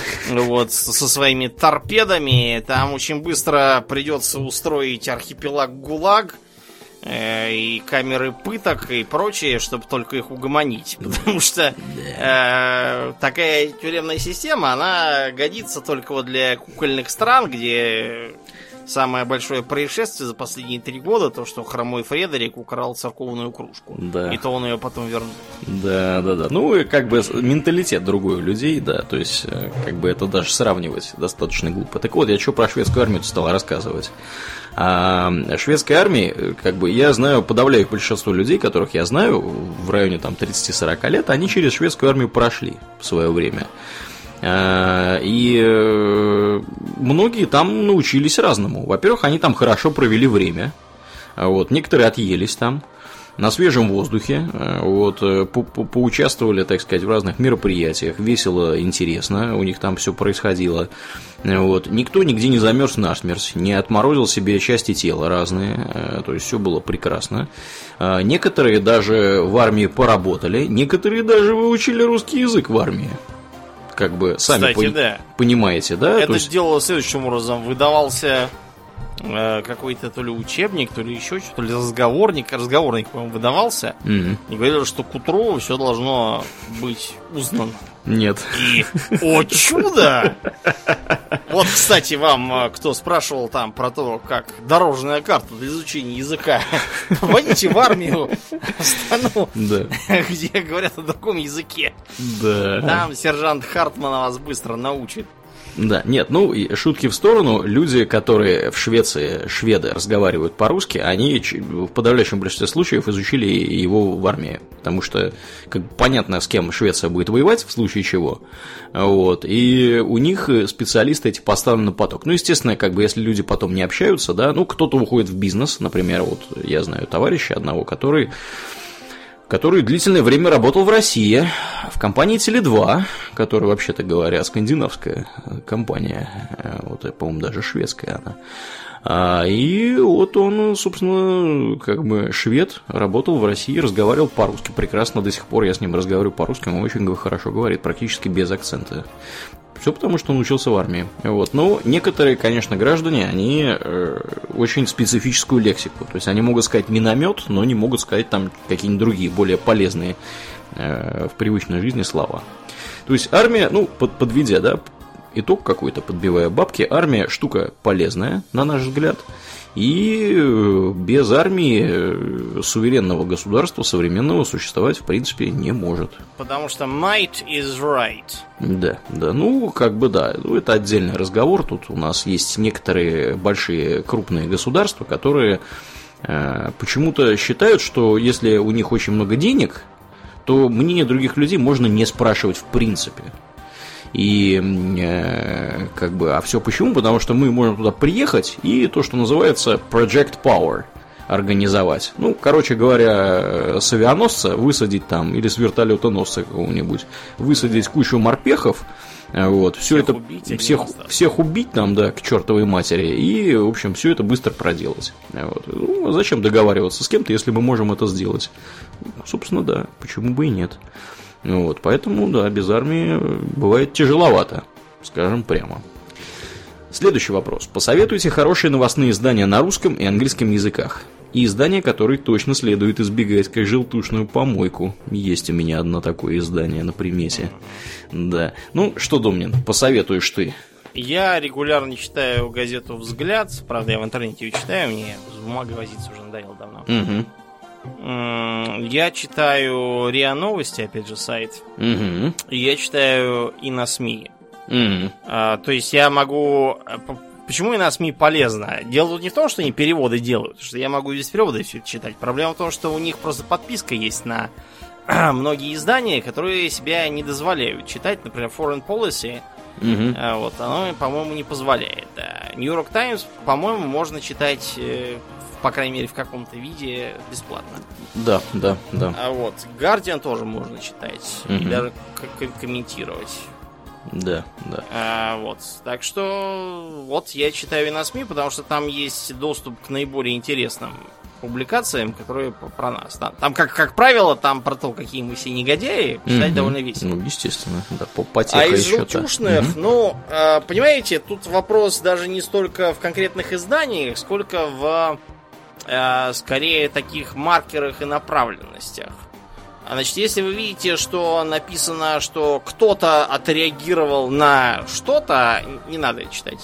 вот, со своими торпедами, там очень быстро придется устроить архипелаг ГУЛАГ, и камеры пыток и прочее, чтобы только их угомонить. Потому что э, такая тюремная система, она годится только вот для кукольных стран, где самое большое происшествие за последние три года то, что хромой Фредерик украл церковную кружку. Да. И то он ее потом вернул. Да, да, да. Ну, и как бы менталитет другой у людей, да. То есть, как бы это даже сравнивать достаточно глупо. Так вот, я что про шведскую армию стал рассказывать. А шведской армии, как бы, я знаю подавляющее большинство людей, которых я знаю, в районе там тридцать-сорок лет, они через шведскую армию прошли в свое время. И многие там научились разному. Во-первых, они там хорошо провели время. Вот, некоторые отъелись там на свежем воздухе, вот, по -по поучаствовали, так сказать, в разных мероприятиях, весело, интересно, у них там все происходило. Вот. Никто нигде не замерз насмерть, не отморозил себе части тела разные, то есть все было прекрасно. Некоторые даже в армии поработали, некоторые даже выучили русский язык в армии. Как бы сами Кстати, по да. понимаете, да? Это есть... делалось следующим образом. Выдавался э, какой-то то ли учебник, то ли еще что-то, то ли разговорник. Разговорник, по-моему, выдавался. Mm-hmm. И говорили, что к утру все должно быть узнано. Нет. И, о чудо! Вот, кстати, вам, кто спрашивал там про то, как дорожная карта для изучения языка, попадите в армию, в страну, да. где говорят на другом языке. Да. Там сержант Хартман вас быстро научит. Да, нет, ну, шутки в сторону, люди, которые в Швеции, шведы, разговаривают по-русски, они в подавляющем большинстве случаев изучили его в армии, потому что как бы понятно, с кем Швеция будет воевать, в случае чего, вот, и у них специалисты эти поставлены на поток. Ну, естественно, как бы, если люди потом не общаются, да, ну, кто-то уходит в бизнес, например, вот я знаю товарища одного, который... который длительное время работал в России, в компании Теле два, которая, вообще-то говоря, скандинавская компания, вот, по-моему, даже шведская она. А, и вот он, собственно, как бы швед, работал в России, разговаривал по-русски прекрасно, до сих пор я с ним разговариваю по-русски, он очень хорошо говорит, практически без акцента. Все потому, что он учился в армии. Вот. Но некоторые, конечно, граждане, они э, очень специфическую лексику. То есть они могут сказать миномет, но не могут сказать там какие-нибудь другие, более полезные э, в привычной жизни слова. То есть армия, ну, под, подведя, да, итог какой-то, подбивая бабки, армия штука полезная, на наш взгляд. И без армии суверенного государства современного существовать в принципе не может. Потому что might is right. Да, да, ну как бы да, ну, это отдельный разговор. Тут у нас есть некоторые большие крупные государства, которые э, почему-то считают, что если у них очень много денег, то мнение других людей можно не спрашивать в принципе. И э, как бы, а все почему? Потому что мы можем туда приехать и то, что называется Project Power организовать. Ну, короче говоря, с авианосца высадить там, или с вертолетоносца какого-нибудь, высадить кучу морпехов, вот, все всех это убить, всех, всех убить там, да, к чертовой матери, и, в общем, все это быстро проделать. Вот. Ну, а зачем договариваться с кем-то, если мы можем это сделать? Собственно, да, почему бы и нет. Вот, поэтому, да, без армии бывает тяжеловато, скажем прямо. Следующий вопрос. Посоветуйте хорошие новостные издания на русском и английском языках. И издания, которые точно следует избегать, как желтушную помойку. Есть у меня одно такое издание на примете. Да. Ну, что, Домнин, посоветуешь ты? Я регулярно читаю газету «Взгляд». Правда, я в интернете ее читаю, мне с бумагой возиться уже надоело давно. Угу. Я читаю РИА Новости, опять же, сайт. Угу. И я читаю и на СМИ. Угу. А, то есть я могу... Почему и на СМИ полезно? Дело тут не в том, что они переводы делают, что я могу без перевода все это читать. Проблема в том, что у них просто подписка есть на многие издания, которые себя не дозволяют читать. Например, Foreign Policy. Угу. А, вот, оно, по-моему, не позволяет. Да. New York Times, по-моему, можно читать... по крайней мере, в каком-то виде бесплатно. Да, да, да. А вот Guardian тоже можно читать угу. и даже к- комментировать. Да, да. А, вот. Так что вот я читаю и на СМИ, потому что там есть доступ к наиболее интересным публикациям, которые про нас. Там, там как, как правило, там про то, какие мы все негодяи, читать угу. довольно весело. Ну, естественно, да, по потеха а из еще желтушных, угу. ну, понимаете, тут вопрос даже не столько в конкретных изданиях, сколько в скорее таких маркерах и направленностях. Значит, если вы видите, что написано, что кто-то отреагировал на что-то, не надо это читать.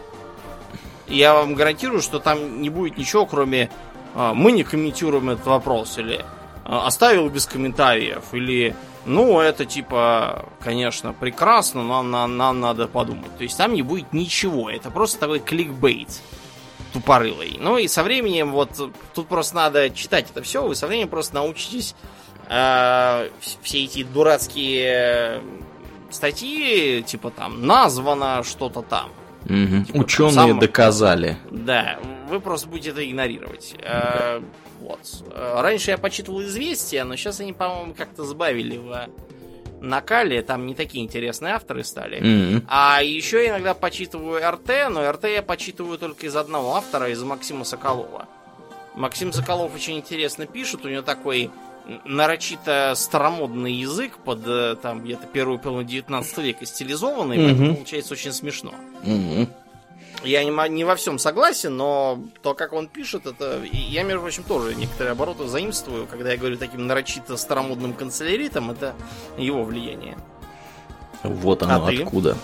Я вам гарантирую, что там не будет ничего, кроме «мы не комментируем этот вопрос», или «оставил без комментариев», или «ну, это типа, конечно, прекрасно, но нам, нам надо подумать». То есть там не будет ничего, это просто такой кликбейт тупорылый. Ну и со временем, вот тут просто надо читать это все, вы со временем просто научитесь э, все эти дурацкие статьи, типа там названо что-то там. Угу. Типа, ученые там сам... доказали. Да, вы просто будете это игнорировать. Э, вот. Раньше я почитывал «Известия», но сейчас они, по-моему, как-то сбавили в накале, там не такие интересные авторы стали. Mm-hmm. А еще я иногда почитываю эр тэ, но эр тэ я почитываю только из одного автора, из Максима Соколова. Максим Соколов очень интересно пишет, у него такой нарочито старомодный язык под там где-то первую половину девятнадцатого века стилизованный, mm-hmm. поэтому получается очень смешно. Mm-hmm. Я не, не во всем согласен, но то, как он пишет, это... Я, между прочим, тоже некоторые обороты заимствую. Когда я говорю таким нарочито старомодным канцеляритом, это его влияние. Вот оно а откуда.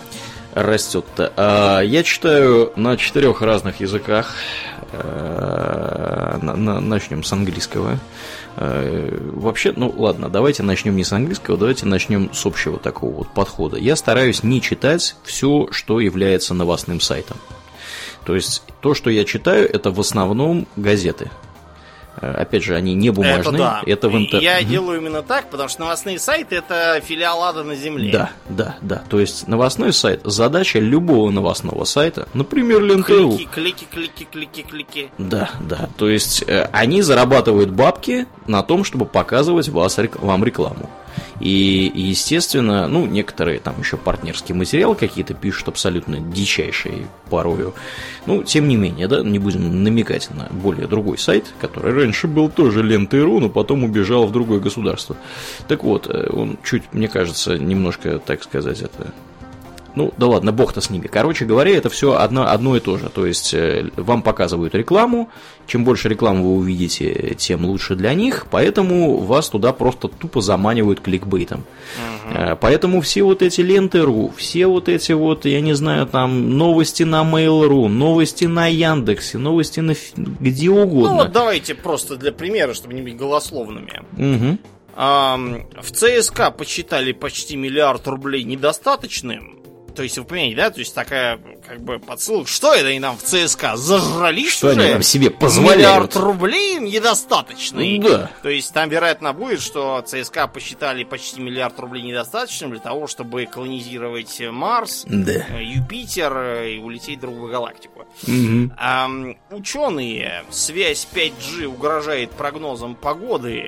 растет-то? А, я читаю на четырех разных языках. А, на, на, начнем с английского. А, вообще, ну ладно, давайте начнем не с английского, давайте начнем с общего такого вот подхода. Я стараюсь не читать все, что является новостным сайтом. То есть то, что я читаю, это в основном газеты. Опять же, они не бумажные, это, да. это в интернете. Я угу. делаю именно так, потому что новостные сайты — это филиал ада на земле. Да, да, да. То есть новостной сайт, задача любого новостного сайта, например, Лента.ру. Клики, клики, клики, клики, клики. Да, да. То есть э, они зарабатывают бабки на том, чтобы показывать вас, вам рекламу. И, естественно, ну, некоторые там еще партнерские материалы какие-то пишут абсолютно дичайшие порою. Ну, тем не менее, да, не будем намекать на более другой сайт, который раньше был тоже Лента.ру, но потом убежал в другое государство. Так вот, он чуть, мне кажется, немножко, так сказать, это... Ну, да ладно, бог-то с ними. Короче говоря, это все одно, одно и то же. То есть, вам показывают рекламу. Чем больше рекламы вы увидите, тем лучше для них. Поэтому вас туда просто тупо заманивают кликбейтом. Uh-huh. Поэтому все вот эти Ленты.ру, все вот эти вот, я не знаю, там, новости на Mail.ru, новости на Яндексе, новости на где угодно. Ну, вот давайте просто для примера, чтобы не быть голословными. Uh-huh. В ЦСКА посчитали почти миллиард рублей недостаточным. То есть, вы понимаете, да? То есть, такая, как бы, подсылка. Что это они нам в ЦСКА зажрались что уже? Что они нам себе позволяют? Миллиард рублей им недостаточный. Да. То есть, там, вероятно, будет, что ЦСКА посчитали почти миллиард рублей недостаточным для того, чтобы колонизировать Марс, да. Юпитер и улететь в другую галактику. Угу. А, ученые, связь пять джи угрожает прогнозам погоды.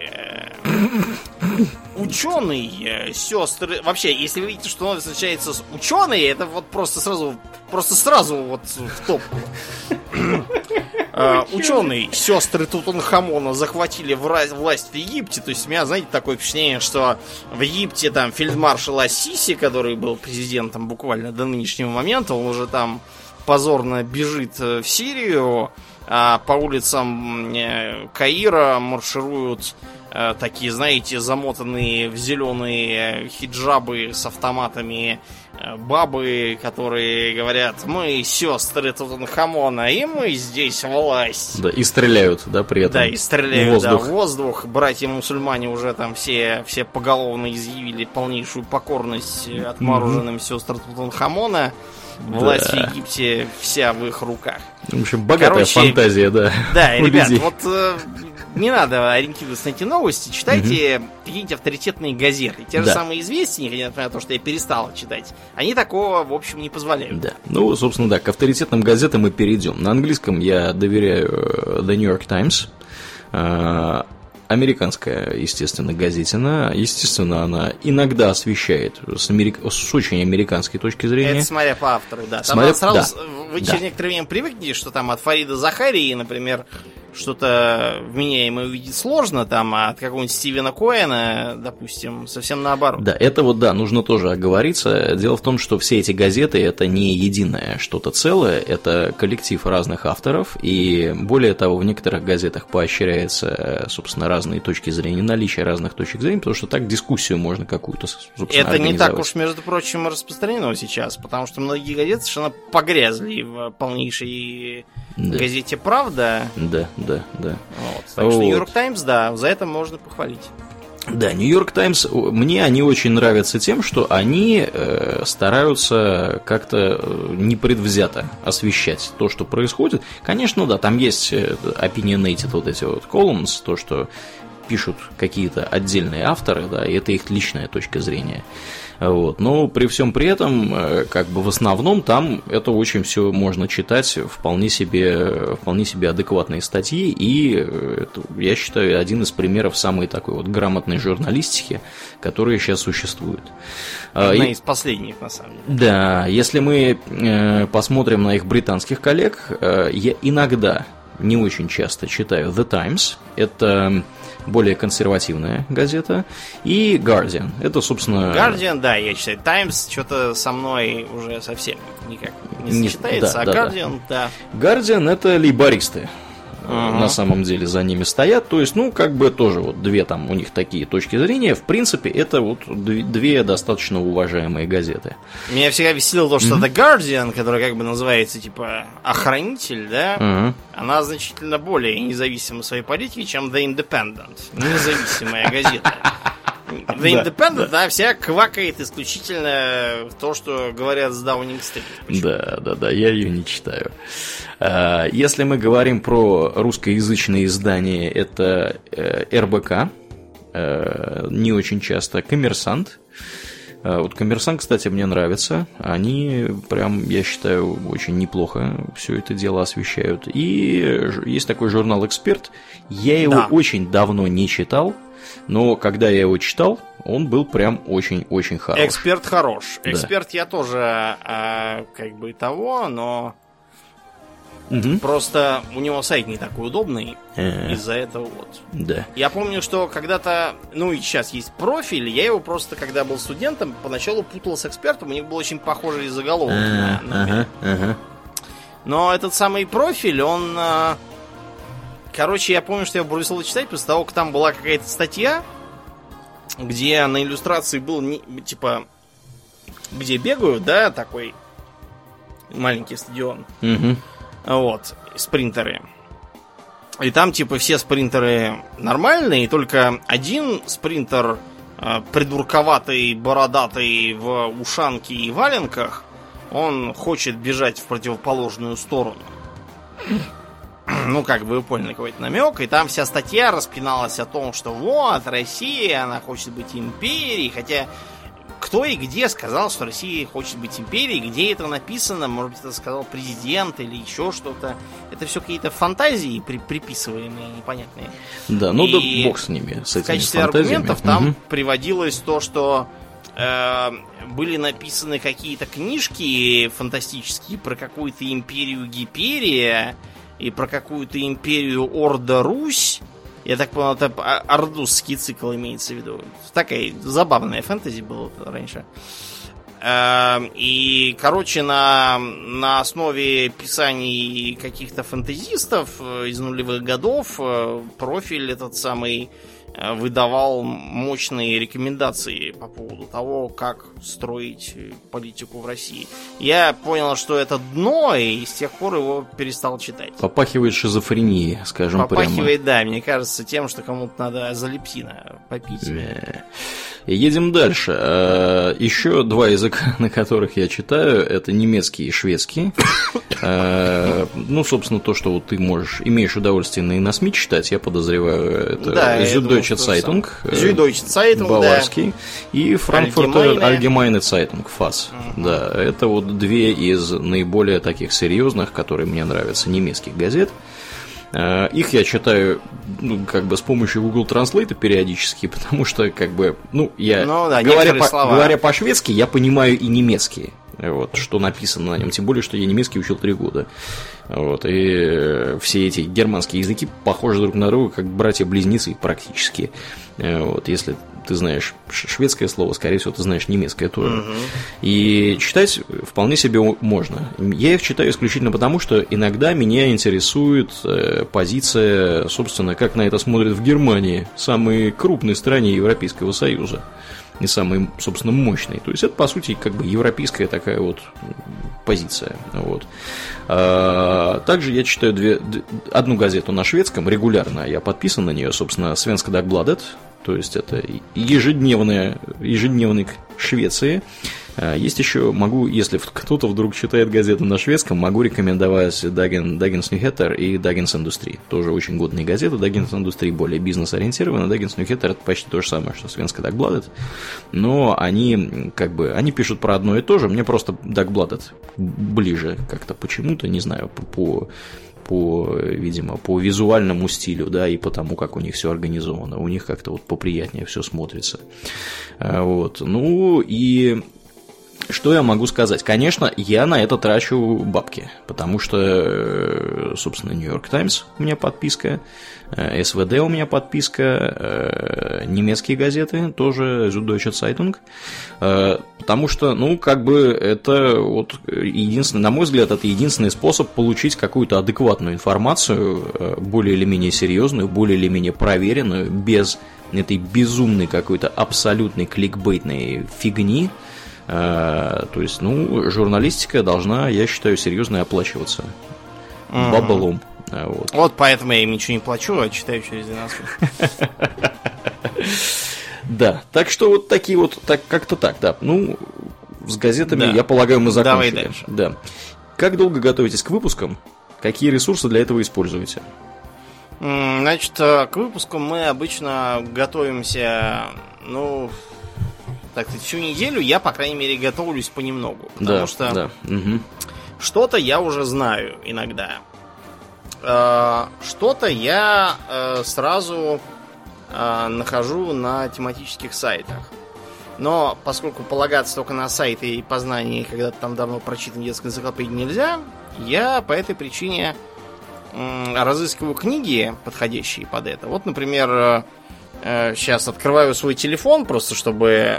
Ученые, сестры... Вообще, если вы видите, что он встречается с ученые, это вот просто сразу, просто сразу вот в топку. Ученые, сестры Тутанхамона захватили власть в Египте. То есть у меня, знаете, такое впечатление, что в Египте там фельдмаршал Ас-Сиси, который был президентом буквально до нынешнего момента, он уже там позорно бежит в Сирию, а по улицам Каира маршируют такие, знаете, замотанные в зеленые хиджабы с автоматами бабы, которые говорят: мы сестры Тутанхамона, и мы здесь власть. Да, и стреляют, да, при этом. Да, и стреляют, в воздух. Да, в воздух. Братья-мусульмане уже там все, все поголовно изъявили полнейшую покорность отмороженным mm-hmm. сестрам Тутанхамона. Власть да. в Египте вся в их руках. В общем, богатая Короче, фантазия, да. Да, ребят, людей. вот э, не надо ориентироваться на эти новости, читайте угу. какие-нибудь авторитетные газеты. Те же да. самые «Известия», несмотря на то, что я перестал читать, они такого, в общем, не позволяют. Да. Ну, собственно, да, к авторитетным газетам мы перейдем. На английском я доверяю The New York Times. Американская, естественно, газетина. Естественно, она иногда освещает с, америк... с очень американской точки зрения. Это смотря по автору, да. Там смотря... сразу, да. Вы да. через некоторое время привыкнете, что там от Фарида Захарии, например, что-то вменяемое увидеть сложно, там, а от какого-нибудь Стивена Коэна, допустим, совсем наоборот. Да, это вот, да, нужно тоже оговориться. Дело в том, что все эти газеты — это не единое что-то целое, это коллектив разных авторов, и более того, в некоторых газетах поощряется, собственно, разные точки зрения, наличие разных точек зрения, потому что так дискуссию можно какую-то, собственно, это не так уж, между прочим, распространено сейчас, потому что многие газеты совершенно погрязли в полнейшей да. газете «Правда». Да, да, да. Вот. Так вот. Что Нью-Йорк Таймс, да, за это можно похвалить. Да, Нью-Йорк Таймс, мне они очень нравятся тем, что они э, стараются как-то непредвзято освещать то, что происходит. Конечно, да, там есть opinionated вот эти вот columns, то, что пишут какие-то отдельные авторы, да, и это их личная точка зрения. Вот. Но при всем при этом, как бы в основном там это очень все можно читать вполне себе, вполне себе адекватные статьи, и это, я считаю, один из примеров самой такой вот грамотной журналистики, которая сейчас существует. Одна и, из последних, на самом деле. Да, если мы э, посмотрим на их британских коллег, э, я иногда, не очень часто читаю The Times, это более консервативная газета, и Guardian. Это, собственно... Guardian, да, я читаю. Times что-то со мной уже совсем никак не сочетается, да, а да, Guardian, да. да. Guardian — это лейбористы. uh-huh. на самом деле за ними стоят. То есть, ну, как бы тоже вот две там у них такие точки зрения. В принципе, это вот две достаточно уважаемые газеты. Меня всегда веселило то, что mm-hmm. The Guardian, которая как бы называется, типа, охранитель, да, uh-huh. она значительно более независима в своей политике, чем The Independent, независимая газета. The Independent, да, вся квакает исключительно то, что говорят с Downing Street. Да, да, да, я ее не читаю. Если мы говорим про русскоязычные издания, это эр бэ ка, не очень часто Коммерсант. Вот Коммерсант, кстати, мне нравится. Они прям, я считаю, очень неплохо все это дело освещают. И есть такой журнал «Эксперт». Я его да. очень давно не читал. Но когда я его читал, он был прям очень-очень хорош. Эксперт хорош. Да. Эксперт я тоже э, как бы того, но угу. просто у него сайт не такой удобный. А-а-а. Из-за этого вот. Да. Я помню, что когда-то, ну и сейчас есть профиль, я его просто, когда был студентом, поначалу путал с экспертом, у них был очень похожий заголовок. На, на ага, ага. Но этот самый профиль, он... Короче, я помню, что я бросил читать после того, как там была какая-то статья, где на иллюстрации был, типа, где бегают, да, такой маленький стадион. Угу. Вот, спринтеры. И там, типа, все спринтеры нормальные, только один спринтер придурковатый, бородатый, в ушанке и валенках, он хочет бежать в противоположную сторону. Ну, как бы вы поняли какой-то намек. И там вся статья распиналась о том, что вот, Россия, она хочет быть империей. Хотя, кто и где сказал, что Россия хочет быть империей? Где это написано? Может быть, это сказал президент или еще что-то. Это все какие-то фантазии при- приписываемые, непонятные. Да, ну и да бог с ними, с этими в качестве фантазиями. Аргументов там угу. приводилось то, что э, были написаны какие-то книжки фантастические про какую-то империю Гиперия и про какую-то империю Орда-Русь. Я так понял, это ордузский цикл имеется в виду. Такая забавная фэнтези была раньше. И, короче, на, на основе писаний каких-то фэнтезистов из нулевых годов профиль этот самый выдавал мощные рекомендации по поводу того, как строить политику в России. Я понял, что это дно, и с тех пор его перестал читать. Попахивает шизофренией, скажем Попахивает, прямо. Попахивает, да, мне кажется, тем, что кому-то надо залепсина попить. Едем дальше. Еще два языка, на которых я читаю, это немецкий и шведский. Ну, собственно, то, что вот ты можешь, имеешь удовольствие на иносми читать, я подозреваю, это да, Süddeutsche Zeitung, Süddeutsche Zeitung, баварский, да. И Frankfurter Allgemeine Zeitung, ФАС. Uh-huh. Да, это вот две из наиболее таких серьезных, которые мне нравятся, немецких газет. Их я читаю, ну, как бы с помощью Google Translate периодически, потому что, как бы, ну, я, ну, да, говоря, по, говоря по-шведски, я понимаю и немецкий, вот, что написано на нем, тем более, что я немецкий учил три года. Вот, и все эти германские языки похожи друг на друга, как братья-близнецы практически. Вот, если ты знаешь шведское слово, скорее всего, ты знаешь немецкое тоже. Uh-huh. И читать вполне себе можно. Я их читаю исключительно потому, что иногда меня интересует позиция, собственно, как на это смотрят в Германии, самой крупной стране Европейского Союза. И самый, собственно, мощный. То есть это, по сути, как бы европейская такая вот позиция. Вот. А, также я читаю две, одну газету на шведском регулярно. Я подписан на нее, собственно, Svenska Dagbladet. То есть это ежедневная, ежедневник Швеции. Есть еще, могу, если кто-то вдруг читает газеты на шведском, могу рекомендовать Dagen, Dagens Nyheter и Dagens Industri. Тоже очень годные газеты. Dagens Industri более бизнес-ориентированы, Dagens Nyheter это почти то же самое, что Svenska Dagbladet. Но они, как бы, они пишут про одно и то же. Мне просто Dagbladet ближе как-то почему-то, не знаю, по... по по, видимо, по визуальному стилю, да, и по тому, как у них все организовано. У них как-то вот поприятнее все смотрится. Вот. Ну, и что я могу сказать? Конечно, я на это трачу бабки, потому что, собственно, New York Times у меня подписка, эс вэ дэ у меня подписка, немецкие газеты тоже, Süddeutsche Zeitung. Потому что, ну, как бы это вот единственный, на мой взгляд, это единственный способ получить какую-то адекватную информацию, более или менее серьезную, более или менее проверенную, без этой безумной какой-то абсолютной кликбейтной фигни. То есть, ну, журналистика должна, я считаю, серьезно оплачиваться. Mm-hmm. Баблом. Вот. Вот поэтому я им ничего не плачу, а читаю через двенадцать. Да, так что вот такие вот, так, как-то так, да. Ну, с газетами, да. Я полагаю, мы закончили. Давай дальше. Да. Как долго готовитесь к выпускам? Какие ресурсы для этого используете? Значит, к выпускам мы обычно готовимся, ну, так сказать, всю неделю я, по крайней мере, готовлюсь понемногу. Потому да, что да. Угу. Что-то я уже знаю иногда. Что-то я сразу нахожу на тематических сайтах. Но поскольку полагаться только на сайты и познания, когда там давно прочитан детской энциклопедии, нельзя, я по этой причине разыскиваю книги, подходящие под это. Вот, например, сейчас открываю свой телефон, просто чтобы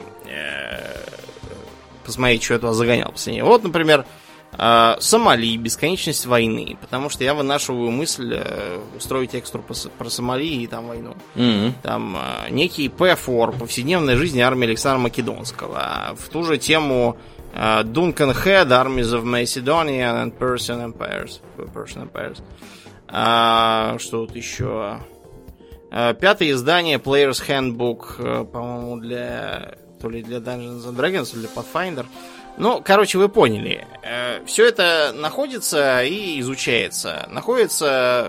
посмотреть, что я туда загонял в последнее. Вот, например, Сомали, бесконечность войны. Потому что я вынашиваю мысль устроить экстру про Сомали и там войну. Mm-hmm. Там некий пэ четыре, повседневная жизнь армии Александра Македонского. В ту же тему Duncan Head, Armies of Macedonia and Persian Empires. Persian Empires. А, что тут еще? Пятое издание Player's Handbook, по-моему, для то ли для Dungeons and Dragons, то ли для Pathfinder. Ну, короче, вы поняли. Все это находится и изучается. Находится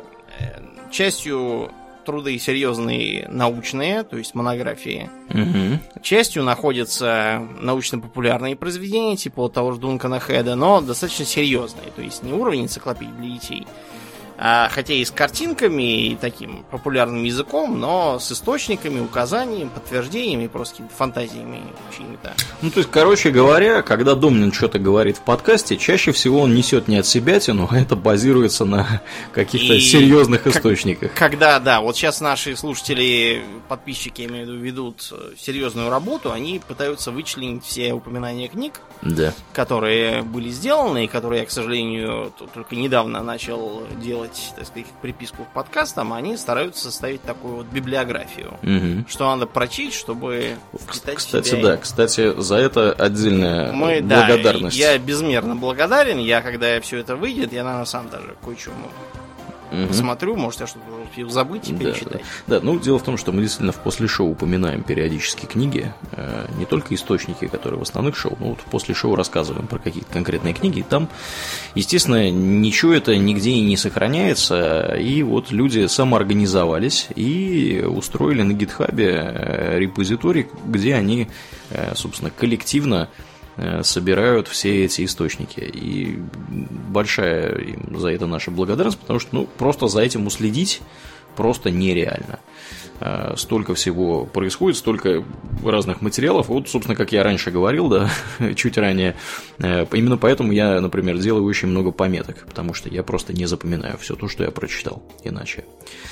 частью труды серьезные научные, то есть монографии. Mm-hmm. Частью находятся научно-популярные произведения, типа вот того же Дункана Хеда, но достаточно серьезные. То есть не уровень энциклопедии для детей, а, хотя и с картинками, и таким популярным языком, но с источниками, указаниями, подтверждениями, просто какими-то фантазиями чьими-то. Ну, то есть, короче говоря, когда Домнин что-то говорит в подкасте, чаще всего он несет не от себятину, а это базируется на каких-то и серьезных источниках. Когда, да, вот сейчас наши слушатели, подписчики, я имею в виду, ведут серьезную работу, они пытаются вычленить все упоминания книг, да, которые были сделаны, и которые я, к сожалению, только недавно начал делать, так сказать, приписку к подкастам, они стараются составить такую вот библиографию, угу, что надо прочесть, чтобы впитать Кстати, себя. да, кстати, за это отдельная Мы, благодарность. Да, я безмерно благодарен. Я, когда все это выйдет, я, наверное, сам даже кое-что угу. посмотрю, может, я что-то успел забыть и перечитать. Да, да. да, ну, дело в том, что мы действительно в после шоу упоминаем периодически книги, э, не только источники, которые в основных шоу, но вот после шоу рассказываем про какие-то конкретные книги. И там, естественно, ничего это нигде и не сохраняется, и вот люди самоорганизовались и устроили на гитхабе репозиторий, где они, собственно, коллективно собирают все эти источники. И большая им за это наша благодарность, потому что, ну, просто за этим уследить просто нереально. Столько всего происходит, столько разных материалов. Вот, собственно, как я раньше говорил, да, чуть ранее, именно поэтому я, например, делаю очень много пометок, потому что я просто не запоминаю все то, что я прочитал, иначе.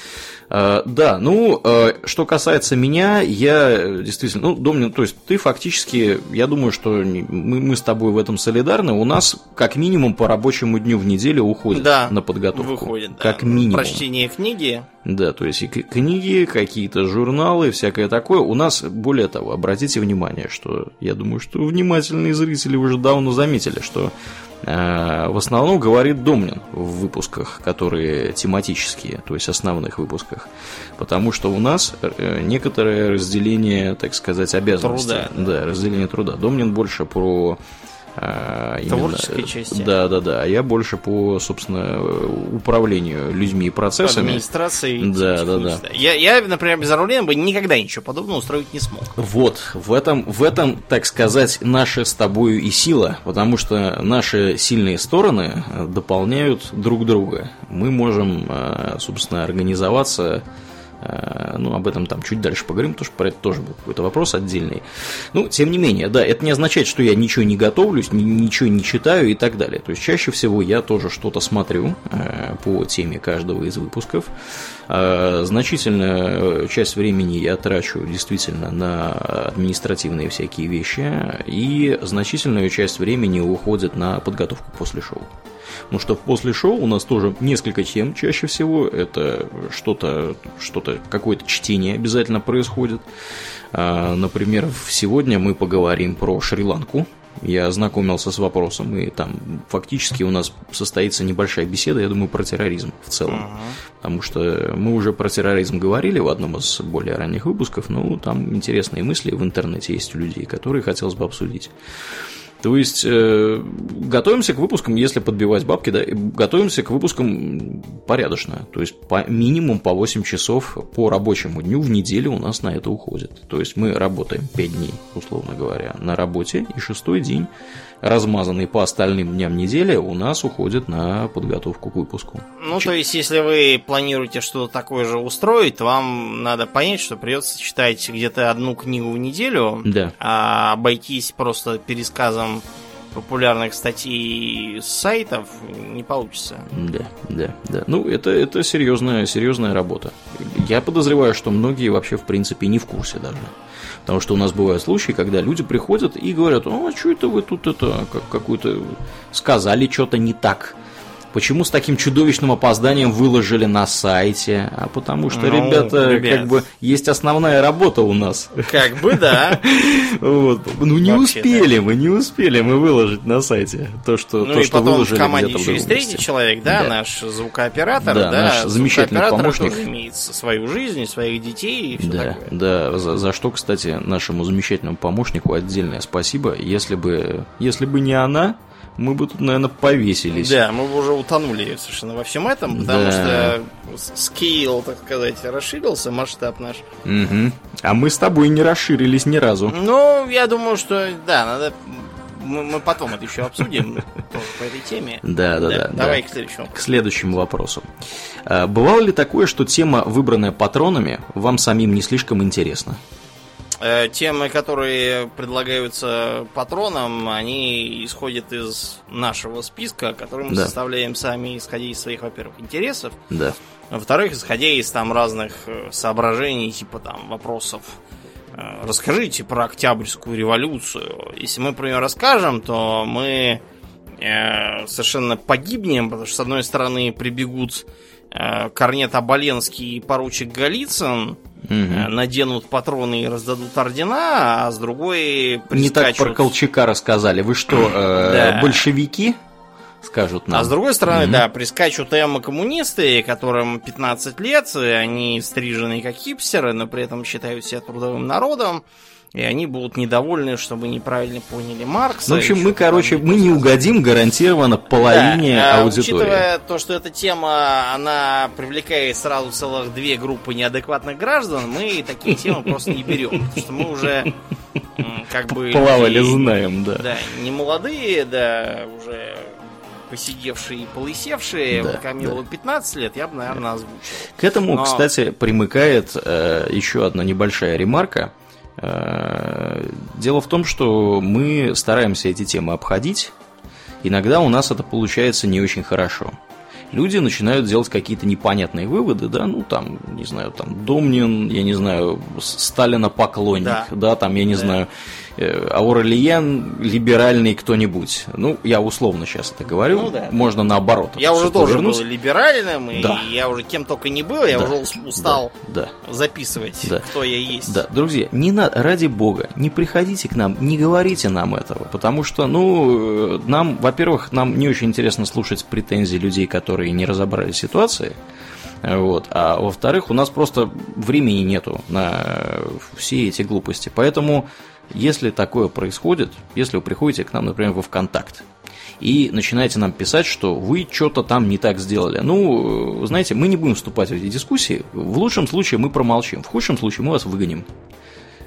Да, ну, что касается меня, я действительно, ну, Домнин, то есть ты фактически, я думаю, что мы, мы с тобой в этом солидарны, у нас как минимум по рабочему дню в неделю уходит, да, на подготовку. Выходит, да. Как минимум. Прочтение книги. Да, то есть и книги, какие-то журналы, всякое такое. У нас, более того, обратите внимание, что я думаю, что внимательные зрители уже давно заметили, что э, в основном говорит Домнин в выпусках, которые тематические, то есть основных выпусках, потому что у нас некоторое разделение, так сказать, обязанностей. Труда. Да, разделение труда. Домнин больше про творческой части. Да, да, да. А я больше по, собственно, управлению людьми и процессами. Администрацией. Да, да, да. Я, я, например, без Орлена бы никогда ничего подобного устроить не смог. Вот, в этом, в этом, так сказать, наша с тобою и сила, потому что наши сильные стороны дополняют друг друга. Мы можем, собственно, организоваться Ну, об этом там чуть дальше поговорим, потому что про это тоже был какой-то вопрос отдельный. Ну, тем не менее, да, это не означает, что я ничего не готовлюсь, ничего не читаю и так далее. То есть чаще всего я тоже что-то смотрю по теме каждого из выпусков. Значительную часть времени я трачу действительно на административные всякие вещи, и значительную часть времени уходит на подготовку после шоу. Потому что после шоу у нас тоже несколько тем чаще всего. Это что-то, что-то, какое-то чтение обязательно происходит. Например, сегодня мы поговорим про Шри-Ланку. Я ознакомился с вопросом, и там фактически у нас состоится небольшая беседа, я думаю, про терроризм в целом. Uh-huh. Потому что мы уже про терроризм говорили в одном из более ранних выпусков, но там интересные мысли в интернете есть у людей, которые хотелось бы обсудить. То есть, э, готовимся к выпускам, если подбивать бабки, да, готовимся к выпускам порядочно. То есть, по, минимум по восемь часов по рабочему дню в неделю у нас на это уходит. То есть, мы работаем пять дней, условно говоря, на работе, и шестой день, размазанный по остальным дням недели, у нас уходит на подготовку к выпуску. Ну, Ч... то есть, если вы планируете что-то такое же устроить, то вам надо понять, что придется читать где-то одну книгу в неделю, да. А обойтись просто пересказом популярных статей с сайтов не получится. Да, да, да. Ну, это, это серьезная, серьезная работа. Я подозреваю, что многие вообще, в принципе, не в курсе даже. Потому что у нас бывают случаи, когда люди приходят и говорят: "О, а что это вы тут это, как, какую-то сказали что-то не так? Почему с таким чудовищным опозданием выложили на сайте?" А потому что, ну, ребята, ребят, как бы есть основная работа у нас. Как бы, да. Вот. Ну, не успели мы, не успели мы выложить на сайте то, что Ну, и потом в команде еще есть третий человек, да, наш звукооператор, да, наш замечательный помощник. Тоже имеет свою жизнь, своих детей и все да, такое. Да, за, за что, кстати, нашему замечательному помощнику отдельное спасибо. Если бы, если бы не она, мы бы тут, наверное, повесились. Да, мы бы уже утонули совершенно во всем этом, потому да. что скейл, так сказать, расширился, масштаб наш. Угу. А мы с тобой не расширились ни разу. Ну, я думаю, что, да, надо... Мы, мы потом это еще обсудим тоже по этой теме. Да, да, да. Давай да. к следующему. К следующему вопросу. Бывало ли такое, что тема, выбранная патронами, вам самим не слишком интересна? Темы, которые предлагаются патронам, они исходят из нашего списка, который мы да. составляем сами, исходя из своих, во-первых, интересов. Да. Во-вторых, исходя из там разных соображений, типа там вопросов. Расскажите про Октябрьскую революцию. Если мы про нее расскажем, то мы э, совершенно погибнем, потому что, с одной стороны, прибегут э, Корнет Оболенский и поручик Голицын, угу. э, наденут патроны и раздадут ордена, а с другой прискачут... Не так про Колчака рассказали. Вы что, э, да. большевики? Скажут нам. А с другой стороны, угу. да, прискачут эмо-коммунисты, которым пятнадцать лет, они стрижены как хипстеры, но при этом считают себя трудовым народом, и они будут недовольны, чтобы неправильно поняли Маркса. Ну, в общем, мы, короче, мы не угодим гарантированно половине да, аудитории. Учитывая то, что эта тема, она привлекает сразу целых две группы неадекватных граждан, мы такие темы просто не берем, потому что мы уже как бы... Плавали, знаем, да. Да, не молодые, да, уже... посидевшие и полысевшие, да, Камилову да. пятнадцать лет, я бы, наверное, озвучил. К этому, Но... кстати, примыкает э, еще одна небольшая ремарка. Э, дело в том, что мы стараемся эти темы обходить. Иногда у нас это получается не очень хорошо. Люди начинают делать какие-то непонятные выводы, да, ну там, не знаю, там Домнин, я не знаю, Сталина поклонник, да, да там, я не да. знаю, Аурельян либеральный кто-нибудь. Ну, я условно сейчас это говорю, ну, да. можно наоборот. Я уже тоже повернуть. был либеральным, и да. я уже кем только не был, я да. уже устал да. записывать, да. кто я есть. Да, друзья, не надо, ради бога, не приходите к нам, не говорите нам этого, потому что, ну, нам, во-первых, нам не очень интересно слушать претензии людей, которые не разобрали ситуации. Вот. А во-вторых, у нас просто времени нету на все эти глупости. Поэтому, если такое происходит, если вы приходите к нам, например, во ВКонтакт и начинаете нам писать, что вы что-то там не так сделали, ну, знаете, мы не будем вступать в эти дискуссии. В лучшем случае мы промолчим, в худшем случае мы вас выгоним.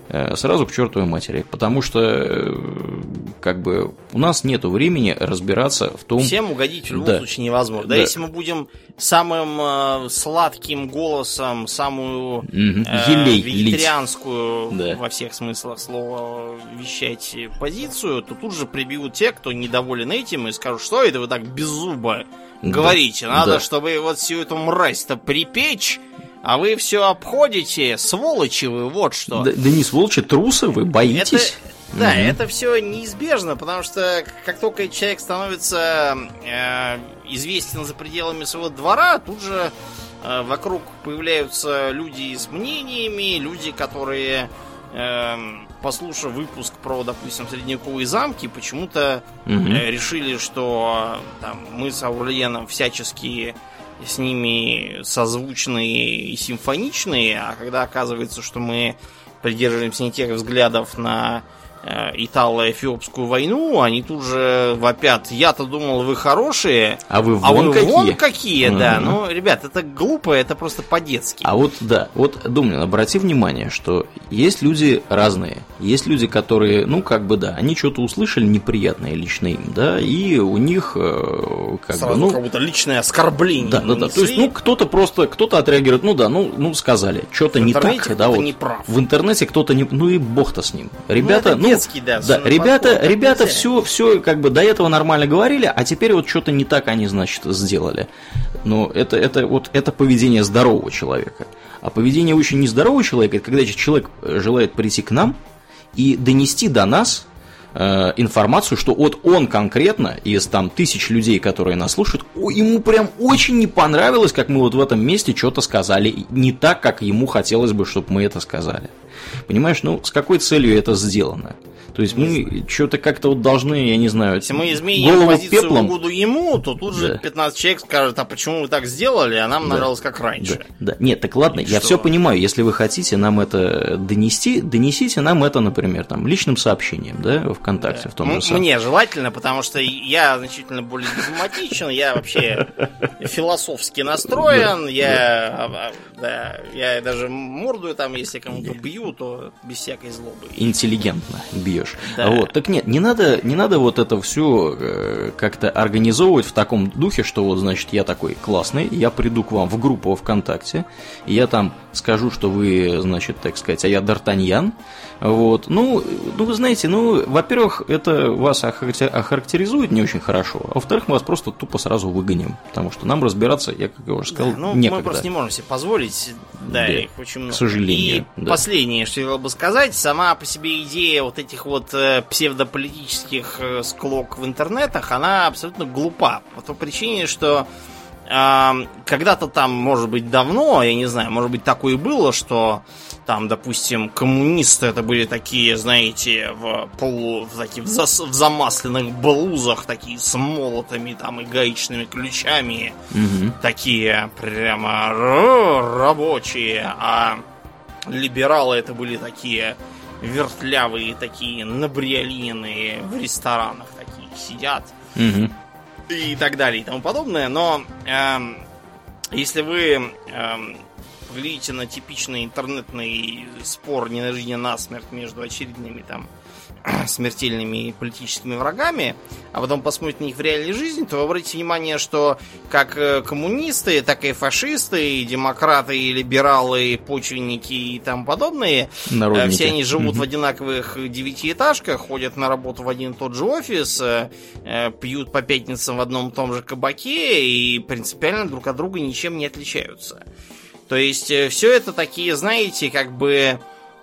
сразу к чертовой матери, потому что как бы у нас нету времени разбираться в том... Всем угодить в любом да. случае невозможно. Да, да, если мы будем самым э, сладким голосом, самую э, Елей вегетарианскую да. во всех смыслах слова вещать позицию, то тут же прибьют те, кто недоволен этим, и скажут, что это вы так беззубо да. говорите. Надо, да. чтобы вот всю эту мразь-то припечь. А вы все обходите, сволочи вы, вот что. Да, да не сволочи, трусы, вы боитесь. Это, да, угу. это все неизбежно, потому что как только человек становится э, известен за пределами своего двора, тут же э, вокруг появляются люди с мнениями, люди, которые, э, послушав выпуск про, допустим, средневековые замки, почему-то угу. э, решили, что там, мы с Аурлиеном всячески... с ними созвучные и симфоничные, а когда оказывается, что мы придерживаемся не тех взглядов на э, Итало-Эфиопскую войну, они тут же вопят: я-то думал, вы хорошие, а вы вон а вы какие, вон какие угу. да. Ну, ребят, это глупо, это просто по-детски. А вот, да, вот, Домнин, обрати внимание, что есть люди разные. Есть люди, которые, ну, как бы, да, они что-то услышали неприятное лично им, да, и у них, э, как Сразу бы, ну... как будто личное оскорбление. Да, да, да, то есть, ну, кто-то просто, кто-то отреагирует, ну, да, ну, ну сказали, что-то не так, да, вот. Не прав. В интернете кто-то не... Ну, и бог-то с ним. Ребята, ну, детский, да, да ребята, подход, ребята все, все, как бы, до этого нормально говорили, а теперь вот что-то не так они, значит, сделали. Но это, это, вот, это поведение здорового человека. А поведение очень нездорового человека, это когда человек желает прийти к нам и донести до нас э, информацию, что вот он конкретно из там тысяч людей, которые нас слушают, о, ему прям очень не понравилось, как мы вот в этом месте что-то сказали, не так, как ему хотелось бы, чтобы мы это сказали. Понимаешь, ну с какой целью это сделано? То есть мы что-то как-то вот должны, я не знаю, если мы изменим позицию пеплом... в угоду ему, то тут же да. пятнадцать человек скажут: а почему вы так сделали, а нам да. нравилось как раньше. Да. Да. Нет, так ладно, и я что? Все понимаю, если вы хотите нам это донести, донесите нам это, например, там, личным сообщением, да, в ВКонтакте, да. в том М- же самом. Мне желательно, потому что я значительно более дипломатичен, я вообще философски настроен, я да, я даже мордую там, если кому-то бью, то без всякой злобы. Интеллигентно бьешь. Да. Вот. Так нет, не надо, не надо вот это все э, как-то организовывать в таком духе, что вот, значит, я такой классный, я приду к вам в группу во ВКонтакте, и я там скажу, что вы, значит, так сказать, а я Д'Артаньян. Вот. Ну, ну, вы знаете, ну, во-первых, это вас охарактеризует не очень хорошо, а во-вторых, мы вас просто тупо сразу выгоним, потому что нам разбираться, я, как я уже сказал, да, ну, некогда. Мы просто не можем себе позволить, да, да, их очень много. К сожалению. И да. последнее, что я хотел бы сказать, сама по себе идея вот этих вот э, псевдополитических э, склок в интернетах, она абсолютно глупа, по той причине, что э, когда-то там, может быть, давно, я не знаю, может быть, такое и было, что там, допустим, коммунисты это были такие, знаете, в полу, в таких в, зас, в замасленных блузах, такие с молотами там и гаечными ключами, угу. такие прямо рабочие, а либералы это были такие вертлявые, такие набриолиненные, в ресторанах такие сидят, угу. и так далее и тому подобное. Но эм, если вы эм, глядите на типичный интернетный спор не на жизнь, а на смерть между очередными там смертельными политическими врагами, а потом посмотрите на них в реальной жизни, то вы обратите внимание, что как коммунисты, так и фашисты, и демократы, и либералы, и почвенники и тому подобные, народники. Все они живут mm-hmm. в одинаковых девятиэтажках, ходят на работу в один и тот же офис, пьют по пятницам в одном и том же кабаке и принципиально друг от друга ничем не отличаются. То есть все это такие, знаете, как бы,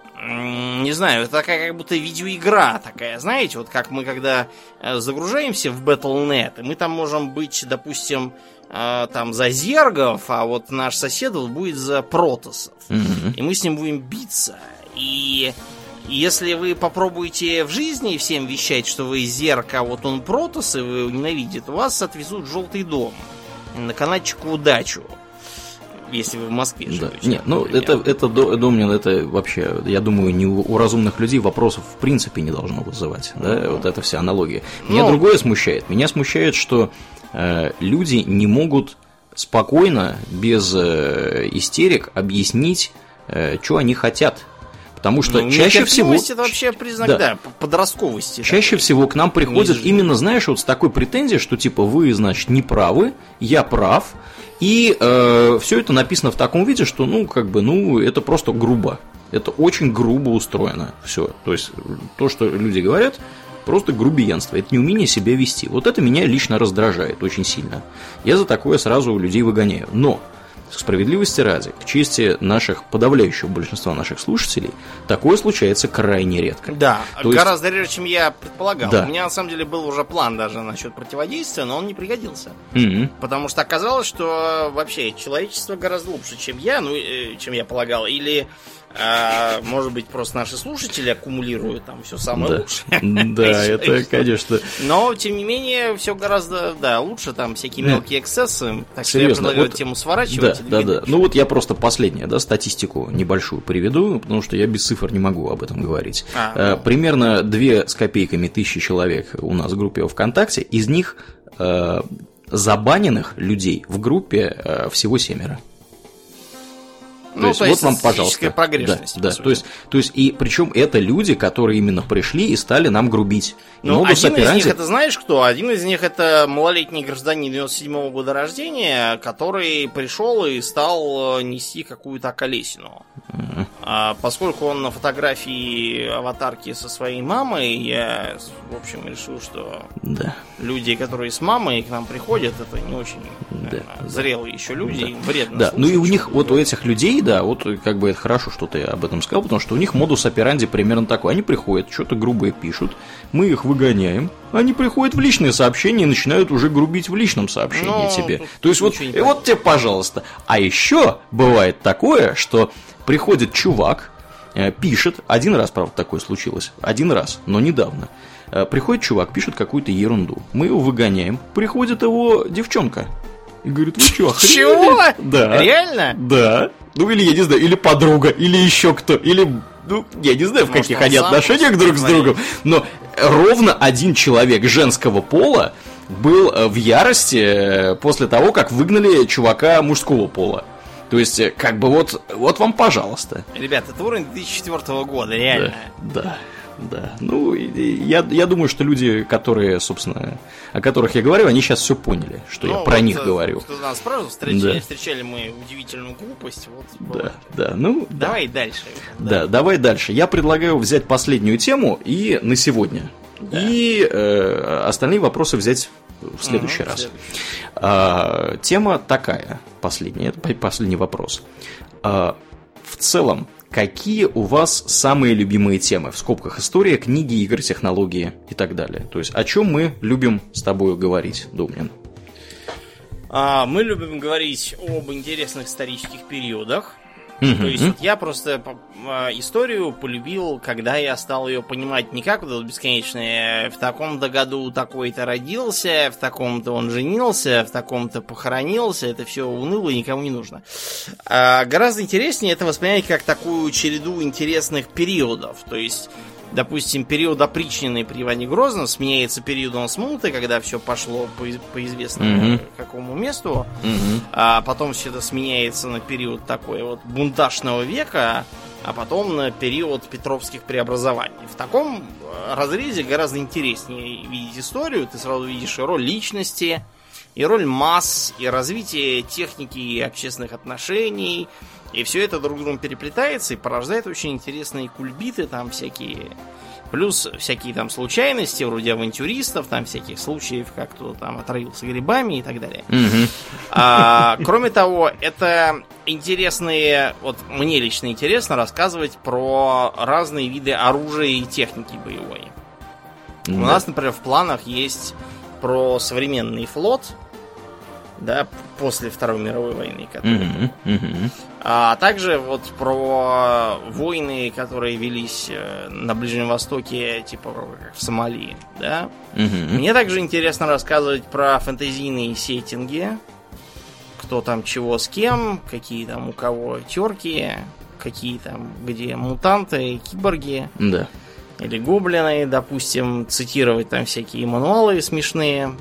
не знаю, это такая как будто видеоигра такая, знаете, вот как мы когда загружаемся в бэтл точка нет, и мы там можем быть, допустим, там за зергов, а вот наш сосед вот будет за протоссов, mm-hmm. и мы с ним будем биться. И если вы попробуете в жизни всем вещать, что вы зерк, а вот он протосс, и вы его ненавидите, вас отвезут в желтый дом на канатчику удачу. Если вы в Москве да. живете. Нет, ну это, это, Домнин, это вообще, я думаю, не у, у разумных людей вопросов в принципе не должно вызывать. Да? Mm-hmm. Вот эта вся аналогия. Меня ну... другое смущает. Меня смущает, что э, люди не могут спокойно, без э, истерик, объяснить, э, что они хотят. Потому что ну, чаще всего... это вообще признак, да, да подростковости. Чаще такой. всего к нам приходят Неизживый. именно, знаешь, вот с такой претензией, что типа вы, значит, не правы, я прав, и э, все это написано в таком виде, что, ну, как бы, ну, это просто грубо. Это очень грубо устроено. Все. То есть, то, что люди говорят, просто грубиянство. Это неумение себя вести. Вот это меня лично раздражает очень сильно. Я за такое сразу людей выгоняю. Но, к справедливости ради, к чести наших, подавляющего большинства наших слушателей, такое случается крайне редко. Да, То гораздо есть... реже, чем я предполагал. Да. У меня, на самом деле, был уже план даже насчет противодействия, но он не пригодился. Mm-hmm. Потому что оказалось, что вообще человечество гораздо лучше, чем я, ну, э, чем я полагал. Или... А, может быть, просто наши слушатели аккумулируют там все самое да. лучшее. Да, это, конечно. Но, тем не менее, все гораздо, да, лучше, там всякие мелкие эксцессы. Так что серьезно, я предлагаю вот, тему сворачивать. Да, да, да. Ну вот я просто последнее, да, статистику небольшую приведу, потому что я без цифр не могу об этом говорить. А, э, ну. Примерно две с копейками тысячи человек у нас в группе ВКонтакте, из них э, забаненных людей в группе э, всего семеро. То ну, есть, то вот есть вам, пожалуйста. прогрессность. Да, да. То есть, то есть, и причем это люди, которые именно пришли и стали нам грубить. Ну, Модус один операнди... из них это знаешь кто? Один из них это малолетний гражданин девяносто седьмого года рождения, который пришел и стал нести какую-то околесину. Uh-huh. А поскольку он на фотографии аватарки со своей мамой, я, в общем, решил, что да. люди, которые с мамой к нам приходят, это не очень да. наверное, зрелые еще люди, да. им вредно. Да, ну и у них, вот у говорят. этих людей, да, вот как бы это хорошо, что ты об этом сказал, потому что у них модус операнди примерно такой. Они приходят, что-то грубое пишут, мы их выгоняем, они приходят в личные сообщения и начинают уже грубить в личном сообщении ну, тебе. То есть вот, и вот тебе, пожалуйста. А еще бывает такое, что приходит чувак, пишет, один раз, правда, такое случилось, один раз, но недавно. Приходит чувак, пишет какую-то ерунду, мы его выгоняем, приходит его девчонка и говорит, вы что, охренели? Чего? Да. Реально? Да. Ну или, я не знаю, или подруга, или еще кто, или, ну, я не знаю, в Может, каких они сам отношениях друг с другом, но ровно один человек женского пола был в ярости после того, как выгнали чувака мужского пола. То есть, как бы вот, вот вам, пожалуйста. Ребят, это уровень две тысячи четвёртого года, реально. Да, да. Да, ну, я, я думаю, что люди, которые, собственно, о которых я говорю, они сейчас все поняли, что ну, я про вот них говорю. Кто нас спрашивал, встречали, да. встречали мы удивительную глупость. Вот, да, да, ну, давай да. дальше. Да. да, давай дальше. Я предлагаю взять последнюю тему и на сегодня. Да. И э, остальные вопросы взять в следующий угу, раз. Следующий. А, тема такая, последняя, это последний вопрос. А, в целом, какие у вас самые любимые темы? В скобках история, книги, игры, технологии и так далее. То есть, о чем мы любим с тобой говорить, Домнин? А, мы любим говорить об интересных исторических периодах. Mm-hmm. То есть, вот я просто историю полюбил, когда я стал ее понимать не как вот бесконечное в таком-то году такой-то родился, в таком-то он женился, в таком-то похоронился. Это все уныло и никому не нужно. А гораздо интереснее это воспринимать как такую череду интересных периодов. То есть, допустим, период опричнины при Иване Грозном сменяется периодом смуты, когда все пошло по, по известному mm-hmm. какому месту, mm-hmm. а потом все это сменяется на период такой вот бунтажного века, а потом на период петровских преобразований. В таком разрезе гораздо интереснее видеть историю, ты сразу видишь и роль личности, и роль масс, и развитие техники и общественных отношений. И все это друг с другом переплетается и порождает очень интересные кульбиты там всякие. Плюс всякие там случайности, вроде авантюристов, там всяких случаев, как кто-то там отравился грибами и так далее. Mm-hmm. А, кроме того, это интересные, вот мне лично интересно рассказывать про разные виды оружия и техники боевой. Mm-hmm. У нас, например, в планах есть про современный флот, да, после Второй мировой войны, который... Mm-hmm. Mm-hmm. А также вот про войны, которые велись на Ближнем Востоке, типа как в Сомали, да. Mm-hmm. Мне также интересно рассказывать про фэнтезийные сеттинги, кто там чего с кем, какие там у кого терки, какие там где мутанты, киборги. Да. Или гоблины, допустим, цитировать там всякие мануалы смешные.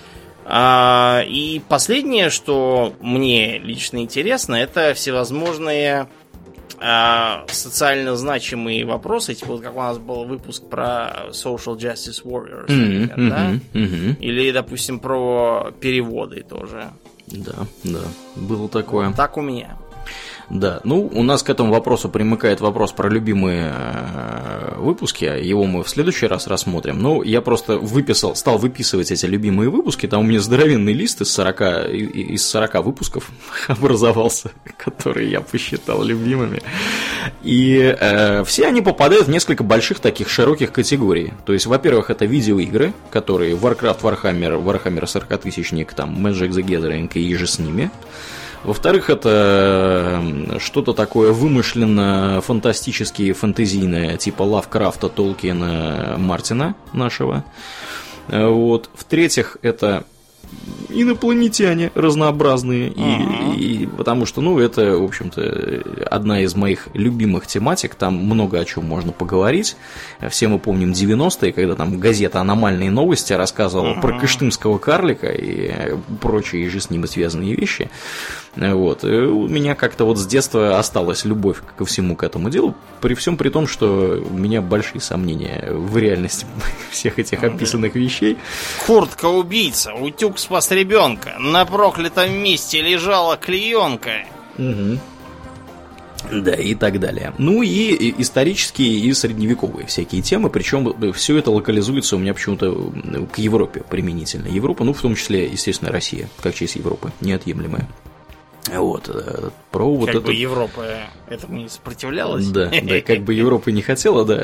А, и последнее, что мне лично интересно, это всевозможные а, социально значимые вопросы, типа вот как у нас был выпуск про Social Justice Warriors, например, mm-hmm, да? Mm-hmm. Или, допустим, про переводы тоже. Да, да, было такое. Вот так у меня. Да, ну, у нас к этому вопросу примыкает вопрос про любимые выпуски, его мы в следующий раз рассмотрим. Ну, я просто выписал, стал выписывать эти любимые выпуски, там у меня здоровенный лист из сорока, из сорока выпусков образовался, которые я посчитал любимыми. И э, все они попадают в несколько больших таких широких категорий. То есть, во-первых, это видеоигры, которые Warcraft, Warhammer, Warhammer сорокатысячник, там, Magic the Gathering и еже с ними. Во-вторых, это что-то такое вымышленно-фантастические, фэнтезийное, типа Лавкрафта, Толкиена, Мартина нашего. Вот. В-третьих, это инопланетяне разнообразные, uh-huh. и, и потому что, ну, это, в общем-то, одна из моих любимых тематик, там много о чем можно поговорить. Все мы помним девяностые, когда там газета «Аномальные новости» рассказывала uh-huh. про кыштымского карлика и прочие же с ним связанные вещи. Вот. И у меня как-то вот с детства осталась любовь ко всему к этому делу, при всем при том, что у меня большие сомнения в реальности всех этих описанных вещей. Куртка-убийца, утюг спас ребенка, на проклятом месте лежала клеенка. Угу. Да, и так далее. Ну и исторические и средневековые всякие темы, причем все это локализуется у меня почему-то к Европе применительно. Европа, ну в том числе, естественно, Россия, как часть Европы, неотъемлемая. Вот, про вот как это... бы Европа этому не сопротивлялась. Да, да, как бы Европа не хотела, да,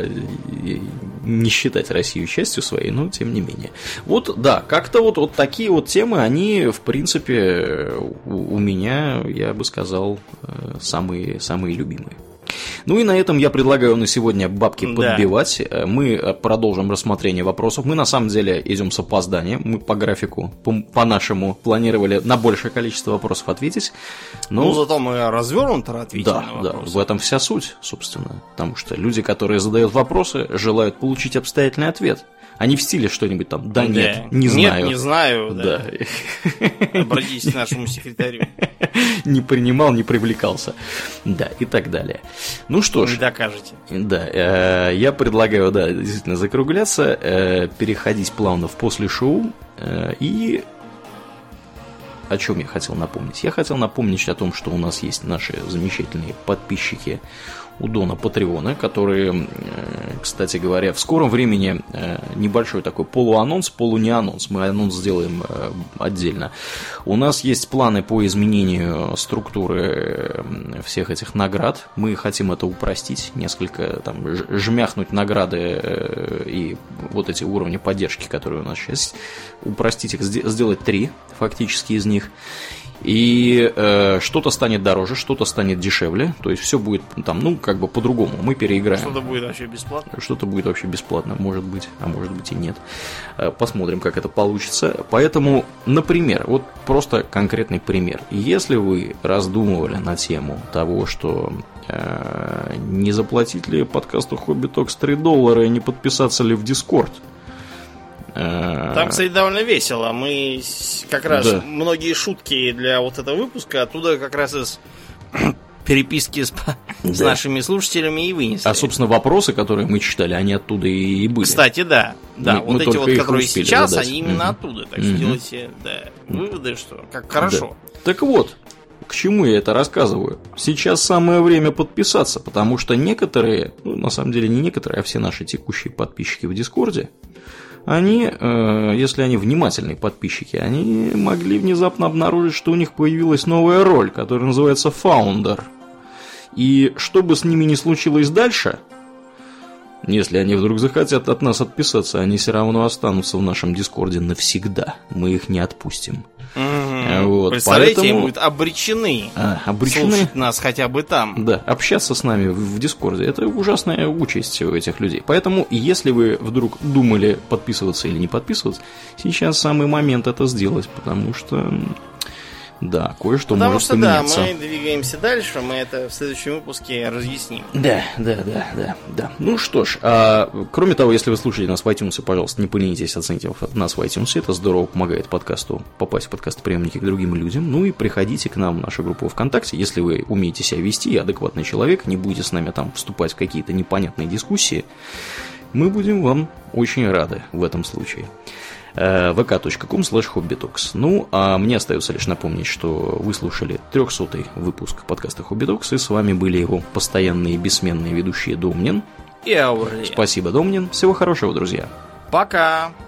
не считать Россию частью своей, но тем не менее. Вот, да, как-то вот, вот такие вот темы, они, в принципе, у меня, я бы сказал, самые, самые любимые. Ну и на этом я предлагаю на сегодня бабки подбивать. Да. Мы продолжим рассмотрение вопросов. Мы на самом деле идем с опозданием. Мы по графику, по, по нашему, планировали на большее количество вопросов ответить. Но... Ну зато мы развернуто ответили да, на вопросы. Да, в этом вся суть, собственно. Потому что люди, которые задают вопросы, желают получить обстоятельный ответ. А не в стиле что-нибудь там, да, да. нет, не знаю. Нет, не знаю, да. да. Обратитесь к нашему секретарю. Не принимал, не привлекался. Да, и так далее. Ну что ж. Не докажете. Да, э, я предлагаю, да, действительно закругляться, э, переходить плавно в после шоу э, и... О чем я хотел напомнить? Я хотел напомнить о том, что у нас есть наши замечательные подписчики у Дона Патреона, которые, кстати говоря, в скором времени небольшой такой полуанонс, полунеанонс, мы анонс сделаем отдельно. У нас есть планы по изменению структуры всех этих наград. Мы хотим это упростить, несколько там жмяхнуть награды и вот эти уровни поддержки, которые у нас сейчас есть, упростить их, сделать три фактически из них. И э, что-то станет дороже, что-то станет дешевле. То есть все будет там, ну, как бы по-другому. Мы переиграем. Что-то будет вообще бесплатно. Что-то будет вообще бесплатно, может быть, а может быть и нет. Посмотрим, как это получится. Поэтому, например, вот просто конкретный пример. Если вы раздумывали на тему того, что э, не заплатить ли подкасту Hobby Talks три доллара и не подписаться ли в Discord. Там, кстати, довольно весело. Мы как раз да. многие шутки для вот этого выпуска оттуда как раз из переписки с, да. с нашими слушателями и вынесли. А, собственно, вопросы, которые мы читали, они оттуда и были. Кстати, да. Да, мы, вот мы эти вот, которые сейчас, задать. Они именно угу. оттуда. Так что угу. делайте да, выводы, что как хорошо. Да. Так вот, к чему я это рассказываю? Сейчас самое время подписаться, потому что некоторые, ну, на самом деле не некоторые, а все наши текущие подписчики в Дискорде, они, если они внимательные подписчики, они могли внезапно обнаружить, что у них появилась новая роль, которая называется Founder. И что бы с ними ни случилось дальше, если они вдруг захотят от нас отписаться, они все равно останутся в нашем Дискорде навсегда. Мы их не отпустим. Mm-hmm. Вот. Представляете, поэтому... будут обречены, а, обречены слушать нас хотя бы там. Да, общаться с нами в, в Дискорде. Это ужасная участь у этих людей. Поэтому, если вы вдруг думали подписываться или не подписываться, сейчас самый момент это сделать, потому что... Да, кое-что Потому может что, поменяться. да, мы двигаемся дальше, мы это в следующем выпуске разъясним. Да, да, да, да, да. Ну что ж, а, кроме того, если вы слушаете нас в iTunes, пожалуйста, не поленитесь, оцените нас в iTunes, это здорово помогает подкасту попасть в подкастоприемники к другим людям. Ну и приходите к нам в нашу группу ВКонтакте, если вы умеете себя вести, адекватный человек, не будете с нами там вступать в какие-то непонятные дискуссии, мы будем вам очень рады в этом случае. вэ ка точка ком слэш хоббитокс. Ну, а мне остается лишь напомнить, что вы слушали трехсотый выпуск подкаста Хоббитокс, и с вами были его постоянные бессменные ведущие Домнин и Аурли. Спасибо, Домнин. Всего хорошего, друзья. Пока!